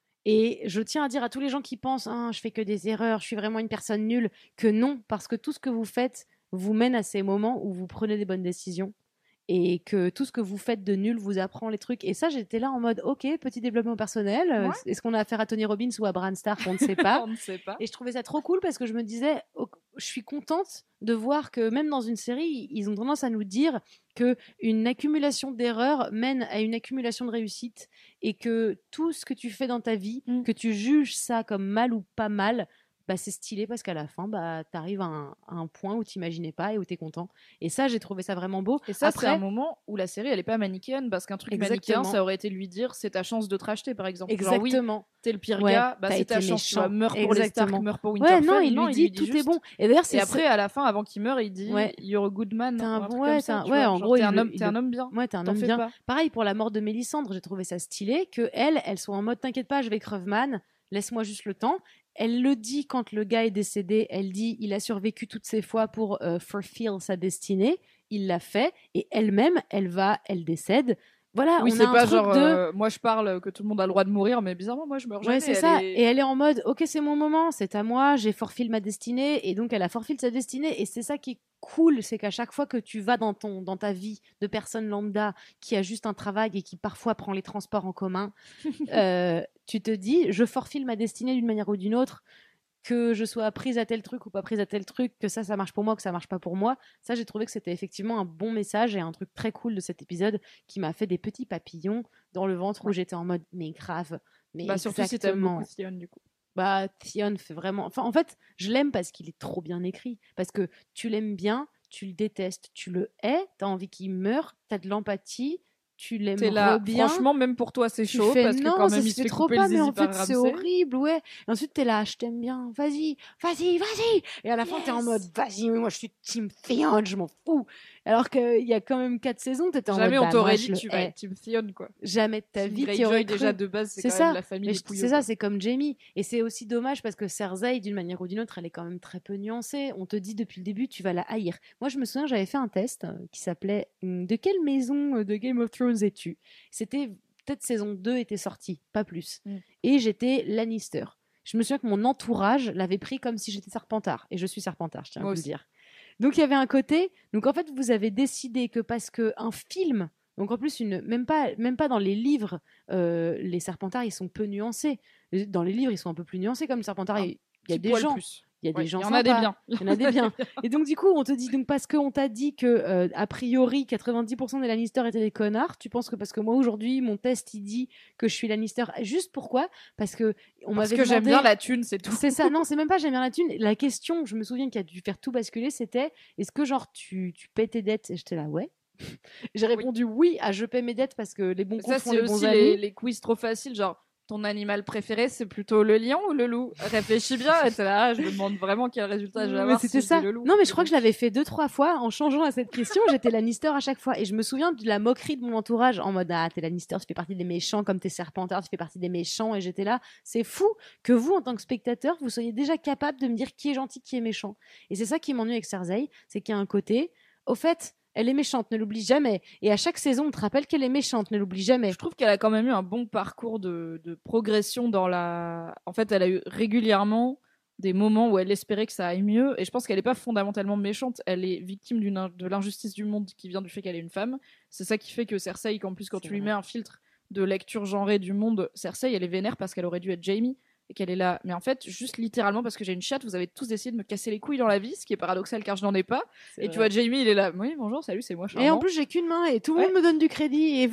Et je tiens à dire à tous les gens qui pensent ah, je fais que des erreurs, je suis vraiment une personne nulle, que non, parce que tout ce que vous faites vous mène à ces moments où vous prenez des bonnes décisions et que tout ce que vous faites de nul vous apprend les trucs. Et ça, j'étais là en mode ok, petit développement personnel. Euh, Ouais. Est-ce qu'on a affaire à Tony Robbins ou à Bran Stark? On ne sait pas. On ne sait pas. Et je trouvais ça trop cool parce que je me disais, oh, je suis contente de voir que même dans une série, ils ont tendance à nous dire que une accumulation d'erreurs mène à une accumulation de réussite et que tout ce que tu fais dans ta vie, Mm. que tu juges ça comme mal ou pas mal, bah c'est stylé parce qu'à la fin, bah t'arrives à un, à un point où t'imaginais pas et où t'es content. Et ça, j'ai trouvé ça vraiment beau. Et ça, Après, c'est un moment où la série, elle est pas manichéenne, parce qu'un truc Exactement. manichéen, ça aurait été lui dire, c'est ta chance de te racheter, par exemple. Genre, oui, exactement. t'es le pire Ouais, gars, bah t'as c'est ta été chance, tu méchant. vois, meurs pour les Exactement. Stark, meurs pour Ouais, Winterfell. non, il lui dit tout est juste- bon. Et d'ailleurs, c'est Et après, à la fin, avant qu'il meure, il dit, Ouais. you're a good man. T'es un ou un truc bon- comme ouais, ça, t'es un- tu ouais, vois. en Genre, gros, t'es il un le- homme, il t'es le- un homme bien. Ouais, t'es un T'en homme fais bien. pas. Pareil pour la mort de Mélisandre, j'ai trouvé ça stylé que elle, elle soit en mode t'inquiète pas, je vais creveman, laisse-moi juste le temps. Elle le dit quand le gars est décédé, elle dit il a survécu toutes ces fois pour euh, fulfill sa destinée, il l'a fait et elle-même, elle va, elle décède. Voilà, Oui, on c'est a un pas truc genre, de euh, moi je parle que tout le monde a le droit de mourir, mais bizarrement, moi je meurs jamais. ouais, c'est elle ça. est- Et elle est en mode, ok, c'est mon moment, c'est à moi, j'ai forfil ma destinée, et donc elle a forfil sa destinée. Et c'est ça qui est cool, c'est qu'à chaque fois que tu vas dans ton, dans ta vie de personne lambda qui a juste un travail et qui parfois prend les transports en commun, euh, tu te dis, je forfile ma destinée d'une manière ou d'une autre. Que je sois prise à tel truc ou pas prise à tel truc, que ça, ça marche pour moi, que ça marche pas pour moi. Ça, j'ai trouvé que c'était effectivement un bon message et un truc très cool de cet épisode qui m'a fait des petits papillons dans le ventre où j'étais en mode, mais grave. Mais Bah, surtout si t'aimes exactement. beaucoup Theon, du coup. Bah, Theon fait vraiment. Enfin, en fait, je l'aime parce qu'il est trop bien écrit. Parce que tu l'aimes bien, tu le détestes, tu le hais, t'as envie qu'il meure, t'as de l'empathie, tu l'aimes T'es là, bien. franchement, même pour toi, c'est Tu chaud, fais parce que non, quand ça même, se il se fait fait trop couper pas, le mais zizi en par fait c'est Ramsay. horrible, ouais. Et ensuite t'es là, je t'aime bien, vas-y, vas-y, vas-y. Et à la fin t'es en mode, vas-y, mais moi je suis Team Theon, je m'en fous. Alors qu'il y a quand même quatre saisons, t'étais en Jamais mode, on bah, t'aurait moi, dit je que le tu vas hais. être Team Theon, quoi. Jamais de ta Team vie qui Greyjoy, aurait déjà, cru. de base, c'est C'est quand ça. même la famille Mais des je- pouilleux. c'est ça, quoi. c'est comme Jaime. Et c'est aussi dommage parce que Cersei, d'une manière ou d'une autre, elle est quand même très peu nuancée. On te dit depuis le début, tu vas la haïr. Moi, je me souviens, j'avais fait un test euh, qui s'appelait hum, de quelle maison euh, de Game of Thrones es-tu? C'était peut-être saison deux était sortie, pas plus. Mm. Et j'étais Lannister. Je me souviens que mon entourage l'avait pris comme si j'étais Serpentard. Et je suis Serpentard, je tiens Moi à vous le aussi. dire. Donc il y avait un côté. Donc en fait, vous avez décidé que parce que un film. Donc en plus, une, même, pas, même pas dans les livres, euh, les Serpentards, ils sont peu nuancés. Dans les livres, ils sont un peu plus nuancés comme Serpentard. Un Il y a Petit des poil gens. plus. Il y a Ouais, des gens Il y en a des sympas. biens. Il y en a des biens. Et donc, du coup, on te dit, donc, parce qu'on t'a dit que, euh, a priori, quatre-vingt-dix pour cent des Lannister étaient des connards, tu penses que parce que moi, aujourd'hui, mon test, il dit que je suis Lannister. Juste pourquoi? Parce que on Parce m'avait que j'aime demandé- bien la thune, c'est tout. C'est ça, non, c'est même pas j'aime bien la thune. La question, je me souviens, qui a dû faire tout basculer, c'était est-ce que, genre, tu, tu paies tes dettes? Et j'étais là, ouais. J'ai répondu oui à je paie mes dettes parce que les bons Ça, comptes font c'est les bons aussi amis. les, les quiz trop faciles, genre ton animal préféré, c'est plutôt le lion ou le loup? Réfléchis bien, et t'es là, ah, je me demande vraiment quel résultat je vais Mais avoir. c'était si je ça. dis le loup. Non, mais je crois que je l'avais fait deux, trois fois en changeant à cette question. J'étais Lannister à chaque fois. Et je me souviens de la moquerie de mon entourage en mode, ah, t'es Lannister, tu fais partie des méchants comme t'es Serpentard, tu fais partie des méchants. Et j'étais là. C'est fou que vous, en tant que spectateur, vous soyez déjà capable de me dire qui est gentil, qui est méchant. Et c'est ça qui m'ennuie avec Cersei, c'est qu'il y a un côté, au fait, elle est méchante, ne l'oublie jamais. Et à chaque saison, on te rappelle qu'elle est méchante, ne l'oublie jamais. Je trouve qu'elle a quand même eu un bon parcours de, de progression dans la. En fait, elle a eu régulièrement des moments où elle espérait que ça aille mieux. Et je pense qu'elle n'est pas fondamentalement méchante. Elle est victime d'une in- de l'injustice du monde qui vient du fait qu'elle est une femme. C'est ça qui fait que Cersei, qu'en plus, quand C'est tu lui vrai. mets un filtre de lecture genrée du monde, Cersei, elle est vénère parce qu'elle aurait dû être Jaime. Et qu'elle est là. Mais en fait, juste littéralement parce que j'ai une chatte, vous avez tous essayé de me casser les couilles dans la vie, ce qui est paradoxal car je n'en ai pas. C'est Et tu vrai. vois, Jaime, il est là. Oui, bonjour, salut, c'est moi, charmant. Et en plus, j'ai qu'une main et tout le Ouais. monde me donne du crédit. Et vous?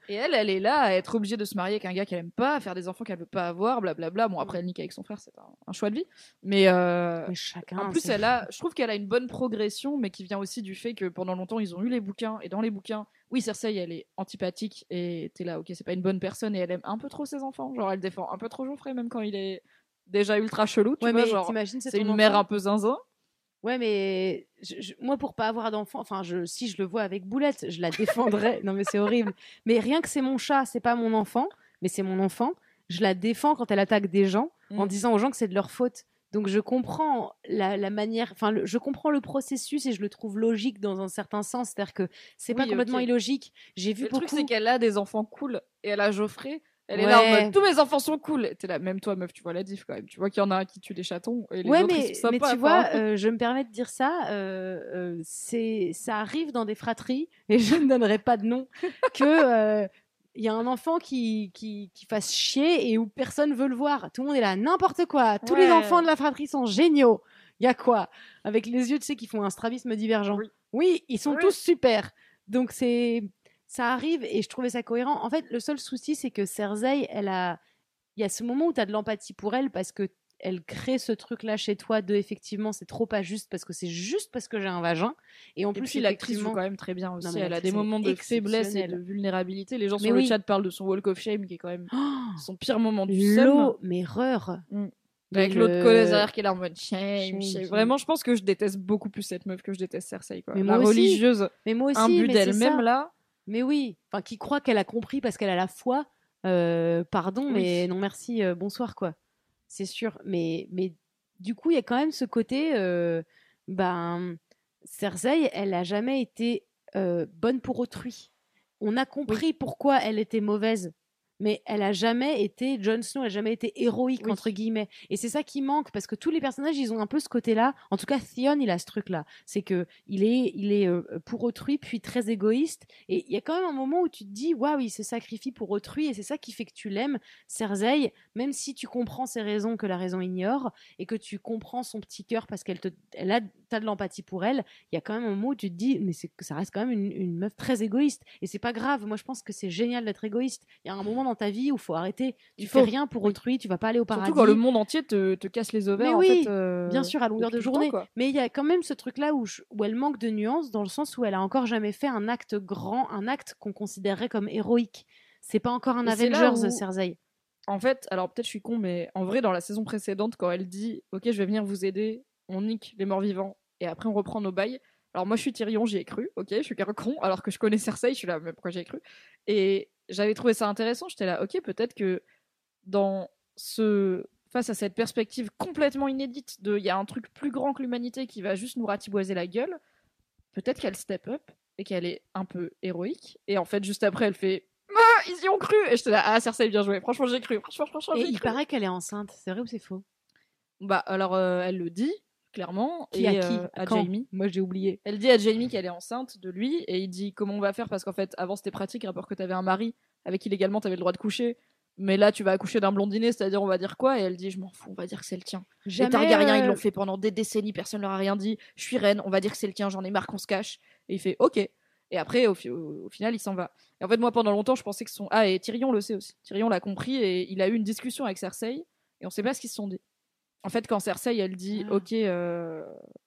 Et elle, elle est là à être obligée de se marier avec un gars qu'elle aime pas, à faire des enfants qu'elle veut pas avoir, blablabla. Bon, après, elle nique avec son frère, c'est un, un choix de vie. Mais, euh, Mais chacun. en plus, c'est- elle a, je trouve qu'elle a une bonne progression, mais qui vient aussi du fait que pendant longtemps, ils ont eu les bouquins. Et dans les bouquins, oui, Cersei, elle est antipathique. Et t'es là, ok, c'est pas une bonne personne. Et elle aime un peu trop ses enfants. Genre, elle défend un peu trop Geoffrey, même quand il est déjà ultra chelou. Tu Ouais, vois, mais genre, t'imagines, c'est c'est ton une mère enfant. un peu zinzin. Ouais, mais je- je- moi, pour pas avoir d'enfant, enfin, je, si je le vois avec Boulette, je la défendrais. Non, mais c'est horrible. Mais rien que c'est mon chat, c'est pas mon enfant, mais c'est mon enfant. Je la défends quand elle attaque des gens en Mm. disant aux gens que c'est de leur faute. Donc je comprends la, la manière, enfin, le- je comprends le processus et je le trouve logique dans un certain sens. C'est-à-dire que c'est pas Oui, complètement ok. illogique. J'ai vu Le beaucoup. truc, c'est qu'elle a des enfants cool. Et elle a Geoffrey. Elle est là en Ouais. mode tous mes enfants sont cool. T'es là, même toi, meuf, tu vois la diff quand même. Tu vois qu'il y en a un qui tue des chatons et les Ouais, autres mais, ils sont mais sympas. tu vois, enfin. euh, je me permets de dire ça, euh, euh, c'est, ça arrive dans des fratries, et je ne donnerai pas de nom, que euh, il y a un enfant qui, qui, qui fasse chier et où personne veut le voir. Tout le monde est là, n'importe quoi. Tous les Ouais. enfants de la fratrie sont géniaux. Il y a quoi? Avec les yeux, tu sais, qui font un strabisme divergent. Oui. Oui, ils sont Oui. tous super. Donc c'est, ça arrive et je trouvais ça cohérent. En fait, le seul souci, c'est que Cersei, elle a, il y a ce moment où tu as de l'empathie pour elle parce que elle crée ce truc-là chez toi de effectivement c'est trop pas juste parce que c'est juste parce que j'ai un vagin et en Et plus puis l'actrice joue effectivement- quand même très bien aussi. Non, mais Elle a l'actrice, des moments elle de est faiblesse et de exceptionnelle. vulnérabilité. Les gens Mais sur le oui. chat parlent de son walk of shame qui est quand même Oh, son pire moment du seum. l'eau, mais reur. Mm. Mais Avec l'autre le- colleuse derrière qui est là en mode shame, Shame, shame. shame. Vraiment, je pense que je déteste beaucoup plus cette meuf que je déteste Cersei. Quoi. Mais La moi aussi. religieuse, Mais moi aussi, imbue mais c'est d'elle-même ça. là. Mais oui, enfin qui croit qu'elle a compris parce qu'elle a la foi. Euh, pardon, Oui. mais non merci, euh, bonsoir quoi. C'est sûr. Mais mais du coup, il y a quand même ce côté. Euh, ben, Cersei, elle a jamais été euh, bonne pour autrui. On a compris pourquoi elle était mauvaise. Mais elle a jamais été, Jon Snow a jamais été héroïque, Oui. entre guillemets. Et c'est ça qui manque, parce que tous les personnages, ils ont un peu ce côté-là. En tout cas, Theon, il a ce truc-là. C'est que il est, il est euh, pour autrui, puis très égoïste. Et il y a quand même un moment où tu te dis, waouh, il se sacrifie pour autrui, et c'est ça qui fait que tu l'aimes. Cersei, même si tu comprends ses raisons que la raison ignore, et que tu comprends son petit cœur parce qu'elle te, elle a, t'as de l'empathie pour elle, il y a quand même un moment où tu te dis, mais c'est, ça reste quand même une, une meuf très égoïste. Et c'est pas grave. Moi, je pense que c'est génial d'être égoïste. Il y a un moment dans ta vie où il faut arrêter. Tu Il fais faut. rien pour autrui, tu vas pas aller au paradis. Surtout quand le monde entier te, te casse les ovaires. Mais en oui, fait, euh, bien sûr, à longueur de depuis tout le journée. temps, quoi. Mais il y a quand même ce truc-là où, je- où elle manque de nuances, dans le sens où elle a encore jamais fait un acte grand, un acte qu'on considérerait comme héroïque. C'est pas encore un Et c'est là Avengers, où- Cersei. En fait, alors peut-être je suis con, mais en vrai, dans la saison précédente, quand elle dit « Ok, je vais venir vous aider, on nique les morts-vivants, et après on reprend nos bails », alors moi je suis Tyrion, j'y ai cru, ok, je suis qu'un con, alors que je connais Cersei, je suis là, mais pourquoi j'y ai cru? Et j'avais trouvé ça intéressant, j'étais là, ok, peut-être que dans ce... face à cette perspective complètement inédite de il y a un truc plus grand que l'humanité qui va juste nous ratiboiser la gueule, peut-être qu'elle step up et qu'elle est un peu héroïque, et en fait, juste après, elle fait ah, ils y ont cru! Et j'étais là, ah, Cersei, bien joué. Franchement, j'ai cru. Franchement, franchement, Et j'ai il cru. paraît qu'elle est enceinte. C'est vrai ou c'est faux? Bah, alors, euh, elle le dit, clairement. Qui et, à qui euh, à Quand Jaime. Moi, j'ai oublié. Elle dit à Jaime qu'elle est enceinte de lui, et il dit comment on va faire, parce qu'en fait, avant, c'était pratique, rapport que t'avais un mari avec qui légalement t'avais le droit de coucher. Mais là, tu vas accoucher d'un blondinet, c'est-à-dire, on va dire quoi? Et elle dit, je m'en fous, on va dire que c'est le tien. Jamais, Les Targaryens, euh, ils l'ont fait pendant des décennies, personne leur a rien dit. Je suis reine, on va dire que c'est le tien, j'en ai marre qu'on se cache. Et il fait, ok. Et après, au, fi- au- au final, il s'en va. Et en fait, moi, pendant longtemps, je pensais que son. Ah, et Tyrion le sait aussi. Tyrion l'a compris et il a eu une discussion avec Cersei et on sait pas ce qu'ils se sont dit. En fait, quand Cersei, elle dit, Ah. ok, euh,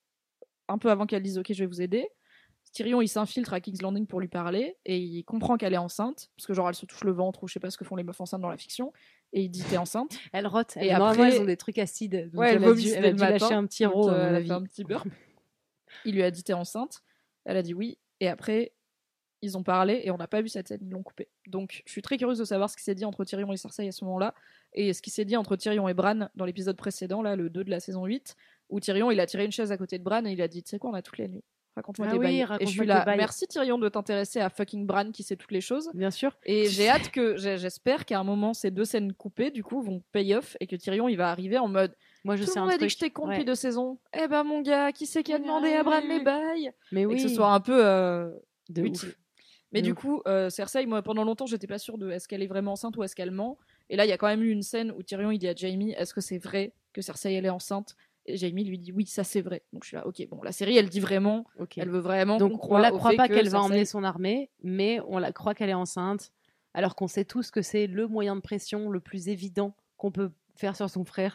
un peu avant qu'elle dise, ok, je vais vous aider, Tyrion, il s'infiltre à King's Landing pour lui parler et il comprend qu'elle est enceinte parce que genre elle se touche le ventre ou je sais pas ce que font les meufs enceintes dans la fiction et il dit t'es enceinte. Elle rote. Et Et après, après- elles ont des trucs acides. Donc Ouais, elle elle a vomit dû, dès elle a le dû matin, lâcher un petit donc, ro, euh, à elle mon a avis. fait un petit burp. Il lui a dit t'es enceinte. Elle a dit oui. Et après, ils ont parlé et on n'a pas vu cette scène, ils l'ont coupée. Donc, je suis très curieuse de savoir ce qui s'est dit entre Tyrion et Cersei à ce moment-là et ce qui s'est dit entre Tyrion et Bran dans l'épisode précédent, là, le deux de la saison huit, où Tyrion il a tiré une chaise à côté de Bran et il a dit tu sais quoi, on a toutes les nuits. Raconte-moi Ah tes oui, bails. Et raconte-moi je suis tes là, bails. merci Tyrion de t'intéresser à fucking Bran qui sait toutes les choses. Bien sûr. Et j'ai hâte que, j'ai- j'espère qu'à un moment, ces deux scènes coupées, du coup, vont pay off et que Tyrion, il va arriver en mode Moi, je tout sais le un monde a dit truc. que j'étais con Ouais. depuis deux saisons. Eh ben, mon gars, qui c'est qui a demandé à Bran les bails? Mais oui. Et que ce soit un peu euh, de utile. ouf. Mais De du ouf. coup, euh, Cersei, moi, pendant longtemps, j'étais pas sûre de est-ce qu'elle est vraiment enceinte ou est-ce qu'elle ment. Et là, il y a quand même eu une scène où Tyrion, il dit à Jaime, est-ce que c'est vrai que Cersei, elle est enceinte? Et Jaime lui dit, oui, ça c'est vrai. Donc je suis là, ok, bon, la série, elle dit vraiment, Ok. elle veut vraiment qu'on Donc on croit la au croit fait pas que qu'elle va Cersei- emmener son armée, mais on la croit qu'elle est enceinte alors qu'on sait tous que c'est le moyen de pression le plus évident qu'on peut faire sur son frère.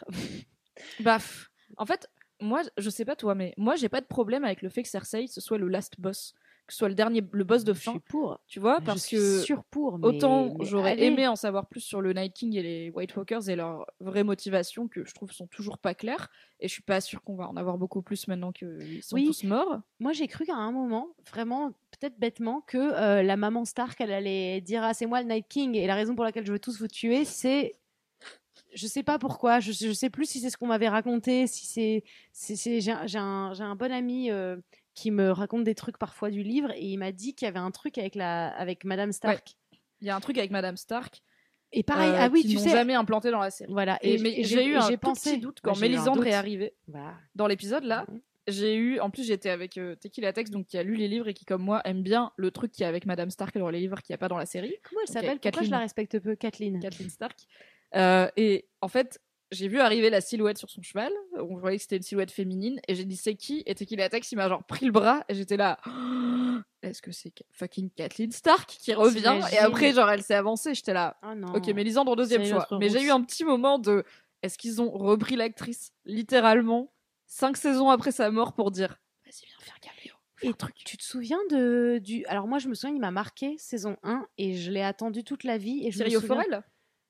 Baf. En fait, moi, je sais pas toi, mais moi, j'ai pas de problème avec le fait que Cersei ce soit le last boss, que ce soit le dernier, le boss de Je fin. suis pour. Tu vois, Je parce suis que sûre pour. Mais, autant mais j'aurais allez. aimé en savoir plus sur le Night King et les White Walkers et leurs vraies motivations que je trouve sont toujours pas claires. Et je suis pas sûre qu'on va en avoir beaucoup plus maintenant qu'ils sont Oui. tous morts. Moi, j'ai cru qu'à un moment, vraiment, peut-être bêtement, que euh, la maman Stark, elle allait dire ah c'est moi le Night King et la raison pour laquelle je veux tous vous tuer, c'est je sais pas pourquoi, je, je sais plus si c'est ce qu'on m'avait raconté, si c'est, c'est, c'est j'ai, un- j'ai un, j'ai un bon ami euh, qui me raconte des trucs parfois du livre et il m'a dit qu'il y avait un truc avec la, avec Madame Stark. Il y a un truc avec Madame Stark. Et pareil, euh, ah oui, qu'ils tu n'ont sais, jamais implanté dans la série. voilà. Et, Et, mais et j'ai eu et un j'ai tout pensé, petit doute quand Moi, j'ai eu un Mélisandre doute. est arrivée Voilà. dans l'épisode là. Mhm. J'ai eu, en plus j'étais avec euh, Tequila Tex, donc qui a lu les livres et qui comme moi aime bien le truc qu'il y a avec Madame Stark dans les livres qu'il n'y a pas dans la série. Comment elle Donc, s'appelle Pourquoi Kathleen. je la respecte peu, Kathleen. Kathleen Stark. Euh, et en fait, j'ai vu arriver la silhouette sur son cheval. On voyait que c'était une silhouette féminine. Et j'ai dit c'est qui? Et Tequila Tex, il m'a genre pris le bras. Et j'étais là. Oh, est-ce que c'est fucking Kathleen Stark qui revient? T'imagines? Et après, genre, elle s'est avancée. J'étais là. Oh non. Ok, Mélisandre au deuxième C'est choix. notre Mais j'ai rousse. eu un petit moment de. Est-ce qu'ils ont repris l'actrice littéralement cinq saisons après sa mort pour dire vas-y, viens faire caméo. Et truc. Tu te souviens de du alors moi je me souviens il m'a marqué saison un et je l'ai attendu toute la vie et je Thierry me souviens Forel?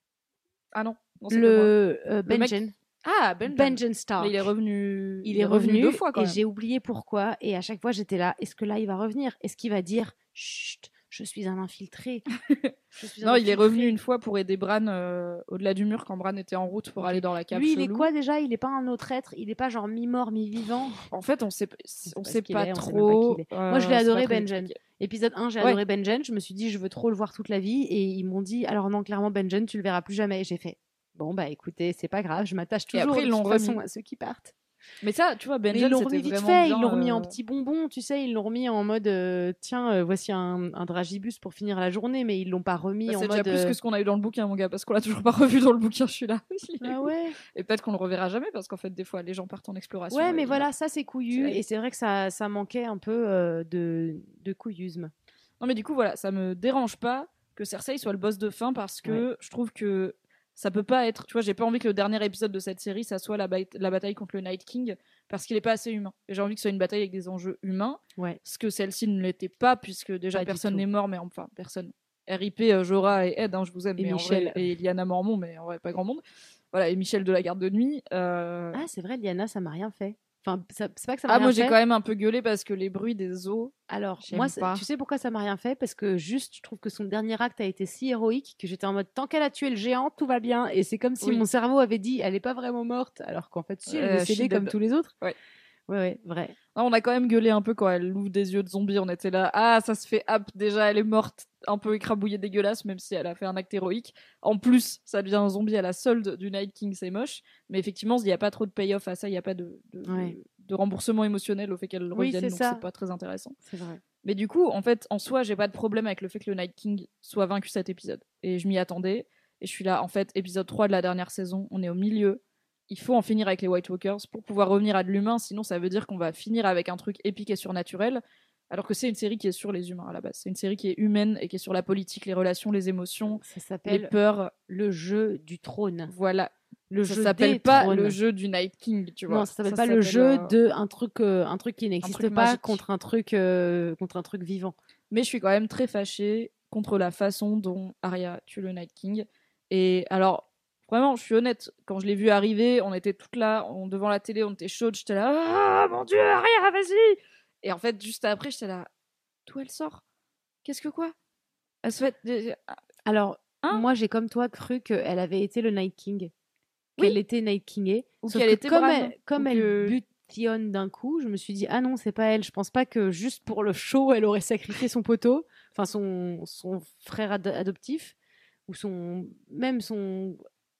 Ah non. non c'est pas moi. le euh, Le mec- Benjen Ah, Benjen. Benjen Stark. Mais il est revenu. Il est revenu deux fois quand et même. j'ai oublié pourquoi et à chaque fois j'étais là est-ce que là il va revenir, est-ce qu'il va dire chut je suis un infiltré. Je suis un Non, il est infiltré. revenu une fois pour aider Bran euh, au-delà du mur quand Bran était en route pour Ok. aller dans la cave Lui il est chelou. quoi déjà, il est pas un autre être, il est pas genre mi-mort mi-vivant. En fait, on sait, on pas sait ce qu'il pas est, on sait même trop. pas qui il est. Euh, Moi, je l'ai c'est adoré, pas très Benjen. expliqué. Épisode un, j'ai Ouais. adoré Benjen, je me suis dit je veux trop le voir toute la vie et ils m'ont dit alors non clairement Benjen tu le verras plus jamais et j'ai fait bon bah écoutez c'est pas grave je m'attache Et toujours après, de ils toute l'ont façon remis. à ceux qui partent. Mais ça, tu vois, Mais Benjen, ils l'ont c'était remis vite vraiment fait, bien, ils l'ont remis euh, en petit bonbon, tu sais, ils l'ont remis en mode euh, tiens, euh, voici un, un dragibus pour finir la journée, mais ils l'ont pas remis bah, en c'est déjà mode. plus euh, que ce qu'on a eu dans le bouquin, mon gars, parce qu'on l'a toujours pas revu dans le bouquin. Je suis là. Ah ouais. Et peut-être qu'on le reverra jamais, parce qu'en fait, des fois, les gens partent en exploration. Ouais, et mais il voilà, ça c'est couillu C'est- et c'est vrai que ça, ça manquait un peu euh, de, de couillusme. Non, mais du coup, voilà, ça me dérange pas que Cersei soit le boss de fin parce que je trouve que ça peut pas être. Tu vois, j'ai pas envie que le dernier épisode de cette série, ça soit la, ba- la bataille contre le Night King parce qu'il est pas assez humain. Et j'ai envie que ce soit une bataille avec des enjeux humains. Ouais. Ce que celle-ci ne l'était pas, puisque déjà Pas du personne tout. n'est mort, mais enfin, personne. R I P, euh, Jorah et Ed, hein, je vous aime, Et mais Michel. en vrai, et Lyanna Mormont, mais en vrai, pas grand monde. Voilà, et Michel de la garde de nuit. euh, Ah, c'est vrai, Liana, ça m'a rien fait. Enfin, ça- c'est pas que ça m'a Ah, rien moi fait. j'ai quand même un peu gueulé parce que les bruits des eaux. Alors, J'aime moi, c'est- pas. tu sais pourquoi ça m'a rien fait? Parce que juste, je trouve que son dernier acte a été si héroïque que j'étais en mode tant qu'elle a tué le géant, tout va bien. Et c'est comme si Oui. mon cerveau avait dit elle est pas vraiment morte, alors qu'en fait, si, elle Euh, est décédée she comme dead. tous les autres. Ouais. Ouais, ouais, vrai. Non, on a quand même gueulé un peu quand elle ouvre des yeux de zombie. On était là, ah, ça se fait hop, déjà elle est morte, un peu écrabouillée, dégueulasse, même si elle a fait un acte héroïque. En plus, ça devient un zombie à la solde du Night King, c'est moche. Mais effectivement, il n'y a pas trop de payoff à ça, il n'y a pas de, de, Ouais. de- de remboursement émotionnel au fait qu'elle Oui, revienne, c'est donc ça. c'est pas très intéressant. C'est vrai. Mais du coup, en fait, en soi, j'ai pas de problème avec le fait que le Night King soit vaincu cet épisode. Et je m'y attendais. Et je suis là, en fait, épisode trois de la dernière saison, on est au milieu. Il faut en finir avec les White Walkers pour pouvoir revenir à de l'humain, sinon ça veut dire qu'on va finir avec un truc épique et surnaturel, alors que c'est une série qui est sur les humains à la base. C'est une série qui est humaine et qui est sur la politique, les relations, les émotions, Ça les s'appelle peurs. le jeu du trône. Voilà. Le Ça jeu s'appelle des pas trônes. le jeu du Night King, tu vois. Non, ça s'appelle pas le jeu euh, de un truc, euh, un truc qui n'existe truc pas magique. contre un truc, euh, contre un truc vivant. Mais je suis quand même très fâchée contre la façon dont Arya tue le Night King. Et alors, vraiment, je suis honnête, quand je l'ai vu arriver, on était toutes là, on, devant la télé, on était chaudes, j'étais là, ah mon dieu, Arya, vas-y! Et en fait, juste après, j'étais là, d'où elle sort? Qu'est-ce que quoi? Elle se fait. Alors, Hein moi, j'ai comme toi cru qu'elle avait été le Night King, Oui. qu'elle était Night Kingée. Ou Sauf qu'elle que était comme Bran, elle, comme ou elle que- butillonne d'un coup, je me suis dit ah non, c'est pas elle. Je pense pas que juste pour le show, elle aurait sacrifié son poteau, enfin son son frère ad- adoptif ou son même son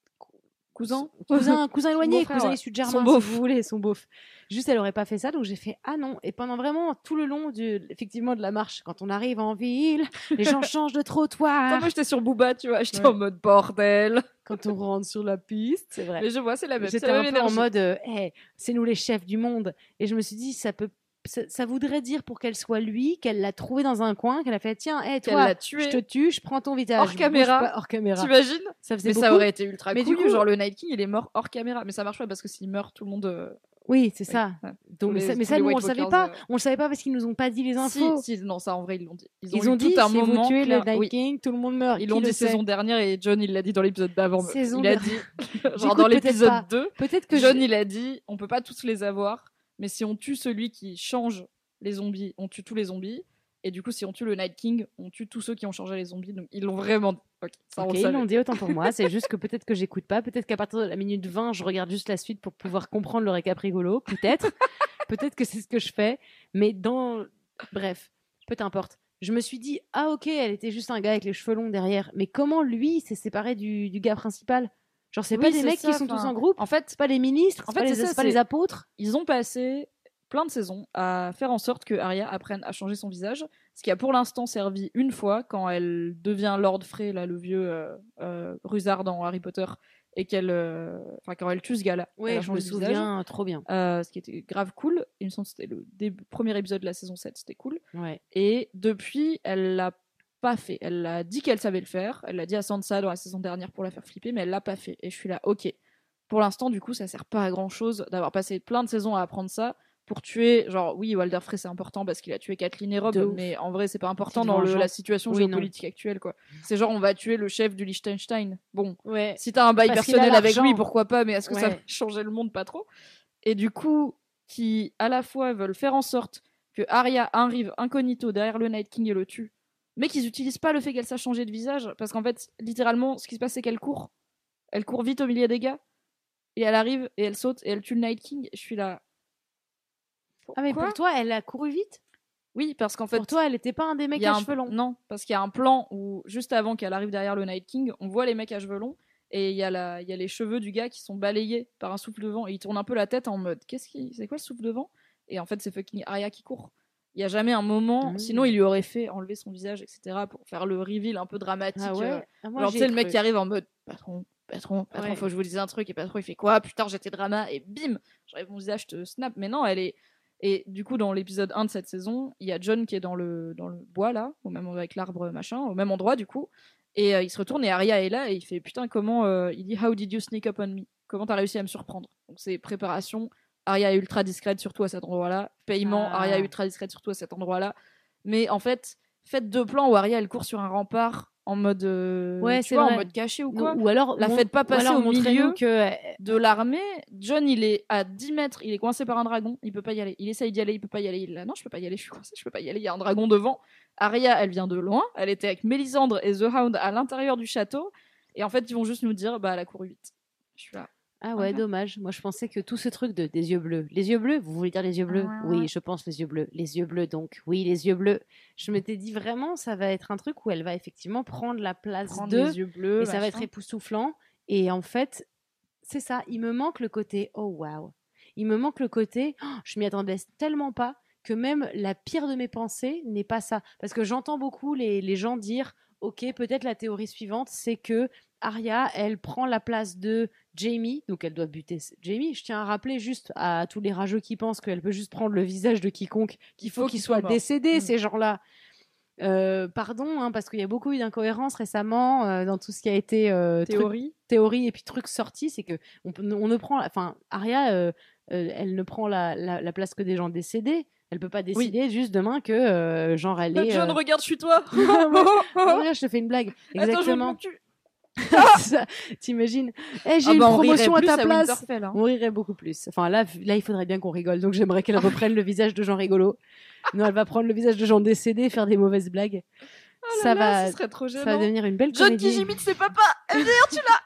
Cousin? cousin, cousin éloigné, beau-frère, cousin ouais. issu de Germain, Son si beauf. vous voulez, son beauf. Juste, elle aurait pas fait ça, donc j'ai fait ah non. Et pendant vraiment tout le long du, effectivement, de la marche, quand on arrive en ville, les gens changent de trottoir. Attends, moi j'étais sur Booba, tu vois, j'étais Ouais. en mode bordel. Quand on rentre sur la piste, c'est vrai. Mais je vois, c'est la même, c'est J'étais la un même peu en énergie. mode, euh, Hey, c'est nous les chefs du monde. Et je me suis dit, ça peut, ça, ça voudrait dire pour qu'elle soit lui, qu'elle l'a trouvé dans un coin, qu'elle a fait tiens, hey, Qu'elle toi, l'a tué. je te tue, je prends ton visage. Hors caméra. Pas, hors caméra. T'imagines? Ça faisait Mais beaucoup. ça aurait été ultra Mais cool. du coup- Genre le Night King, il est mort hors caméra. Mais ça marche pas parce que s'il meurt, tout le monde. euh, Oui, c'est oui, ça. ouais. Donc, Tous mais les- ça, mais tous ça les nous, on White le savait Walkers, pas. euh. On le savait pas parce qu'ils nous ont pas dit les Si, infos. si, non, ça en vrai, ils l'ont dit. Ils ont, Ils eu ont dit tout un si moment. vous tuez le clair- Night oui. King, tout le monde meurt. Ils Qui l'ont le dit sait saison dernière et John, il l'a dit dans l'épisode d'avant. meuf. Saison Il a dernière. dit, genre J'écoute dans peut-être l'épisode pas. deux, Peut-être que John, je- il a dit on peut pas tous les avoir, mais si on tue celui qui change les zombies, on tue tous les zombies. Et du coup, si on tue le Night King, on tue tous ceux qui ont changé les zombies. Donc ils l'ont vraiment dit. Ok, ça on Ok, le ils savait. l'ont dit autant pour moi. C'est juste que peut-être que j'écoute pas. Peut-être qu'à partir de la minute vingt, je regarde juste la suite pour pouvoir comprendre le récap rigolo. Peut-être. Peut-être que c'est ce que je fais. Mais dans. Bref, peu importe. Je me suis dit, ah ok, elle était juste un gars avec les cheveux longs derrière. Mais comment lui s'est séparé du, du gars principal? Genre, c'est Oui, pas des c'est mecs ça, qui sont tous enfin, en groupe. En fait, C'est pas les ministres. En C'est fait, pas, les, c'est ça, c'est pas c'est- les apôtres. ils ont passé plein de saisons à faire en sorte que Arya apprenne à changer son visage, ce qui a pour l'instant servi une fois quand elle devient Lord Frey, là, le vieux euh, euh, rusard dans Harry Potter, et qu'elle, euh, enfin quand elle tue ce gars-là, Oui, elle a je me changé de visage. souviens trop bien. Euh, ce qui était grave cool. Il me semble que c'était le début- premier épisode de la saison sept, c'était cool. Ouais. Et depuis, elle l'a pas fait. Elle a dit qu'elle savait le faire. Elle l'a dit à Sansa dans la saison dernière pour la faire flipper, mais elle l'a pas fait. Et je suis là, ok. Pour l'instant, du coup, ça sert pas à grand chose d'avoir passé plein de saisons à apprendre ça pour tuer. Genre, oui, Walder Frey, c'est important parce qu'il a tué Catelyn et Robb, De ouf. mais en vrai, c'est pas important Petite dans le- vengeance. la situation Oui, géopolitique actuelle, quoi. C'est genre, on va tuer le chef du Liechtenstein. Bon, Ouais. si t'as un bail Parce qu'il a personnel avec l'argent. lui, pourquoi pas, mais est-ce que ça va Ouais. changer le monde? Pas trop. Et du coup, qui à la fois veulent faire en sorte que Arya arrive incognito derrière le Night King et le tue, mais qu'ils utilisent pas le fait qu'elle sache changer de visage, parce qu'en fait, littéralement, ce qui se passe, c'est qu'elle court. Elle court vite au milieu des gars, et elle arrive, et elle saute, et elle tue le Night King. Et je suis là. Ah, mais Quoi pour toi, elle a couru vite? Oui, parce qu'en fait. Pour toi, elle était pas un des mecs il y a à un- cheveux longs? Non, parce qu'il y a un plan où, juste avant qu'elle arrive derrière le Night King, on voit les mecs à cheveux longs, et il y, a la... il y a les cheveux du gars qui sont balayés par un souffle de vent, et il tourne un peu la tête en mode qu'est-ce qui... c'est quoi le souffle de vent? Et en fait, c'est fucking Arya qui court. Il y a jamais un moment, Mmh. sinon il lui aurait fait enlever son visage, et cetera, pour faire le reveal un peu dramatique. Ah ouais? euh, Ah, moi, Genre, j'y tu sais, ai le mec cru. qui arrive en mode patron, patron, patron, Ouais. faut que je vous dise un truc, et patron, il fait quoi? Putain, j'étais drama, et bim, j'arrive mon visage, je te snap. Mais non, elle est. Et du coup, dans l'épisode un de cette saison, il y a John qui est dans le, dans le bois, là, au même, avec l'arbre, machin, au même endroit, du coup. Et euh, il se retourne, et Arya est là, et il fait putain, comment. euh, Il dit How did you sneak up on me? Comment t'as réussi à me surprendre? Donc, c'est préparation. Arya est ultra discrète, surtout à cet endroit-là. Paiement, Ah. Arya est ultra discrète, surtout à cet endroit-là. Mais en fait, faites deux plans où Arya elle court sur un rempart en mode euh, Ouais, tu c'est vois, vrai. en mode caché ou Non, quoi. ou alors, La mon- faites pas ou passer alors au montrez-nous milieu que de l'armée. John il est à dix mètres, il est coincé par un dragon, il peut pas y aller. Il essaye d'y aller, il peut pas y aller. Il est là, non, je peux pas y aller, je suis coincé, je peux pas y aller. Il y a un dragon devant. Arya elle vient de loin, elle était avec Mélisandre et The Hound à l'intérieur du château. Et en fait ils vont juste nous dire bah elle a couru vite. Je suis là. Ah ouais, Ok. dommage. Moi, je pensais que tout ce truc de, des yeux bleus. Les yeux bleus, vous voulez dire les yeux bleus? Ouais, ouais. Oui, je pense les yeux bleus. Les yeux bleus, donc. Oui, les yeux bleus. Je m'étais dit vraiment, ça va être un truc où elle va effectivement prendre la place Prendre d'eux. les yeux bleus. Et ça va être machin. époustouflant. Et en fait, c'est ça. Il me manque le côté oh waouh. Il me manque le côté oh, je m'y attendais tellement pas que même la pire de mes pensées n'est pas ça. Parce que j'entends beaucoup les, les gens dire ok, peut-être la théorie suivante, c'est que Arya, elle prend la place de Jaime, donc elle doit buter Jaime. Je tiens à rappeler juste à tous les rageux qui pensent qu'elle peut juste prendre le visage de quiconque, qu'il faut, faut qu'il qu'il soit soit mort. décédé, Mm. ces gens-là. Euh, pardon, hein, parce qu'il y a beaucoup eu d'incohérences récemment euh, dans tout ce qui a été euh, truc- Théorie. théorie et puis trucs sortis, c'est que on, peut- on ne prend, enfin Arya, euh, euh, elle ne prend la, la, la place que des gens décédés. Elle peut pas décider juste demain que euh, genre elle est. John euh, regarde, je suis toi. Ouais. Oh, regarde, je te fais une blague. Attends, je veux Exactement. mon cul. Ça, t'imagines? Eh, j'ai Ah une bah, on rirait promotion à plus ta à place. Winterfell, hein. On rirait beaucoup plus. Enfin là, là, il faudrait bien qu'on rigole. Donc j'aimerais qu'elle reprenne le visage de gens rigolos. Non, elle va prendre le visage de gens décédés et faire des mauvaises blagues. Oh là ça là, va, ce serait trop ça gênant. va devenir une belle John comédie. qui imite ses papas. Eh bien, tu l'as.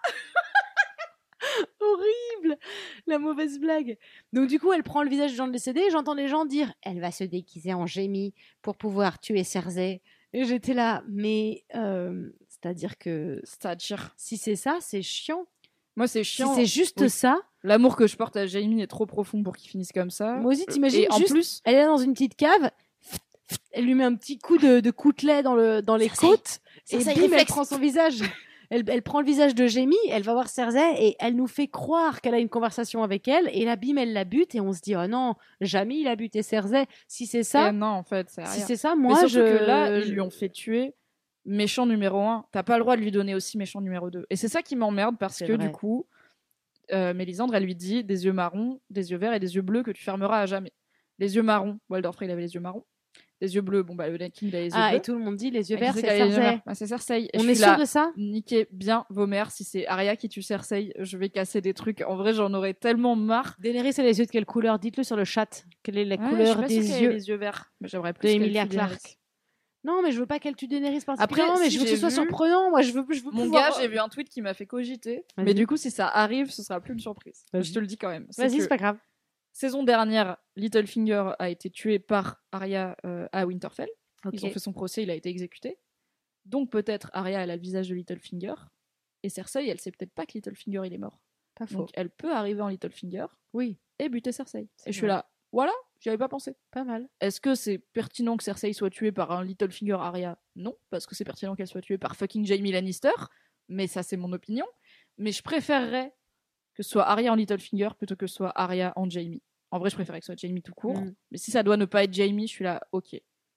Horrible, la mauvaise blague. Donc du coup, elle prend le visage de gens décédés. Et j'entends les gens dire, elle va se déguiser en Jaime pour pouvoir tuer Cersei. Et j'étais là, mais euh, c'est-à-dire que C'est-à-dire. si c'est ça, c'est chiant. Moi, c'est Si chiant. c'est juste Oui. ça, L'amour que je porte à Jamie est trop profond pour qu'il finisse comme ça. moi aussi, t'imagines Et en juste, plus, elle est là dans une petite cave, elle lui met un petit coup de, de coutelet dans, le, dans les Cersei. côtes, et Cersei, bim, elle réflexe. prend son visage. Elle, elle prend le visage de Jaime, elle va voir Cersei et elle nous fait croire qu'elle a une conversation avec elle. Et là, bim, elle la bute et on se dit oh non, jamais il a buté Cersei. Si c'est ça, Eh non, en fait, c'est si rien. c'est ça, Mais moi surtout je. que là, je- ils lui ont fait tuer méchant numéro un. T'as pas le droit de lui donner aussi méchant numéro deux. Et c'est ça qui m'emmerde parce C'est que vrai. du coup, euh, Mélisandre, elle lui dit des yeux marrons, des yeux verts et des yeux bleus que tu fermeras à jamais. Les yeux marrons, Walder Frey, il avait les yeux marrons. Les yeux bleus, bon bah le Night King, il a les yeux Ah, bleus. et tout le monde dit les yeux Et verts, qui c'est c'est qui a les yeux Cersei. verts Bah, c'est Cersei. Et On je est suis sûr là, de ça? niquez bien vos mères. Si c'est Arya qui tue Cersei, je vais casser des trucs. En vrai, j'en aurais tellement marre. Daenerys a les yeux de quelle couleur? Dites-le sur le chat. Quelle est la Ouais, je suis couleur pas des sûre qu'elle ait yeux les yeux verts. Mais j'aimerais de plus qu'elle Emilia tue Daenerys. Clarke? Non, mais je veux pas qu'elle tue Daenerys particulièrement, Après, mais si je veux que ce j'ai soit vu- surprenant. Moi, je veux, je veux Mon pouvoir... gars, j'ai vu un tweet qui m'a fait cogiter. Vas-y. Mais du coup, si ça arrive, ce sera plus une surprise. Vas-y. Je te le dis quand même. C'est Vas-y, que c'est pas grave. saison dernière, Littlefinger a été tué par Arya euh, à Winterfell. Ok. Ils ont fait son procès, il a été exécuté. Donc peut-être Arya, elle a le visage de Littlefinger. Et Cersei, elle sait peut-être pas que Littlefinger, il est mort. Pas faux. Donc elle peut arriver en Littlefinger Oui, et buter Cersei. C'est Et je suis vrai. là, voilà, j'y avais pas pensé. pas mal. Est-ce que c'est pertinent que Cersei soit tuée par un Littlefinger Arya? Non, parce que c'est pertinent qu'elle soit tuée par fucking Jaime Lannister. Mais ça, c'est mon opinion. Mais je préférerais que ce soit Arya en Littlefinger plutôt que ce soit Arya en Jaime. En vrai, je préférerais que ce soit Jaime tout court. Mm. Mais si ça doit ne pas être Jaime, je suis là, ok.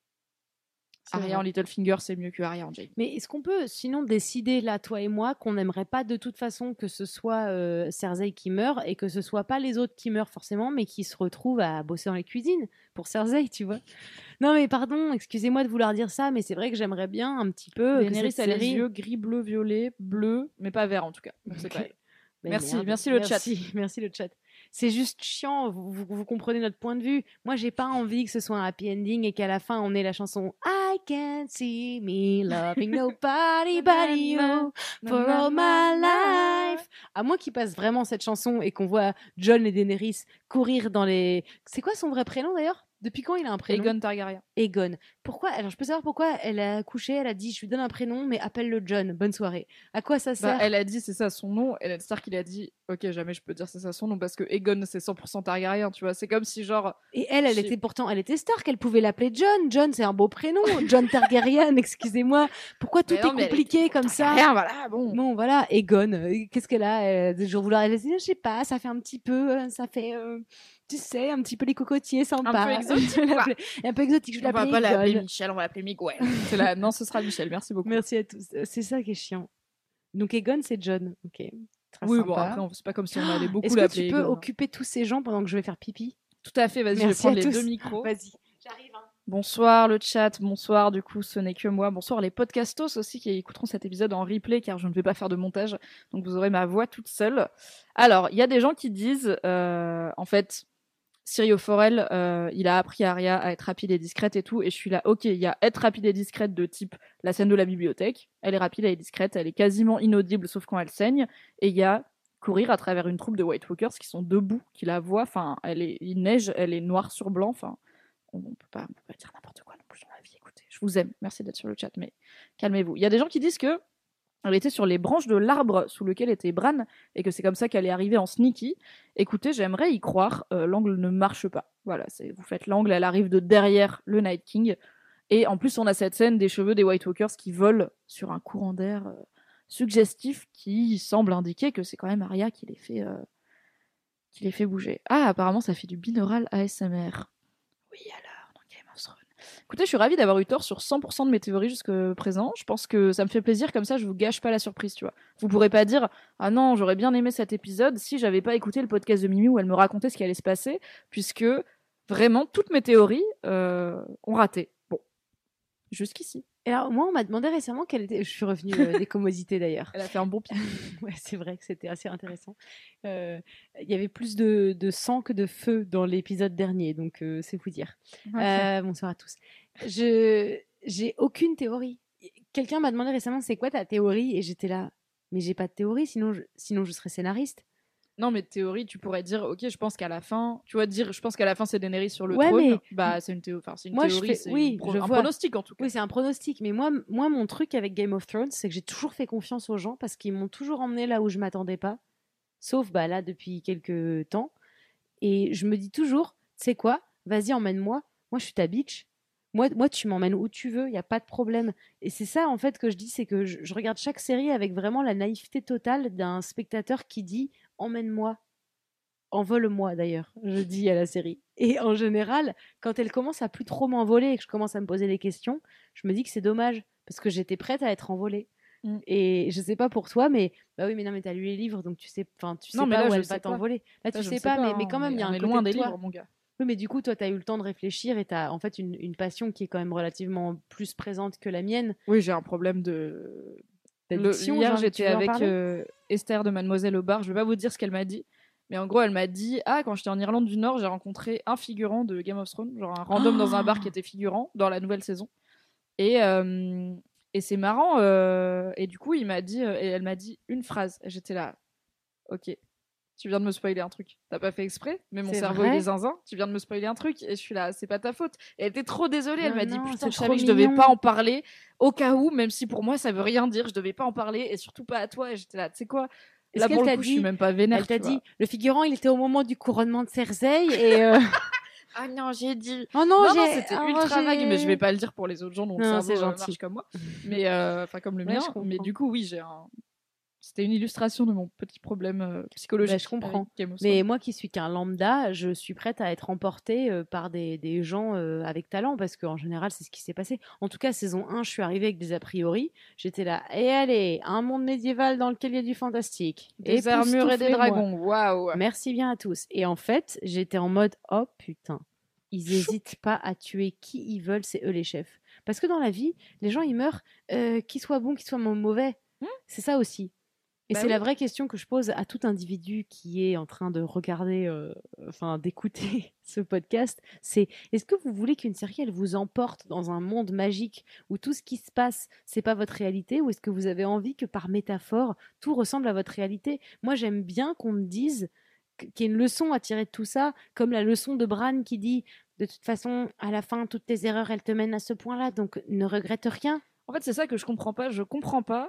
C'est Arya vrai. en Littlefinger, c'est mieux que Arya en Jaime. Mais est-ce qu'on peut sinon décider, là, toi et moi, qu'on n'aimerait pas de toute façon que ce soit euh, Cersei qui meurt et que ce soit pas les autres qui meurent forcément, mais qui se retrouvent à bosser dans les cuisines pour Cersei, tu vois? Non, mais pardon, excusez-moi de vouloir dire ça, mais c'est vrai que j'aimerais bien un petit peu que Daenerys cette a les série... yeux gris, bleu, violet, bleu, mais pas vert en tout cas. Donc c'est Ok. pas elle. Mais Merci, merde. merci le Merci, chat. merci le chat. C'est juste chiant, vous, vous, vous comprenez notre point de vue. Moi, j'ai pas envie que ce soit un happy ending et qu'à la fin, on ait la chanson I can't see me loving nobody but you for all my life. À moins qu'il passe vraiment cette chanson et qu'on voit Jon et Daenerys courir dans les... C'est quoi son vrai prénom d'ailleurs? Depuis quand il a un prénom? Aegon Targaryen. Aegon. Pourquoi? Alors, je peux savoir pourquoi elle a couché, elle a dit je lui donne un prénom, mais appelle-le John. Bonne soirée. À quoi ça sert? Bah, elle a dit c'est ça son nom, et Ned Stark il a dit ok jamais je peux dire c'est ça son nom parce que Aegon c'est cent pour cent Targaryen, tu vois, c'est comme si genre Et elle, elle Je- était pourtant, elle était Stark, elle pouvait l'appeler John. John, c'est un beau prénom. John Targaryen, excusez-moi. Pourquoi tout Mais non, est mais elle compliqué était comme ça? Targaryen, voilà bon. Bon, voilà, Egon, euh, qu'est-ce qu'elle a? Elle, des jours vouloir, elle dit, je sais pas, ça fait un petit peu, euh, ça fait, euh, tu sais, un petit peu les cocotiers sympa. Un peu exotique, Je vais quoi. l'appeler- un peu exotique, je vais On va l'appeler pas l'appeler Egon. Michel, on va l'appeler Miguel. C'est là, non, ce sera Michel, merci beaucoup. Merci à tous. Euh, C'est ça qui est chiant. Donc Egon, c'est John. Ok. Très Oui, sympa. bon, après, on- c'est pas comme si on allait beaucoup Est-ce que l'appeler tu peux Aegon, hein. occuper tous ces gens pendant que je vais faire pipi? Tout à fait, vas-y, je vais Merci prendre à les tous. deux micros. Vas-y. J'arrive. Hein. Bonsoir le chat, bonsoir du coup ce n'est que moi, bonsoir les podcastos aussi qui écouteront cet épisode en replay car je ne vais pas faire de montage, donc vous aurez ma voix toute seule. Alors, il y a des gens qui disent, euh, en fait, Syrio Forel, euh, il a appris à Arya à être rapide et discrète et tout, et je suis là, ok, il y a être rapide et discrète de type la scène de la bibliothèque, elle est rapide, elle est discrète, elle est quasiment inaudible sauf quand elle saigne, et il y a courir à travers une troupe de White Walkers qui sont debout, qui la voient, enfin, elle est, il neige, elle est noire sur blanc, enfin, on ne peut pas, on peut pas dire n'importe quoi non plus dans la vie, écoutez, je vous aime, merci d'être sur le chat, mais calmez-vous. Il y a des gens qui disent que elle était sur les branches de l'arbre sous lequel était Bran, et que c'est comme ça qu'elle est arrivée en sneaky. Écoutez, j'aimerais y croire, euh, l'angle ne marche pas. Voilà, c'est, vous faites l'angle, elle arrive de derrière le Night King, et en plus on a cette scène des cheveux des White Walkers qui volent sur un courant d'air euh, suggestif qui semble indiquer que c'est quand même Arya qui les fait, euh, qui les fait bouger. Ah, apparemment ça fait du binaural A S M R. Oui, alors, dans Game of Thrones. Écoutez, je suis ravie d'avoir eu tort sur cent pour cent de mes théories jusqu'à présent. Je pense que ça me fait plaisir, comme ça je vous gâche pas la surprise, tu vois. Vous pourrez pas dire « Ah non, j'aurais bien aimé cet épisode si j'avais pas écouté le podcast de Mimi où elle me racontait ce qui allait se passer », puisque vraiment toutes mes théories euh, ont raté. Bon, jusqu'ici. Et alors, moi, on m'a demandé récemment quelle était. Je suis revenue euh, des commodités d'ailleurs. Elle a fait un bon pied. Ouais, c'est vrai que c'était assez intéressant. Euh, Il y avait plus de, de sang que de feu dans l'épisode dernier, donc euh, c'est vous dire. Euh, bonsoir à tous. Je j'ai aucune théorie. Quelqu'un m'a demandé récemment c'est quoi ta théorie et j'étais là. Mais j'ai pas de théorie, sinon je, sinon je serais scénariste. Non, mais théorie, tu pourrais dire, ok, je pense qu'à la fin, tu vois, dire, je pense qu'à la fin c'est Daenerys sur le Ouais, trône. mais- Bah, c'est une, théo... enfin, c'est une Moi, je théorie, fais- c'est oui, une pro- je un vois. pronostic en tout cas. Oui, c'est un pronostic, mais moi, moi, mon truc avec Game of Thrones, c'est que j'ai toujours fait confiance aux gens parce qu'ils m'ont toujours emmené là où je m'attendais pas, sauf bah là depuis quelques temps. Et je me dis toujours, tu sais quoi, vas-y, emmène-moi. Moi, je suis ta bitch. Moi, moi, tu m'emmènes où tu veux, il n'y a pas de problème. Et c'est ça, en fait, que je dis, c'est que je, je regarde chaque série avec vraiment la naïveté totale d'un spectateur qui dit « emmène-moi ». Envole-moi d'ailleurs, je dis à la série. Et en général, quand elle commence à plus trop m'envoler et que je commence à me poser des questions, je me dis que c'est dommage parce que j'étais prête à être envolée. Mm. Et je sais pas pour toi, mais bah oui, mais non, mais t'as lu les livres, donc tu sais, enfin, tu sais non, mais pas là, où je elle sais va pas. t'envoler. Là, là, tu je sais sais pas, pas, mais, hein, mais quand même, il y a on un est côté loin de des toi. livres, mon gars. Oui, mais du coup, toi, t'as eu le temps de réfléchir et t'as en fait une, une passion qui est quand même relativement plus présente que la mienne. Oui, j'ai un problème de. D'addiction. Le... Hier, genre, j'étais avec euh, Esther de Mademoiselle au bar. Je vais pas vous dire ce qu'elle m'a dit. Mais en gros, elle m'a dit ah, quand j'étais en Irlande du Nord, j'ai rencontré un figurant de Game of Thrones, genre un random oh dans un bar qui était figurant dans la nouvelle saison. Et, euh, et c'est marrant. Euh, et du coup, il m'a dit, euh, et elle m'a dit une phrase. Et j'étais là, ok, tu viens de me spoiler un truc. T'as pas fait exprès, mais mon c'est cerveau vrai il est zinzin. Tu viens de me spoiler un truc. Et je suis là, c'est pas ta faute. Et elle était trop désolée. Non, elle m'a dit non, putain, je trop savais que je mignon. devais pas en parler au cas où, même si pour moi ça veut rien dire. Je devais pas en parler et surtout pas à toi. Et j'étais là, tu sais quoi? Là, pour le coup, dit, je suis même pas vénère. Elle t'a dit, le figurant, il était au moment du couronnement de Cersei et. Euh... ah non, j'ai dit. Oh non, non, j'ai... non c'était oh, ultra j'ai... vague, mais je vais pas le dire pour les autres gens dont non, le cerveau c'est gentil. marche comme moi. Mais enfin, euh, comme le ouais, mien. Mais du coup, oui, j'ai un. C'était une illustration de mon petit problème euh, psychologique. Bah, je comprends. Mais moi qui suis qu'un lambda, je suis prête à être emportée euh, par des, des gens euh, avec talent parce qu'en général, c'est ce qui s'est passé. En tout cas, saison un, je suis arrivée avec des a priori. J'étais là, et allez, un monde médiéval dans lequel il y a du fantastique. Des et armures et des dragons. Waouh. Merci bien à tous. Et en fait, j'étais en mode, oh putain, ils n'hésitent pas à tuer qui ils veulent, c'est eux les chefs. Parce que dans la vie, les gens, ils meurent, euh, qu'ils soient bons, qu'ils soient mauvais. Hum c'est ça aussi. Et bah c'est oui. la vraie question que je pose à tout individu qui est en train de regarder, euh, enfin d'écouter ce podcast, c'est est-ce que vous voulez qu'une série elle vous emporte dans un monde magique où tout ce qui se passe c'est pas votre réalité, ou est-ce que vous avez envie que par métaphore tout ressemble à votre réalité? Moi j'aime bien qu'on me dise qu'il y a une leçon à tirer de tout ça, comme la leçon de Bran qui dit de toute façon à la fin toutes tes erreurs elles te mènent à ce point-là, donc ne regrette rien. En fait c'est ça que je comprends pas, je comprends pas.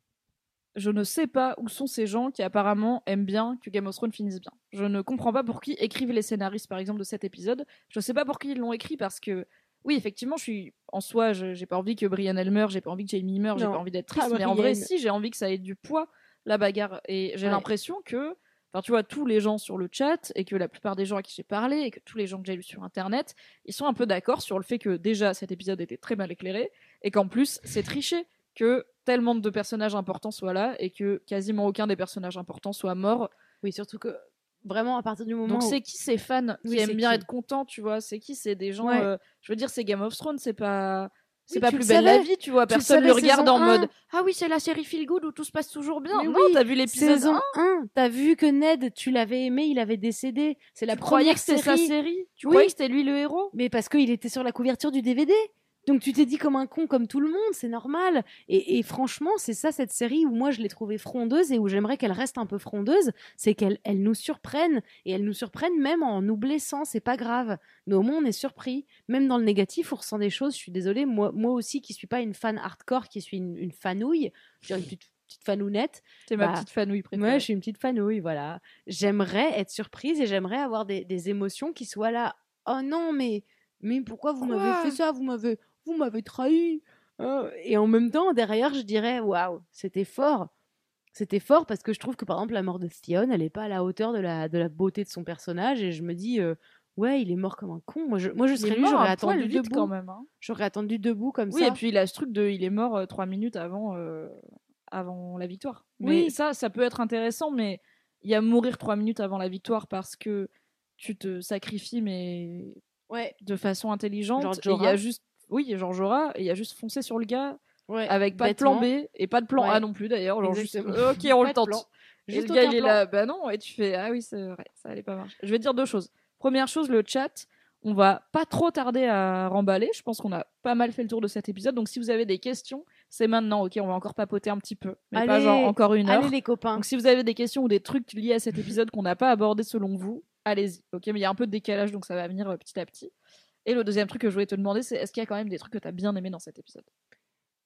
Je ne sais pas où sont ces gens qui apparemment aiment bien que Game of Thrones finisse bien. Je ne comprends pas pour qui écrivent les scénaristes, par exemple, de cet épisode. Je ne sais pas pour qui ils l'ont écrit parce que, oui, effectivement, je suis en soi, je, j'ai pas envie que Brienne elle meure, j'ai pas envie que Jaime meure, j'ai pas envie d'être triste, ah, mais en vrai, si, j'ai envie que ça ait du poids, la bagarre. Et j'ai ouais. l'impression que, enfin, tu vois, tous les gens sur le chat et que la plupart des gens à qui j'ai parlé et que tous les gens que j'ai lus sur Internet, ils sont un peu d'accord sur le fait que déjà cet épisode était très mal éclairé et qu'en plus, c'est triché que tellement de personnages importants soient là et que quasiment aucun des personnages importants soit mort. Oui, surtout que vraiment à partir du moment donc où... c'est qui ces fans qui oui, aiment bien qui être contents, tu vois, c'est qui, c'est des gens ouais. euh, je veux dire c'est Game of Thrones, c'est pas c'est oui, pas plus belle savais. La vie, tu vois, personne tu le, le regarde en un. Mode ah oui c'est la série feel good où tout se passe toujours bien. Mais non oui, t'as vu l'épisode saison un, t'as vu que Ned tu l'avais aimé, il avait décédé, c'est la tu première que c'était série. sa série tu oui. croyais que c'était lui le héros, mais parce qu'il était sur la couverture du D V D. Donc tu t'es dit comme un con, comme tout le monde, c'est normal. Et, et franchement, c'est ça cette série où moi je l'ai trouvée frondeuse et où j'aimerais qu'elle reste un peu frondeuse, c'est qu'elle elle nous surprenne. Et elle nous surprenne même en nous blessant, c'est pas grave. Mais au moins on est surpris. Même dans le négatif, on ressent des choses. Je suis désolée, moi, moi aussi qui suis pas une fan hardcore, qui suis une, une fanouille, je dirais une petite, petite fanounette. T'es bah, ma petite fanouille préférée. Moi je suis une petite fanouille, voilà. J'aimerais être surprise et j'aimerais avoir des, des émotions qui soient là. Oh non, mais, mais pourquoi vous Quoi m'avez fait ça? Vous m'avez... vous m'avez trahi. Et en même temps, derrière, je dirais, waouh, c'était fort. C'était fort parce que je trouve que, par exemple, la mort de Theon, elle n'est pas à la hauteur de la, de la beauté de son personnage. Et je me dis, euh, ouais, il est mort comme un con. Moi, je, moi, je serais lui, j'aurais attendu vite debout. Quand même, hein. J'aurais attendu debout comme oui, ça. Oui, et puis il a ce truc de, il est mort euh, trois minutes avant, euh, avant la victoire. Mais oui. ça, ça peut être intéressant, mais il y a mourir trois minutes avant la victoire parce que tu te sacrifies, mais ouais. de façon intelligente. Genre il y a juste Oui, genre Jorah, et il a juste foncé sur le gars ouais, avec pas bêtement. de plan B et pas de plan ouais. A non plus d'ailleurs. Genre juste, euh, ok, on le tente. Et juste le gars il est plan. là, bah non, et tu fais ah oui, c'est vrai, ça allait pas marcher. Je vais te dire deux choses. Première chose, le chat, on va pas trop tarder à remballer. Je pense qu'on a pas mal fait le tour de cet épisode. Donc si vous avez des questions, c'est maintenant, ok, on va encore papoter un petit peu, mais allez, pas genre encore une heure. Allez les copains. Donc si vous avez des questions ou des trucs liés à cet épisode qu'on n'a pas abordé selon vous, allez-y. Ok, mais il y a un peu de décalage, donc ça va venir petit à petit. Et le deuxième truc que je voulais te demander, c'est est-ce qu'il y a quand même des trucs que tu as bien aimé dans cet épisode?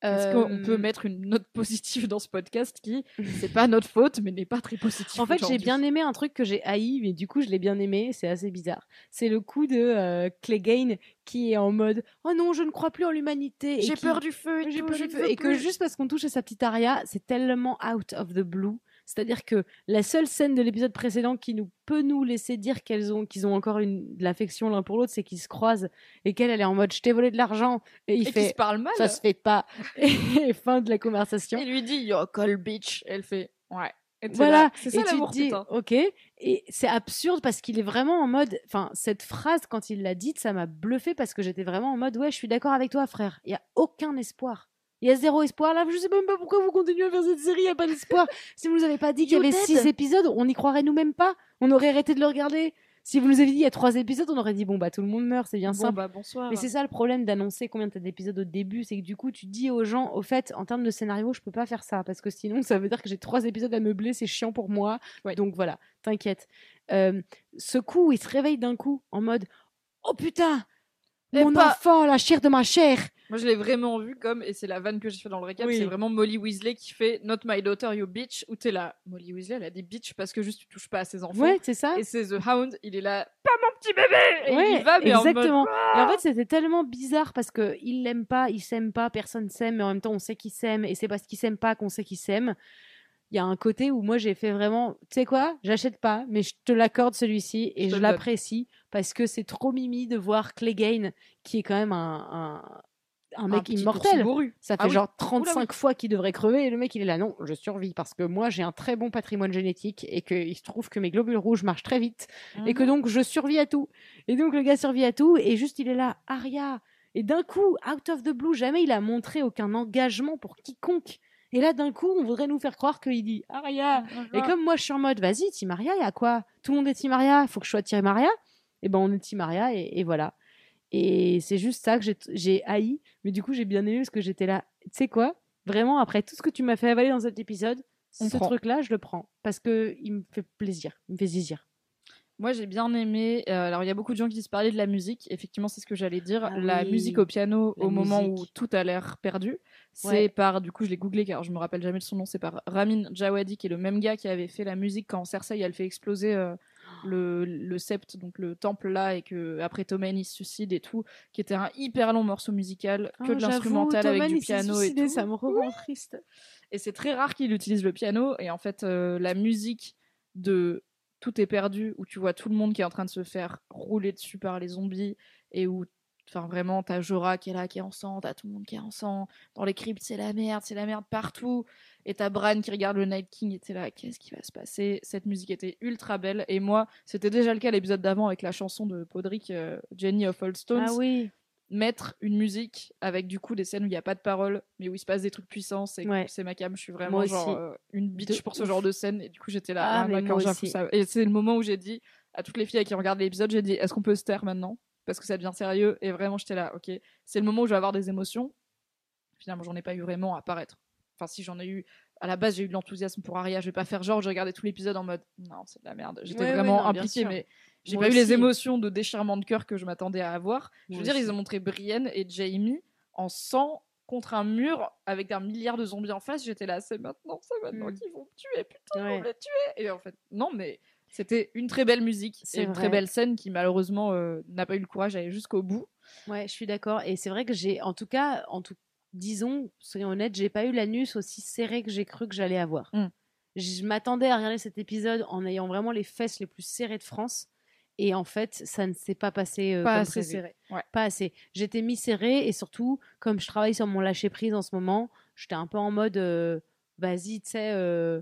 Est-ce Euh, qu'on peut mettre une note positive dans ce podcast qui, c'est pas notre faute, mais n'est pas très positif En fait, j'ai aujourd'hui. bien aimé un truc que j'ai haï, mais du coup, je l'ai bien aimé. C'est assez bizarre. C'est le coup de euh, Clegane qui est en mode « Oh non, je ne crois plus en l'humanité !» J'ai et qui- peur du feu et J'ai tout, peur je du ne feu. veux Et que plus. juste parce qu'on touche à sa petite aria, c'est tellement out of the blue. C'est-à-dire que la seule scène de l'épisode précédent qui nous peut nous laisser dire qu'elles ont qu'ils ont encore une de l'affection l'un pour l'autre, c'est qu'ils se croisent et qu'elle elle est en mode je t'ai volé de l'argent et il Et qui fait se parle mal. ça se fait pas et fin de la conversation. Il lui dit You're a cold bitch. Elle fait ouais. Et t'es Voilà, là, c'est ça et tu l'amour, te dis, putain. ok, et c'est absurde parce qu'il est vraiment en mode, enfin, cette phrase, quand il l'a dite, ça m'a bluffé parce que j'étais vraiment en mode, ouais, je suis d'accord avec toi, frère, il y a aucun espoir. Il y a zéro espoir là, je sais même pas pourquoi vous continuez à faire cette série, il n'y a pas d'espoir. Si vous nous avez pas dit qu'il y You avait dead. six épisodes, on n'y croirait nous même pas, on aurait arrêté de le regarder. Si vous nous avez dit il y a trois épisodes, on aurait dit bon bah tout le monde meurt, c'est bien Bon simple. bah bonsoir. Mais c'est ça le problème d'annoncer combien t'as d'épisodes au début, c'est que du coup tu dis aux gens, au fait, en termes de scénario, je peux pas faire ça parce que sinon ça veut dire que j'ai trois épisodes à meubler, c'est chiant pour moi. Ouais. Donc voilà, t'inquiète. Euh, ce coup, il se réveille d'un coup en mode, oh putain, Et mon pas- enfant, la chair de ma chair. Moi, je l'ai vraiment vu comme, et c'est la vanne que j'ai fait dans le récap, Oui. c'est vraiment Molly Weasley qui fait Not my daughter, you bitch, où t'es là. Molly Weasley, elle a dit bitch parce que juste tu touches pas à ses enfants. Ouais, c'est ça. Et c'est The Hound, il est là, pas mon petit bébé Et Ouais, il y va, mais exactement. en mode. Et en fait, c'était tellement bizarre parce que il l'aime pas, il s'aime pas, personne s'aime, mais en même temps, on sait qu'il s'aime, et c'est parce qu'il s'aime pas qu'on sait qu'il s'aime. Il y a un côté où moi j'ai fait vraiment, tu sais quoi, j'achète pas, mais je te l'accorde celui-ci et Je te je le l'apprécie parce que c'est trop mimi de voir Clegane, qui est quand même un, un, un mec petit immortel. ours bourru. Ça fait Ah oui. genre trente-cinq Oula, oui. fois qu'il devrait crever et le mec il est là, non, je survis parce que moi j'ai un très bon patrimoine génétique et qu'il se trouve que mes globules rouges marchent très vite et que Mhm. donc je survis à tout. Et donc le gars survit à tout et juste il est là, Arya. Et d'un coup, out of the blue, jamais il a montré aucun engagement pour quiconque. Et là, d'un coup, on voudrait nous faire croire qu'il dit Arya. Et comme moi, je suis en mode, vas-y, Team Arya, il y a quoi? Tout le monde est Team Arya, il faut que je sois Team Arya. Et ben, on est Team Arya, et, et voilà. Et c'est juste ça que j'ai- j'ai haï. Mais du coup, j'ai bien aimé parce que j'étais là. Tu sais quoi? Vraiment, après tout ce que tu m'as fait avaler dans cet épisode, On ce prend. truc-là, je le prends. Parce que il me fait plaisir. Il me fait zizir. Moi, j'ai bien aimé. euh, alors, il y a beaucoup de gens qui se parlaient de la musique. Effectivement, c'est ce que j'allais dire. Ah la oui, musique au piano, la au moment où musique. tout a l'air perdu, c'est Ouais. par. Du coup, je l'ai googlé car je me rappelle jamais de son nom. C'est par Ramin Djawadi, qui est le même gars qui avait fait la musique quand Cersei elle fait exploser euh, le, le sept, donc le temple là, et que après Tommen il se suicide et tout, qui était un hyper long morceau musical, que de l'instrumental avec du piano et tout. Ça me rend triste. Et c'est très rare qu'il utilise le piano. Et en fait, euh, la musique de Tout est perdu, où tu vois tout le monde qui est en train de se faire rouler dessus par les zombies, et où, enfin, vraiment, t'as Jorah qui est là, qui est en sang, t'as tout le monde qui est en sang. Dans les cryptes, c'est la merde, c'est la merde partout. Et t'as Bran qui regarde le Night King, et t'es là, qu'est-ce qui va se passer? Cette musique était ultra belle. Et moi, c'était déjà le cas l'épisode d'avant avec la chanson de Podrick, euh, Jenny of Old Stones. Ah oui. Mettre une musique avec du coup des scènes où il n'y a pas de paroles mais où il se passe des trucs puissants, c'est Ouais. c'est ma cam. Je suis vraiment Moi genre aussi. euh, une bitch De pour ce ouf. genre de scène, et du coup j'étais là Ah, ah, mais d'accord, moi j'avoue aussi. ça. Et c'est le moment où j'ai dit à toutes les filles à qui regardaient l'épisode, j'ai dit est-ce qu'on peut se taire maintenant parce que ça devient sérieux, et vraiment j'étais là ok, c'est le moment où je vais avoir des émotions. Finalement j'en ai pas eu vraiment à paraître. Enfin si, j'en ai eu à la base, j'ai eu de l'enthousiasme pour Arya. Je vais pas faire genre je regardais tout l'épisode en mode non c'est de la merde, j'étais Ouais, ouais, vraiment non, bien impliquée, sûr. mais j'ai Moi pas eu les aussi. émotions de déchirement de cœur que je m'attendais à avoir. Je Moi veux dire, aussi. ils ont montré Brienne et Jaime en sang contre un mur avec un milliard de zombies en face. J'étais là, c'est maintenant, c'est maintenant Mm. qu'ils vont me tuer, putain, ils Ouais. vont me les tuer. Et en fait, non, mais c'était une très belle musique C'est et une vrai. très belle scène qui malheureusement euh, n'a pas eu le courage d'aller jusqu'au bout. Ouais, je suis d'accord. Et c'est vrai que j'ai, en tout cas, en tout, disons, soyons honnêtes, j'ai pas eu l'anus aussi serré que j'ai cru que j'allais avoir. Mm. Je m'attendais à regarder cet épisode en ayant vraiment les fesses les plus serrées de France. Et en fait, ça ne s'est pas passé euh, Pas comme assez prévu. serré. Ouais. Pas assez. J'étais mi-serrée et surtout, comme je travaille sur mon lâcher-prise en ce moment, j'étais un peu en mode, euh, vas-y, tu sais, euh,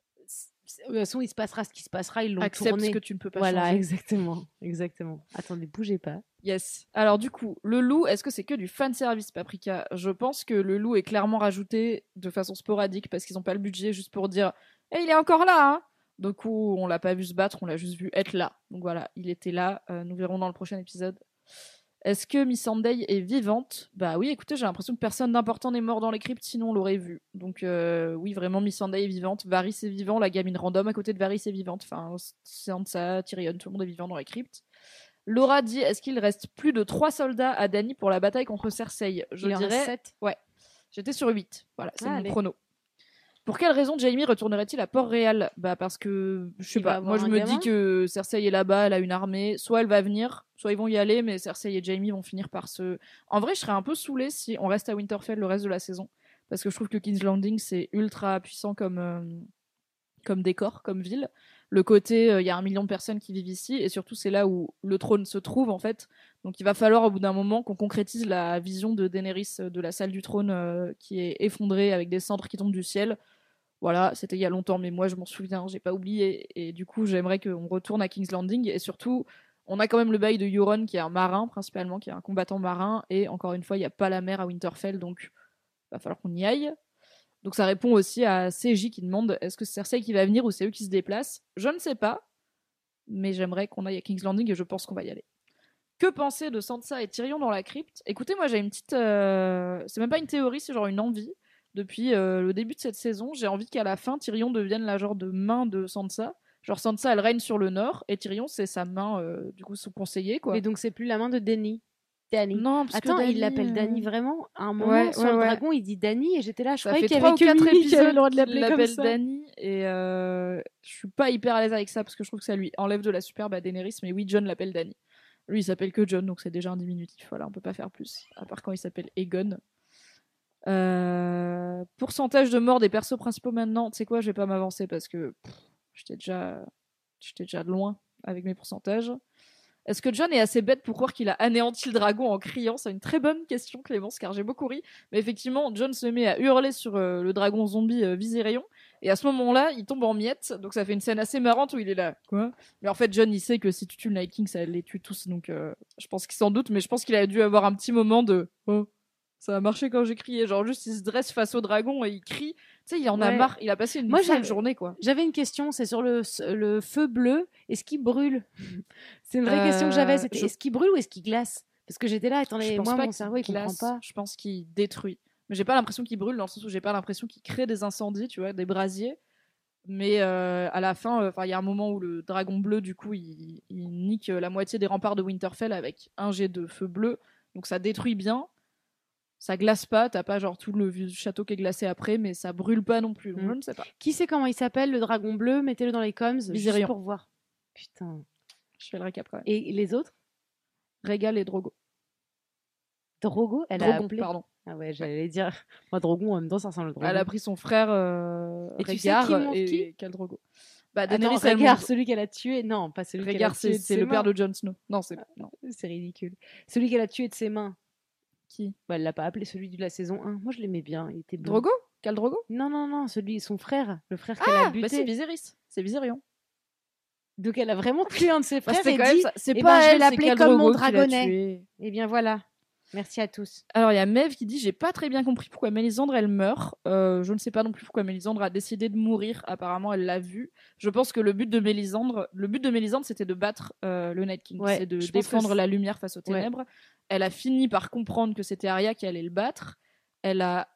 c- c- de toute façon, il se passera ce qui se passera, ils l'ont Accepte tourné. ce que tu ne peux pas Voilà, changer. exactement. Exactement. Attendez, bougez pas. Yes. Alors du coup, le loup, est-ce que c'est que du fan service, Paprika? Je pense que le loup est clairement rajouté de façon sporadique parce qu'ils n'ont pas le budget juste pour dire eh, il est encore là hein. Du coup, on l'a pas vu se battre, on l'a juste vu être là. Donc voilà, il était là. Euh, nous verrons dans le prochain épisode. Est-ce que Missandei est vivante? Bah oui, écoutez, j'ai l'impression que personne d'important n'est mort dans les cryptes, sinon on l'aurait vu. Donc euh, oui, vraiment, Missandei est vivante. Varys est vivant, la gamine random à côté de Varys est vivante. Enfin, Sansa, Tyrion, tout le monde est vivant dans les cryptes. Laura dit, est-ce qu'il reste plus de trois soldats à Dany pour la bataille contre Cersei? Je Il en reste dirais... sept. Ouais. J'étais sur huit. Voilà, c'est Ah, mon allez. chrono. Pour quelle raison Jaime retournerait-il à Port-Réal ? Bah parce que je sais Il va pas. avoir Moi je un me gamin. dis que Cersei est là-bas, elle a une armée. Soit elle va venir, soit ils vont y aller, mais Cersei et Jaime vont finir par se. En vrai, je serais un peu saoulée si on reste à Winterfell le reste de la saison, parce que je trouve que King's Landing c'est ultra puissant comme euh, comme décor, comme ville. Le côté, il euh, y a un million de personnes qui vivent ici, et surtout c'est là où le trône se trouve en fait. Donc il va falloir au bout d'un moment qu'on concrétise la vision de Daenerys euh, de la salle du trône euh, qui est effondrée avec des cendres qui tombent du ciel. Voilà, c'était il y a longtemps, mais moi je m'en souviens, j'ai pas oublié. Et du coup, j'aimerais qu'on retourne à King's Landing. Et surtout, on a quand même le bail de Euron qui est un marin principalement, qui est un combattant marin. Et encore une fois, il n'y a pas la mer à Winterfell, donc il va falloir qu'on y aille. Donc ça répond aussi à C J qui demande est-ce que c'est Cersei qui va venir ou c'est eux qui se déplacent ? Je ne sais pas, mais j'aimerais qu'on aille à King's Landing et je pense qu'on va y aller. Que penser de Sansa et Tyrion dans la crypte ? Écoutez, moi j'ai une petite... Euh... C'est même pas une théorie, c'est genre une envie. Depuis euh, le début de cette saison, j'ai envie qu'à la fin, Tyrion devienne la genre de main de Sansa. Genre Sansa, elle règne sur le nord, et Tyrion, c'est sa main, euh, du coup, son conseiller, quoi. Mais donc c'est plus la main de Dany. Dany. Non, parce Attends, que Dany, il l'appelle euh, Dany vraiment à un moment Ouais, sur ouais, le ouais. dragon, il dit Dany et j'étais là, je Ça croyais fait qu'il y trois avait ou que quatre Mimi qui avait le épisodes droit de qu'il l'appeler comme l'appelle ça. Dany, et euh, je suis pas hyper à l'aise avec ça, parce que je trouve que ça lui enlève de la superbe à Daenerys, mais oui, Jon l'appelle Dany. Lui, il s'appelle que Jon, donc c'est déjà un diminutif, voilà, on peut pas faire plus, à part quand il s'appelle Aegon. Euh... Pourcentage de morts des persos principaux maintenant, tu sais quoi, je vais pas m'avancer, parce que pff, j'étais déjà... j'étais déjà de loin avec mes pourcentages. Est-ce que Jon est assez bête pour croire qu'il a anéanti le dragon en criant ? C'est une très bonne question, Clémence, car j'ai beaucoup ri. Mais effectivement, Jon se met à hurler sur euh, le dragon zombie euh, Viserion, et à ce moment-là, il tombe en miettes, donc ça fait une scène assez marrante où il est là. Quoi ? Mais en fait, Jon, il sait que si tu tues le Night King, ça les tue tous, donc euh, je pense qu'il s'en doute, mais je pense qu'il a dû avoir un petit moment de « Oh, ça a marché quand j'ai crié », genre juste il se dresse face au dragon et il crie. Tu sais, il en a Ouais. marre, il a passé une Moi, sale j'ai- journée, quoi. J'avais une question, c'est sur le, le feu bleu, est-ce qu'il brûle ? C'est une vraie Euh, question que j'avais, c'était je- est-ce qu'il brûle ou est-ce qu'il glace ? Parce que j'étais là, Je attendez, pense moi pas mon qu'il cerveau il comprend glace, pas. je pense qu'il détruit. Mais j'ai pas l'impression qu'il brûle, dans le sens où j'ai pas l'impression qu'il crée des incendies, tu vois, des brasiers. Mais euh, à la fin, enfin, il y a un moment où le dragon bleu, du coup, il, il nique la moitié des remparts de Winterfell avec un jet de feu bleu. Donc ça détruit bien. Ça glace pas, t'as pas genre tout le vieux château qui est glacé après, mais ça brûle pas non plus. Donc Mm. je ne sais pas. Qui sait comment il s'appelle le dragon bleu ? Mettez-le dans les coms, juste Viserion. pour voir. Putain. Je fais le récap quand même. Et les autres ? Rhaegal et Drogo. Drogo, elle a Drogon, appelé. pardon. Ah ouais, j'allais dire. Moi, Drogon, en même temps, ça ressemble à Drogon. Elle a pris son frère euh, Et tu sais Rhaegar qui monte et qui Khal Drogo. Bah, Attends, Daenerys, elle Rhaegar, monte- celui qu'elle a tué. Non, pas celui qu'elle a Rhaegar, tué. c'est de c'est ses le père mains. de Jon Snow. Non, c'est non. C'est ridicule. Celui qu'elle a tué de ses mains. Qui ? Bah, elle l'a pas appelé celui de la saison un. Moi, je l'aimais bien. Il était bleu. Drogo ? Khal Drogo ? Non, non, non, celui, son frère. Le frère qu'elle a Ah, buté. bah c'est Viserys. C'est Viserion. Donc, elle a vraiment tué un de ses Bah, frères c'est et quand même dit ça. C'est eh pas ben, je vais elle, c'est l'appeler Khal comme mon Drogo qui l'a dragonnet. tué. Eh bien, voilà. Merci à tous. Alors, il y a Mev qui dit « J'ai pas très bien compris pourquoi Mélisandre, elle meurt. Euh, je ne sais pas non plus pourquoi Mélisandre a décidé de mourir. Apparemment, elle l'a vu. Je pense que le but de Mélisandre, le but de Mélisandre, c'était de battre euh, le Night King. Ouais, c'est de je pense que défendre c'est- la lumière face aux Ouais. ténèbres. Elle a fini par comprendre que c'était Arya qui allait le battre. Elle a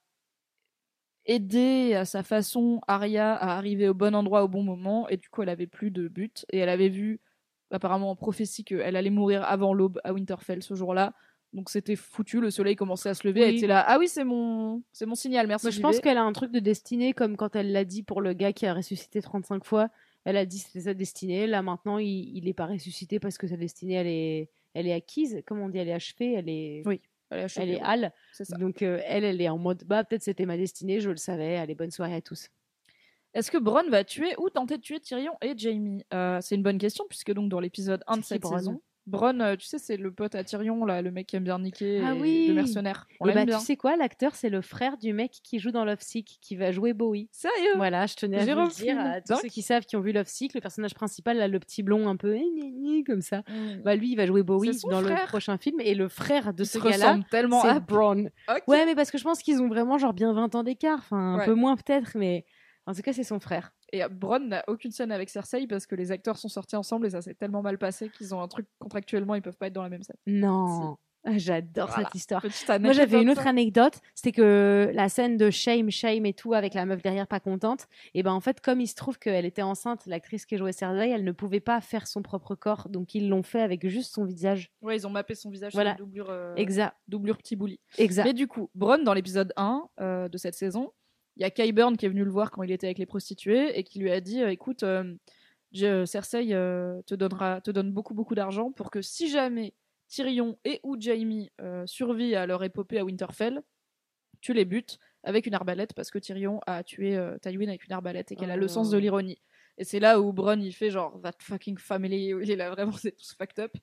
aidé à sa façon Arya à arriver au bon endroit au bon moment. Et du coup, elle avait plus de but. Et elle avait vu, apparemment en prophétie, qu'elle allait mourir avant l'aube à Winterfell ce jour-là. Donc c'était foutu, le soleil commençait à se lever, Oui. elle était là, ah oui c'est mon, c'est mon signal, merci. Moi, je j'y pense vais. qu'elle a un truc de destinée, comme quand elle l'a dit pour le gars qui a ressuscité trente-cinq fois. Elle a dit que c'était sa destinée. Là, maintenant, il n'est pas ressuscité parce que sa destinée, elle est, elle est acquise. Comment on dit ? Elle est achevée. Elle est, Oui, elle est, achevée, elle est oui. hal. C'est ça. Donc, euh, elle, elle est en mode, bah, peut-être c'était ma destinée, je le savais. Allez, bonne soirée à tous. Est-ce que Bronn va tuer ou tenter de tuer Tyrion et Jaime ? euh, C'est une bonne question, puisque donc dans l'épisode un de C'est qui, cette Bronn ? saison, Bronn, euh, tu sais, c'est le pote à Tyrion, là, le mec qui aime bien niquer, Ah et oui. le mercenaire. On Et l'aime bah, bien. tu sais quoi, l'acteur, c'est le frère du mec qui joue dans Love Sick, qui va jouer Bowie. Sérieux ? Voilà, je tenais à J'ai vous le revu. dire à tous Dingue. ceux qui savent, qui ont vu Love Sick, le personnage principal, là, le petit blond un peu gna gna comme ça. Mmh. Bah, lui, il va jouer Bowie C'est son dans le frère. prochain film. Et le frère de Ils ce se gars-là, ressemblent tellement c'est à... Bronn. Ok. Ouais, mais parce que je pense qu'ils ont vraiment genre bien vingt ans d'écart. Enfin, un Ouais. peu moins peut-être, mais en tout cas, c'est son frère. Et Bronn n'a aucune scène avec Cersei parce que les acteurs sont sortis ensemble et ça s'est tellement mal passé qu'ils ont un truc contractuellement, ils peuvent pas être dans la même scène. Non. Ah, j'adore Voilà. cette histoire. Petite Moi, anecdote j'avais une comme autre ça. anecdote, c'était que la scène de shame, shame et tout, avec la meuf derrière pas contente, et ben en fait, comme il se trouve qu'elle était enceinte, l'actrice qui jouait Cersei, elle ne pouvait pas faire son propre corps, donc ils l'ont fait avec juste son visage. Ouais, ils ont mappé son visage Voilà. sur une doublure, euh, Exact. doublure petit bouli. Exact. Mais du coup, Bronn, dans l'épisode un euh, de cette saison, il y a Qyburn qui est venu le voir quand il était avec les prostituées et qui lui a dit euh, écoute, euh, je- Cersei euh, te, donnera, te donne beaucoup, beaucoup d'argent pour que si jamais Tyrion et ou Jaime euh, survivent à leur épopée à Winterfell, tu les butes avec une arbalète parce que Tyrion a tué euh, Tywin avec une arbalète et qu'elle a le sens de l'ironie. Et c'est là où Bronn il fait genre that fucking family, où il est là vraiment c'est tous fucked up.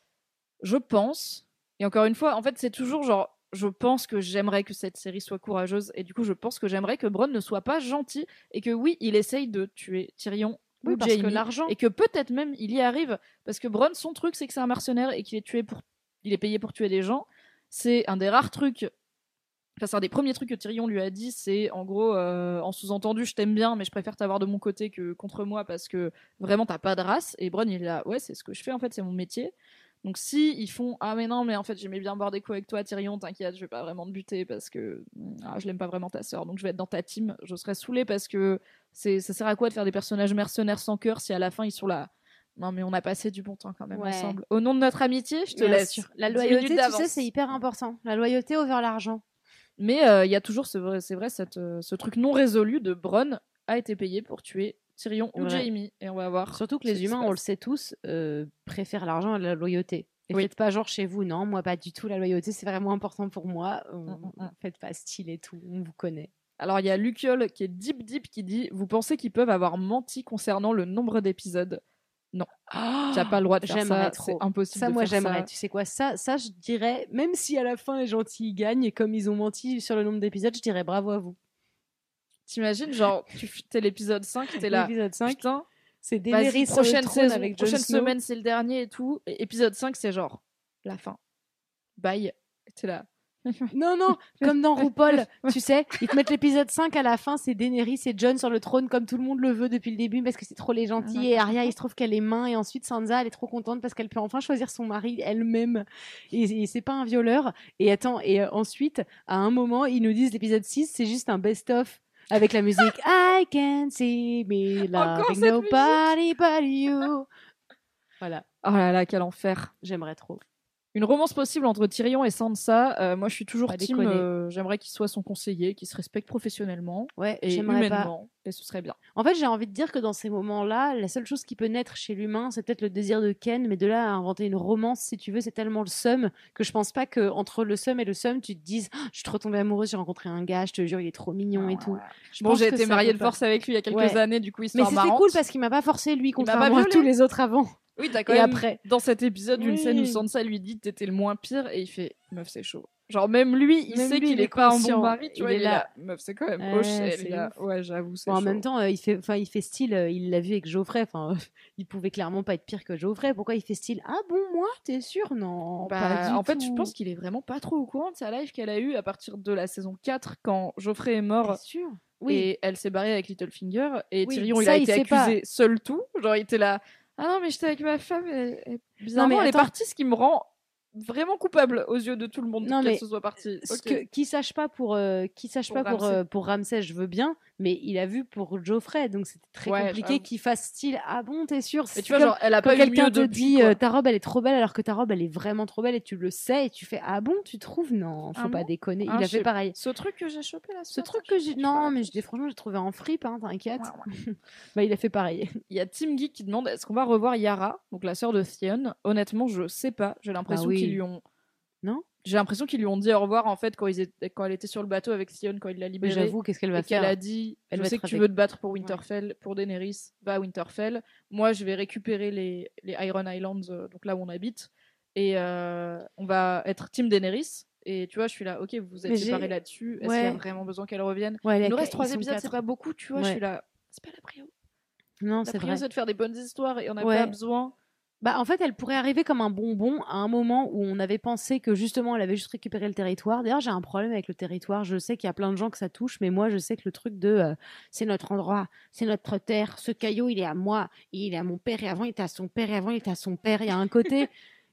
Je pense, et encore une fois, en fait c'est toujours genre je pense que j'aimerais que cette série soit courageuse et du coup je pense que j'aimerais que Bronn ne soit pas gentil et que oui il essaye de tuer Tyrion Oui, ou parce que Jaime l'argent. et que peut-être même il y arrive parce que Bronn son truc c'est que c'est un mercenaire et qu'il est tué pour il est payé pour tuer des gens. C'est un des rares trucs, enfin c'est un des premiers trucs que Tyrion lui a dit, c'est en gros euh, en sous-entendu je t'aime bien mais je préfère t'avoir de mon côté que contre moi parce que vraiment t'as pas de race. Et Bronn il est là ouais c'est ce que je fais en fait, c'est mon métier. Donc si ils font ah mais non mais en fait j'aimais bien boire des coups avec toi Tyrion, t'inquiète je vais pas vraiment te buter parce que ah, je l'aime pas vraiment ta sœur donc je vais être dans ta team, je serais saoulée parce que c'est ça sert à quoi de faire des personnages mercenaires sans cœur si à la fin ils sont là non mais on a passé du bon temps quand même Ouais. ensemble au nom de notre amitié je te Bien laisse sûr. La dix loyauté, minutes tu d'avance. sais, c'est hyper important. La loyauté over l'argent. Mais il euh, y a toujours ce vrai, c'est vrai cette, euh, ce truc non résolu de Bronn a été payé pour tuer Tyrion ou Ouais. Jaime et on va voir Surtout que ce les qui se humains, on le passe. sait tous, euh, préfèrent l'argent à la loyauté. Et Oui. faites pas genre chez vous, non, moi pas du tout. La loyauté, c'est vraiment important pour moi. Euh, Mm, mm, mm. Faites pas style et tout, on vous connaît. Alors il y a Luciole qui est deep deep qui dit vous pensez qu'ils peuvent avoir menti concernant le nombre d'épisodes? Non, t'as pas le droit de faire J'aimerais ça, trop. c'est impossible Ça, de moi, faire j'aimerais. ça. Tu sais quoi, ça, ça, je dirais, même si à la fin les gentils gagnent et comme ils ont menti sur le nombre d'épisodes, je dirais bravo à vous. T'imagines genre tu t'es l'épisode cinq, t'es là L'épisode cinq, putain c'est vas-y Daenerys sur le prochaine trône saison, avec Jon prochaine Snow. semaine c'est le dernier et tout. Et épisode cinq c'est genre la fin. Bye. T'es là. Non, non, comme dans RuPaul, tu sais, ils te mettent l'épisode cinq à la fin, c'est Daenerys et Jon sur le trône comme tout le monde le veut depuis le début parce que c'est trop les gentils et Arya, il se trouve qu'elle est main et ensuite Sansa, elle est trop contente parce qu'elle peut enfin choisir son mari elle-même et, et c'est pas un violeur. Et attends, et euh, ensuite, à un moment, ils nous disent l'épisode six, c'est juste un best-of avec la musique I can see me Encore loving cette nobody but you. Voilà, Oh là là quel enfer. j'aimerais trop. Une romance possible entre Tyrion et Sansa. Euh, moi, je suis toujours Pas team. déconner. euh, J'aimerais qu'il soit son conseiller, qu'il se respecte professionnellement Ouais, et j'aimerais pas. humainement, et ce serait bien. En fait, j'ai envie de dire que dans ces moments-là, la seule chose qui peut naître chez l'humain, c'est peut-être le désir de Ken, mais de là à inventer une romance, si tu veux, c'est tellement le seum que je pense pas que entre le seum et le seum, tu te dises, oh, je suis trop retombée amoureuse, j'ai rencontré un gars, je te jure, il est trop mignon et tout. Je Bon, pense j'ai que été ça mariée peut de pas. force avec lui il y a quelques Ouais. années, du coup, Mais histoire c'était marrante. cool parce qu'il m'a pas forcé lui, m'a pas contrairement à violée. tous les autres avant. Oui, t'as quand Et même après. dans cet épisode une Oui. scène où Sansa lui dit t'étais le moins pire et il fait meuf c'est chaud. Genre même lui, il Même sait lui, qu'il il est, est pas un conscient. bon mari, tu Il vois, est il est là. là. Meuf c'est quand même Ouais, hoche, elle c'est est là. ouf. Ouais, j'avoue, c'est Bon, en chaud. même temps, euh, il fait, enfin, il fait style, euh, il l'a vu avec Geoffrey. Enfin, il pouvait clairement pas être pire que Geoffrey. Pourquoi il fait style ah bon moi, t'es sûr non Bah, pas du en fait, tout. je pense qu'il est vraiment pas trop au courant de sa life qu'elle a eue à partir de la saison quatre quand Geoffrey est T'es mort. sûr. Oui. Et elle s'est barrée avec Littlefinger et Oui, Tyrion il ça, a il été sait accusé seul tout. Genre il était là ah non mais j'étais avec ma femme et, et bizarrement mais elle est attends. partie, ce qui me rend vraiment coupable aux yeux de tout le monde Non, qu'elle mais se soit partie. Ce Ok. que, qui sache pas pour euh, qui sache Pour pas pour Ramsay. euh, pour Ramsay, je veux bien, mais il a vu pour Geoffrey, donc c'était très Ouais, compliqué j'avoue. qu'il fasse style ah bon t'es sûr. Mais C'est tu vois comme genre elle a quand pas eu quelqu'un mieux te depuis, dit quoi. euh, ta robe elle est trop belle alors que ta robe elle est vraiment trop belle et tu le sais et tu fais ah bon tu trouves non faut Ah pas bon déconner. Ah, il a je fait sais- pareil. Ce truc que j'ai chopé là. Ce truc que j'ai non mais je dis franchement j'ai trouvé en fripe hein, t'inquiète. Bah il a fait pareil. Il y a Team Geek qui demande est-ce qu'on va revoir Yara, donc la sœur de Theon. Honnêtement, je sais pas. J'ai l'impression Bah oui. qu'ils lui ont. Non. J'ai l'impression qu'ils lui ont dit au revoir en fait quand ils étaient... quand elle était sur le bateau avec Theon quand il l'a Mais libérée. j'avoue qu'est-ce qu'elle va Et qu'elle faire. a dit Elle je va sais être que tu avec- veux te battre pour Winterfell, pour Daenerys, va à Winterfell. Moi, je vais récupérer les, les Iron Islands, euh, donc là où on habite, et euh, on va être Team Daenerys. Et tu vois, je suis là, ok, vous vous êtes Mais j'ai- séparés là-dessus. Est-ce Ouais. qu'il y a vraiment besoin qu'elle revienne Ouais, Il les- nous reste ils trois sont épisodes, quatre. c'est pas beaucoup, tu vois. Je Ouais. suis là, c'est pas la prio. Non La c'est prio, vrai. c'est de faire des bonnes histoires et on n'a Ouais. pas besoin. Bah, en fait, elle pourrait arriver comme un bonbon à un moment où on avait pensé que justement elle avait juste récupéré le territoire. D'ailleurs, j'ai un problème avec le territoire. Je sais qu'il y a plein de gens que ça touche, mais moi, je sais que le truc de euh, c'est notre endroit, c'est notre terre, ce caillou, il est à moi, il est à mon père et avant il était à son père et avant il était à son père. Il y a un côté,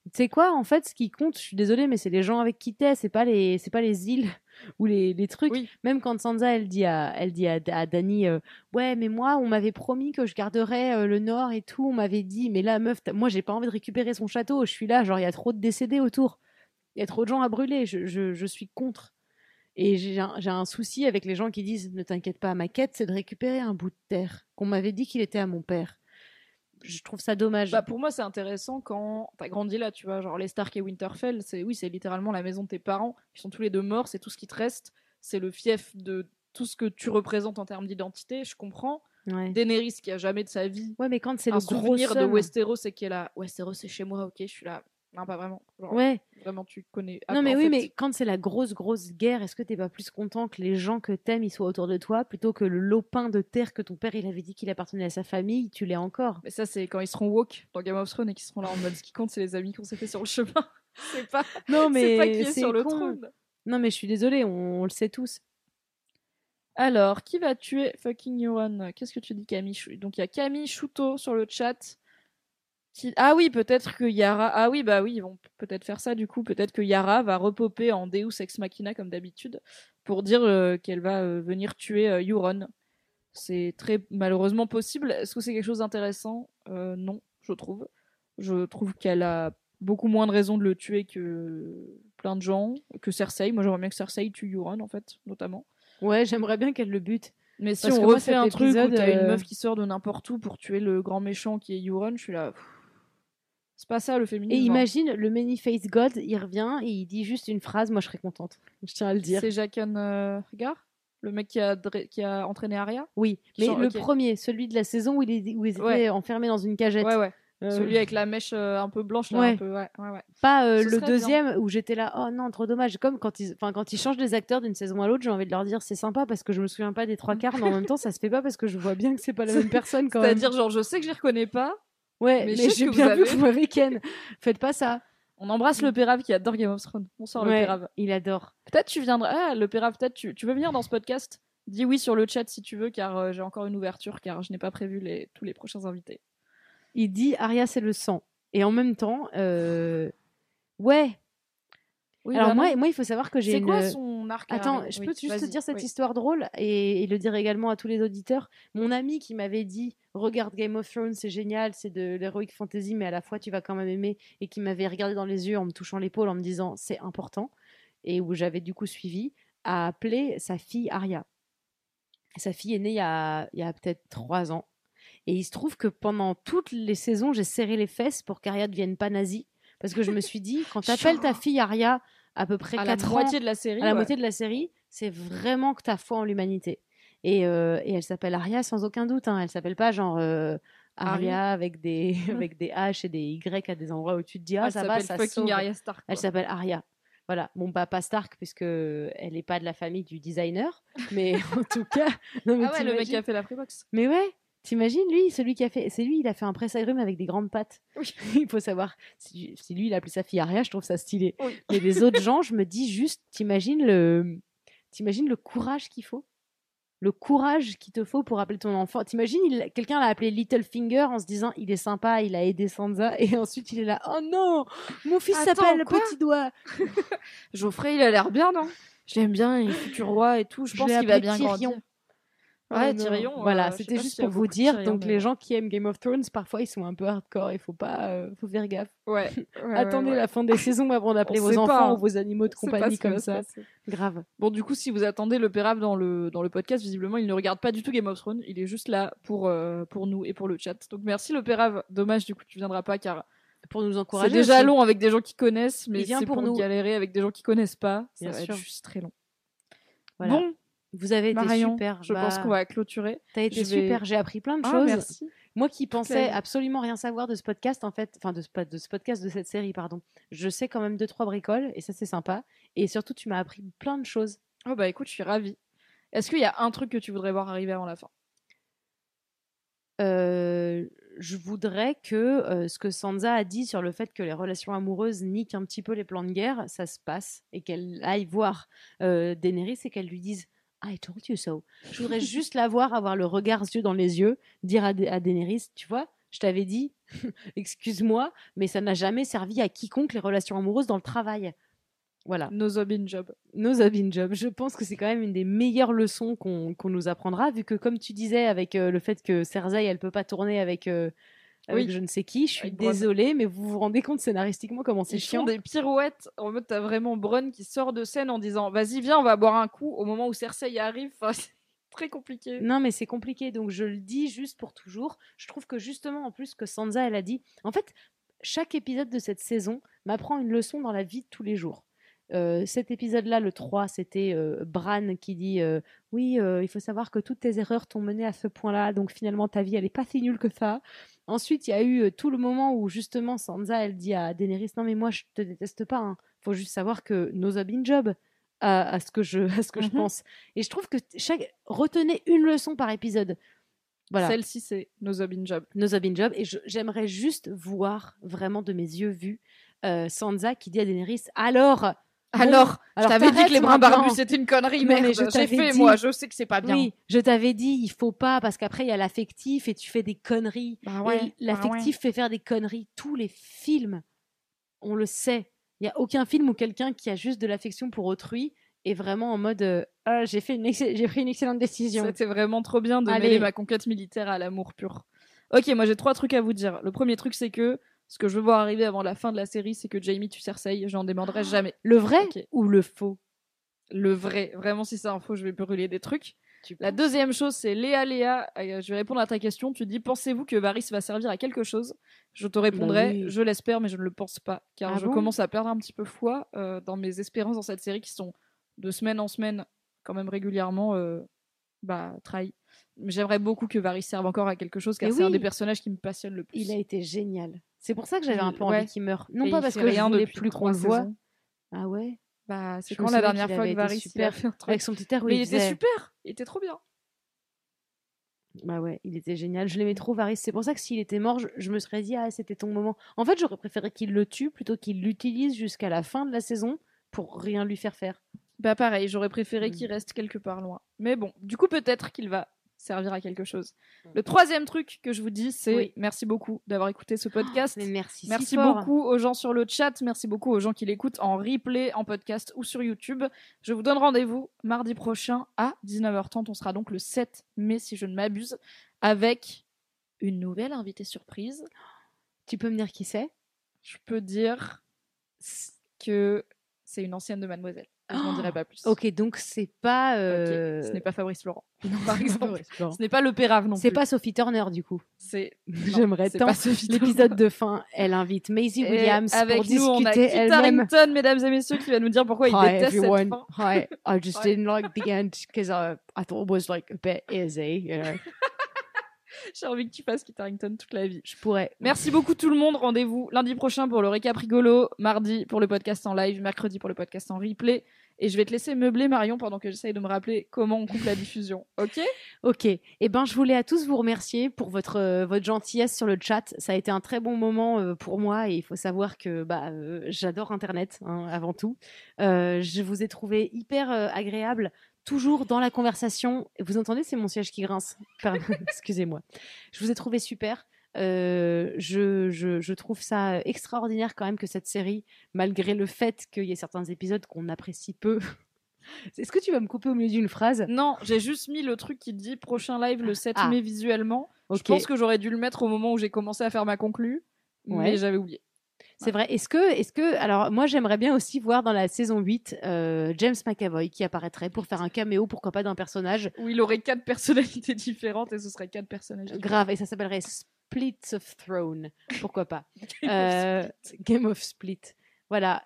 sais quoi, en fait, ce qui compte, je suis désolée, mais c'est les gens avec qui t'es, c'est pas les, c'est pas les îles ou les, les trucs. Oui. Même quand Sansa, elle dit à, elle dit à, à Dany, euh, ouais, mais moi, on m'avait promis que je garderais euh, le Nord et tout, on m'avait dit, mais là, meuf, moi, j'ai pas envie de récupérer son château, je suis là, genre, il y a trop de décédés autour, il y a trop de gens à brûler, je, je, je suis contre. Et j'ai un, j'ai un souci avec les gens qui disent, ne t'inquiète pas, ma quête, c'est de récupérer un bout de terre qu'on m'avait dit qu'il était à mon père. Je trouve ça dommage. Bah pour moi c'est intéressant quand t'as grandi là, tu vois, genre les Stark et Winterfell, c'est oui c'est littéralement la maison de tes parents, ils sont tous les deux morts, c'est tout ce qui te reste, c'est le fief de tout ce que tu représentes en termes d'identité, je comprends. Ouais. Daenerys qui a jamais de sa vie Ouais, mais quand c'est un le gros souvenir de seum. Westeros et qui est là, Westeros c'est chez moi, ok, je suis là, non pas vraiment, genre, Ouais. vraiment tu connais. Non, Ah, mais en oui, fait, mais quand c'est la grosse, grosse guerre, est-ce que t'es pas plus content que les gens que t'aimes, ils soient autour de toi, plutôt que le lopin de terre que ton père, il avait dit qu'il appartenait à sa famille, tu l'es encore. mais ça c'est quand ils seront woke dans Game of Thrones et qu'ils seront là en mode ce qui compte c'est les amis qu'on s'est fait sur le chemin, c'est pas, Non, c'est pas qui mais est c'est sur le con. trône. Non, mais je suis désolée, on, on le sait tous. Alors, qui va tuer fucking Euron? Qu'est-ce que tu dis, Camille? Donc, il y a Camille Chouteau sur le chat. Qui... Ah oui, peut-être que Yara... Ah oui, bah oui, ils vont peut-être faire ça, du coup. Peut-être que Yara va repopper en Deus Ex Machina, comme d'habitude, pour dire euh, qu'elle va euh, venir tuer euh, Euron. C'est très malheureusement possible. Est-ce que c'est quelque chose d'intéressant? euh, Non, je trouve. Je trouve qu'elle a beaucoup moins de raisons de le tuer que plein de gens, que Cersei. Moi, j'aimerais bien que Cersei tue Euron, en fait, notamment. Ouais, j'aimerais bien qu'elle le bute. Mais si Parce on que moi, refait cet un truc où épisode, t'as une euh, meuf qui sort de n'importe où pour tuer le grand méchant qui est Euron, je suis là. pff, C'est pas ça le Et féminisme. hein. imagine, le Many-Faced God, il revient et il dit juste une phrase, moi je serais contente. Je tiens à le dire. C'est Jaqen euh, Hagar, le mec qui a, dra- qui a entraîné Arya. Oui, mais Genre, le ok. premier, celui de la saison où, il est- où ils étaient Ouais. enfermés dans une cagette. Ouais, ouais. Euh, Celui avec la mèche euh, un peu blanche là, Ouais. un peu. Ouais, ouais, ouais. Pas euh, Ce le serait bien. deuxième où j'étais là, oh non, trop dommage. Comme quand ils, enfin, quand ils changent les acteurs d'une saison à l'autre, j'ai envie de leur dire c'est sympa parce que je me souviens pas des trois quarts, mais en même temps ça se fait pas parce que je vois bien que c'est pas la même personne quand même. C'est-à-dire, genre, je sais que je les reconnais pas. Ouais, mais mais, je sais j'ai que vous bien vu avez- que vous m'avez ken. Faites pas ça. On embrasse le Pérave qui adore Game of Thrones. Bonsoir le Ouais, Pérave. il adore. Peut-être tu viendras. Ah, le Pérave, peut-être tu... tu veux venir dans ce podcast? Dis oui sur le chat si tu veux, car euh, j'ai encore une ouverture, car je n'ai pas prévu les... tous les prochains invités. Il dit Arya c'est le sang. Et en même temps, euh... ouais. Oui, Alors bah moi, non. moi, il faut savoir que j'ai c'est une. quoi son arc à Attends, Arya je Oui, peux juste te vas-y, dire cette oui. histoire drôle et, et le dire également à tous les auditeurs. Mon ami qui m'avait dit regarde Game of Thrones, c'est génial, c'est de l'heroic fantasy, mais à la fois tu vas quand même aimer, et qui m'avait regardé dans les yeux en me touchant l'épaule en me disant c'est important, et où j'avais du coup suivi, a appelé sa fille Arya. Sa fille est née il y a, il y a peut-être trois ans. Et il se trouve que pendant toutes les saisons, j'ai serré les fesses pour qu'Arya ne devienne pas nazie. Parce que je me suis dit, quand t'appelles ta fille Arya à peu près À la quatre ans, moitié de la série. à la ouais. moitié de la série, c'est vraiment que t'as foi en l'humanité. Et, euh, et elle s'appelle Arya sans aucun doute. Hein. Elle s'appelle pas genre euh, Arya avec des, avec des H et des Y à des endroits où tu te dis, ah, Elle ça va, s'appelle ça fucking sauve. Arya Stark. Elle quoi. s'appelle Arya. Voilà, bon, bah, pas Stark, puisque elle n'est pas de la famille du designer, mais en tout cas. Non, mais Ah ouais, le mec t'imagines- qui a fait la Freebox. Mais ouais, t'imagines, lui, celui qui a fait. C'est lui, il a fait un press agrumes avec des grandes pattes. Oui. Il faut savoir. Si, si lui, il a appelé sa fille Arya, je trouve ça stylé. Oui. Mais les autres gens, je me dis juste, t'imagines le, t'imagines le courage qu'il faut, le courage qu'il te faut pour appeler ton enfant. T'imagines, il- quelqu'un l'a appelé Littlefinger en se disant, il est sympa, il a aidé Sansa, et ensuite il est là, oh non, mon fils Attends, s'appelle quoi Petit Doigt. Geoffrey, il a l'air bien, non? Je l'aime bien, il est futur roi et tout. Je Je pense l'ai qu'il va appelé bien Tyrion. grandir. Ouais, Oh non. Tyrion. euh, Voilà, je sais c'était pas juste s'il y a pour vous beaucoup de dire. Tyrion, Donc mais les bon. gens qui aiment Game of Thrones, parfois ils sont un peu hardcore. Il faut pas, euh, faut faire gaffe. Ouais. ouais, Attendez ouais, ouais. la fin des saisons avant d'appeler On vos sait enfants pas, hein. ou vos animaux de On sait pas compagnie ce qui va comme se ça. passer. Grave. Bon, du coup, si vous attendez le Pérave dans le, dans le podcast, visiblement, il ne regarde pas du tout Game of Thrones. Il est juste là pour, euh, pour nous et pour le chat. Donc merci le Pérave. Dommage, du coup, tu viendras pas car Pour nous c'est encourager. déjà aussi. long avec des gens qui connaissent, mais Il vient c'est pour pour, nous. galérer avec des gens qui connaissent pas. Ça Bien va sûr. être juste très long. Voilà. Bon, Vous avez été Marion, super. je Bah, pense qu'on va clôturer. T'as été je vais- super. J'ai appris plein de Ah, choses. merci. Moi qui la pensais vie. absolument rien savoir de ce podcast, en fait, enfin de ce, pas de ce podcast, de cette série, pardon. Je sais quand même deux trois bricoles et ça c'est sympa. Et surtout, tu m'as appris plein de choses. Oh bah écoute, je suis ravie. Est-ce qu'il y a un truc que tu voudrais voir arriver avant la fin? Euh, je voudrais que euh, ce que Sansa a dit sur le fait que les relations amoureuses niquent un petit peu les plans de guerre, ça se passe et qu'elle aille voir euh, Daenerys et qu'elle lui dise I told you so. Je voudrais juste la voir avoir le regard yeux dans les yeux, dire à, Da- à Daenerys, tu vois, je t'avais dit, excuse-moi, mais ça n'a jamais servi à quiconque les relations amoureuses dans le travail. Voilà. No job in job. No job in job. Je pense que c'est quand même une des meilleures leçons qu'on, qu'on nous apprendra, vu que, comme tu disais, avec euh, le fait que Cersei, elle peut pas tourner avec, euh, avec Oui. je ne sais qui, je suis Avec Bronn. désolée, mais vous vous rendez compte scénaristiquement comment c'est Ils chiant. font des pirouettes. En mode, t'as vraiment Bronn qui sort de scène en disant vas-y, viens, on va boire un coup. Au moment où Cersei arrive, enfin, c'est très compliqué. Non, mais c'est compliqué, donc je le dis juste pour toujours. Je trouve que justement, en plus, que Sansa, elle a dit... En fait, chaque épisode de cette saison m'apprend une leçon dans la vie de tous les jours. Euh, cet épisode-là, le trois, c'était euh, Bran qui dit euh, oui, euh, il faut savoir que toutes tes erreurs t'ont mené à ce point-là, donc finalement ta vie elle est pas si nulle que ça. Ensuite, il y a eu euh, tout le moment où justement Sansa elle dit à Daenerys non mais moi je te déteste pas, hein. Faut juste savoir que no job in job à, à ce que je à ce que Mhm. je pense. Et je trouve que chaque retenez une leçon par épisode. Voilà. Celle-ci, c'est No job in job. No job in job. Et je- j'aimerais juste voir vraiment de mes yeux vus euh, Sansa qui dit à Daenerys alors. Bon, Alors, je alors t'avais dit t'arrêtes que les brins barbus maintenant. c'était une connerie, Non, merde. mais je J'ai t'avais fait, dit. moi, je sais que c'est pas bien. Oui, je t'avais dit, il faut pas, parce qu'après, il y a l'affectif et tu fais des conneries. Bah ouais, et l'affectif bah fait faire des conneries. Tous les films, on le sait. Il n'y a aucun film où quelqu'un qui a juste de l'affection pour autrui est vraiment en mode euh, ah, j'ai, fait une ex- j'ai pris une excellente décision. C'était vraiment trop bien de Allez. mêler ma conquête militaire à l'amour pur. Ok, moi j'ai trois trucs à vous dire. Le premier truc, c'est que ce que je veux voir arriver avant la fin de la série, c'est que Jaime tue Cersei. J'en demanderai jamais. Le vrai Ok. ou le faux? Le vrai. Vraiment, si c'est un faux, je vais brûler des trucs. Tu La penses deuxième chose, c'est Léa Léa. euh, Je vais répondre à ta question. Tu dis, pensez-vous que Varys va servir à quelque chose? Je te répondrai, Bah oui. je l'espère, mais je ne le pense pas. Car Ah je bon commence à perdre un petit peu foi euh, dans mes espérances dans cette série qui sont de semaine en semaine, quand même régulièrement, euh, bah, trahies. Mais j'aimerais beaucoup que Varys serve encore à quelque chose, car Mais c'est un oui. des personnages qui me passionne le plus. Il a été génial. C'est pour ça que j'avais un Il- peu ouais. envie qu'il meure. Non Et pas il parce fait que je rien voulais depuis plus qu'on trois le voit. saisons. Ah ouais. Bah, c'est Je me quand la souviens dernière qu'il fois avait que été Varys super. il a fait un truc. Avec son petit air où Mais il il était disait- super, il était trop bien. Bah ouais, il était génial. Je l'aimais trop, Varys. C'est pour ça que s'il était mort, je, je me serais dit, ah, c'était ton moment. En fait, j'aurais préféré qu'il le tue plutôt qu'il l'utilise jusqu'à la fin de la saison pour rien lui faire faire. Bah pareil, j'aurais préféré Mm. qu'il reste quelque part loin. Mais bon, du coup peut-être qu'il va servir à quelque chose. Le troisième truc que je vous dis, c'est Oui. merci beaucoup d'avoir écouté ce podcast. Mais merci. si Merci fort. beaucoup aux gens sur le chat, merci beaucoup aux gens qui l'écoutent en replay, en podcast ou sur YouTube. Je vous donne rendez-vous mardi prochain à dix-neuf heures trente. On sera donc le sept mai, si je ne m'abuse, avec une nouvelle invitée surprise. Tu peux me dire qui c'est? Je peux dire que c'est une ancienne de Mademoiselle. Je n'en dirai pas plus. Ok, donc c'est pas. Ok, euh, Ce n'est pas Fabrice Laurent, Non, par exemple. Fabrice Laurent. Ce n'est pas le Pérave non C'est plus. pas Sophie Turner du coup. C'est J'aimerais c'est tant. pas Sophie Turner. L'épisode de fin, elle invite Maisie Et Williams avec pour nous, on a discuter Kit elle-même. Harington, mesdames et messieurs, qui va nous dire pourquoi il Hi déteste everyone. cette fin. Hi. I just Ouais. didn't like the end because I, I thought it was like a bit easy, you know. J'ai envie que tu fasses Kit Harington toute la vie. Je pourrais. Merci beaucoup tout le monde. Rendez-vous lundi prochain pour le récap rigolo, mardi pour le podcast en live, mercredi pour le podcast en replay. Et je vais te laisser meubler, Marion, pendant que j'essaye de me rappeler comment on coupe la diffusion. Ok? Ok. Eh ben, je voulais à tous vous remercier pour votre euh, votre gentillesse sur le chat. Ça a été un très bon moment euh, pour moi et il faut savoir que bah euh, j'adore Internet hein, avant tout. Euh, je vous ai trouvé hyper euh, agréable, toujours dans la conversation. Vous entendez, c'est mon siège qui grince. Pardon, excusez-moi. Je vous ai trouvé super. Euh, je, je, je trouve ça extraordinaire quand même que cette série, malgré le fait qu'il y ait certains épisodes qu'on apprécie peu. Est-ce que tu vas me couper au milieu d'une phrase? Non, j'ai juste mis le truc qui dit prochain live le sept Ah. mai visuellement. Je Ok. pense que j'aurais dû le mettre au moment où j'ai commencé à faire ma conclue, Ouais. mais j'avais oublié. C'est vrai. Est-ce que, est-ce que, alors moi j'aimerais bien aussi voir dans la saison huit euh, James McAvoy qui apparaîtrait pour faire un caméo, pourquoi pas d'un personnage Où il aurait quatre personnalités différentes et ce serait quatre personnages différents. grave et ça s'appellerait Split of Throne, pourquoi pas. Euh, Game of Split. Voilà,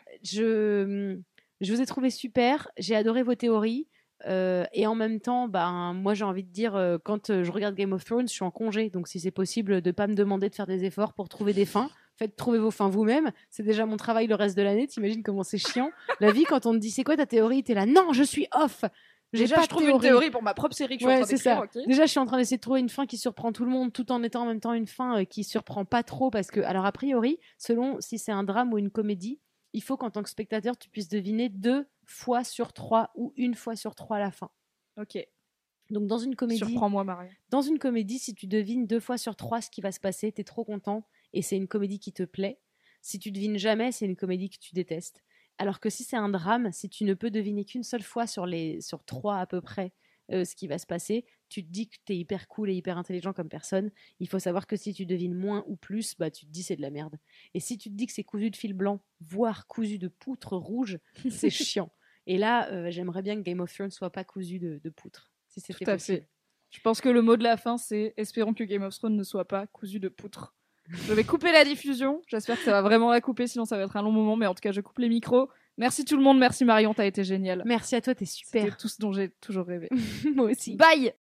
je, je vous ai trouvé super, j'ai adoré vos théories. euh, et en même temps, ben, moi j'ai envie de dire, euh, quand euh, je regarde Game of Thrones, je suis en congé. Donc si c'est possible de pas me demander de faire des efforts pour trouver des fins, faites trouver vos fins vous-même. C'est déjà mon travail le reste de l'année. T'imagines comment c'est chiant. La vie, quand on te dit c'est quoi ta théorie, t'es là, non, je suis off. J'ai Déjà, pas je de trouve une théorie pour ma propre série que je suis Ouais, en train c'est ça. d'écrire, ok. Déjà, je suis en train d'essayer de trouver une fin qui surprend tout le monde, tout en étant en même temps une fin euh, qui surprend pas trop, parce que, alors a priori, selon si c'est un drame ou une comédie, il faut qu'en tant que spectateur, tu puisses deviner deux fois sur trois ou une fois sur trois la fin. Ok. Donc dans une comédie, Surprends-moi, Marie. dans une comédie, si tu devines deux fois sur trois ce qui va se passer, t'es trop content et c'est une comédie qui te plaît. Si tu devines jamais, c'est une comédie que tu détestes. Alors que si c'est un drame, si tu ne peux deviner qu'une seule fois sur les sur trois à peu près euh, ce qui va se passer, tu te dis que t'es hyper cool et hyper intelligent comme personne. Il faut savoir que si tu devines moins ou plus, bah tu te dis c'est de la merde. Et si tu te dis que c'est cousu de fil blanc, voire cousu de poutre rouge, c'est chiant. Et là, euh, j'aimerais bien que Game of Thrones soit pas cousu de, de poutre. Si c'était Tout à possible. fait. Je pense que le mot de la fin, c'est espérons que Game of Thrones ne soit pas cousu de poutre. Je vais couper la diffusion. J'espère que ça va vraiment la couper, sinon ça va être un long moment. Mais en tout cas, je coupe les micros. Merci tout le monde. Merci Marion, t'as été géniale. Merci à toi, t'es C'était super. tout ce dont j'ai toujours rêvé. Moi aussi. Bye.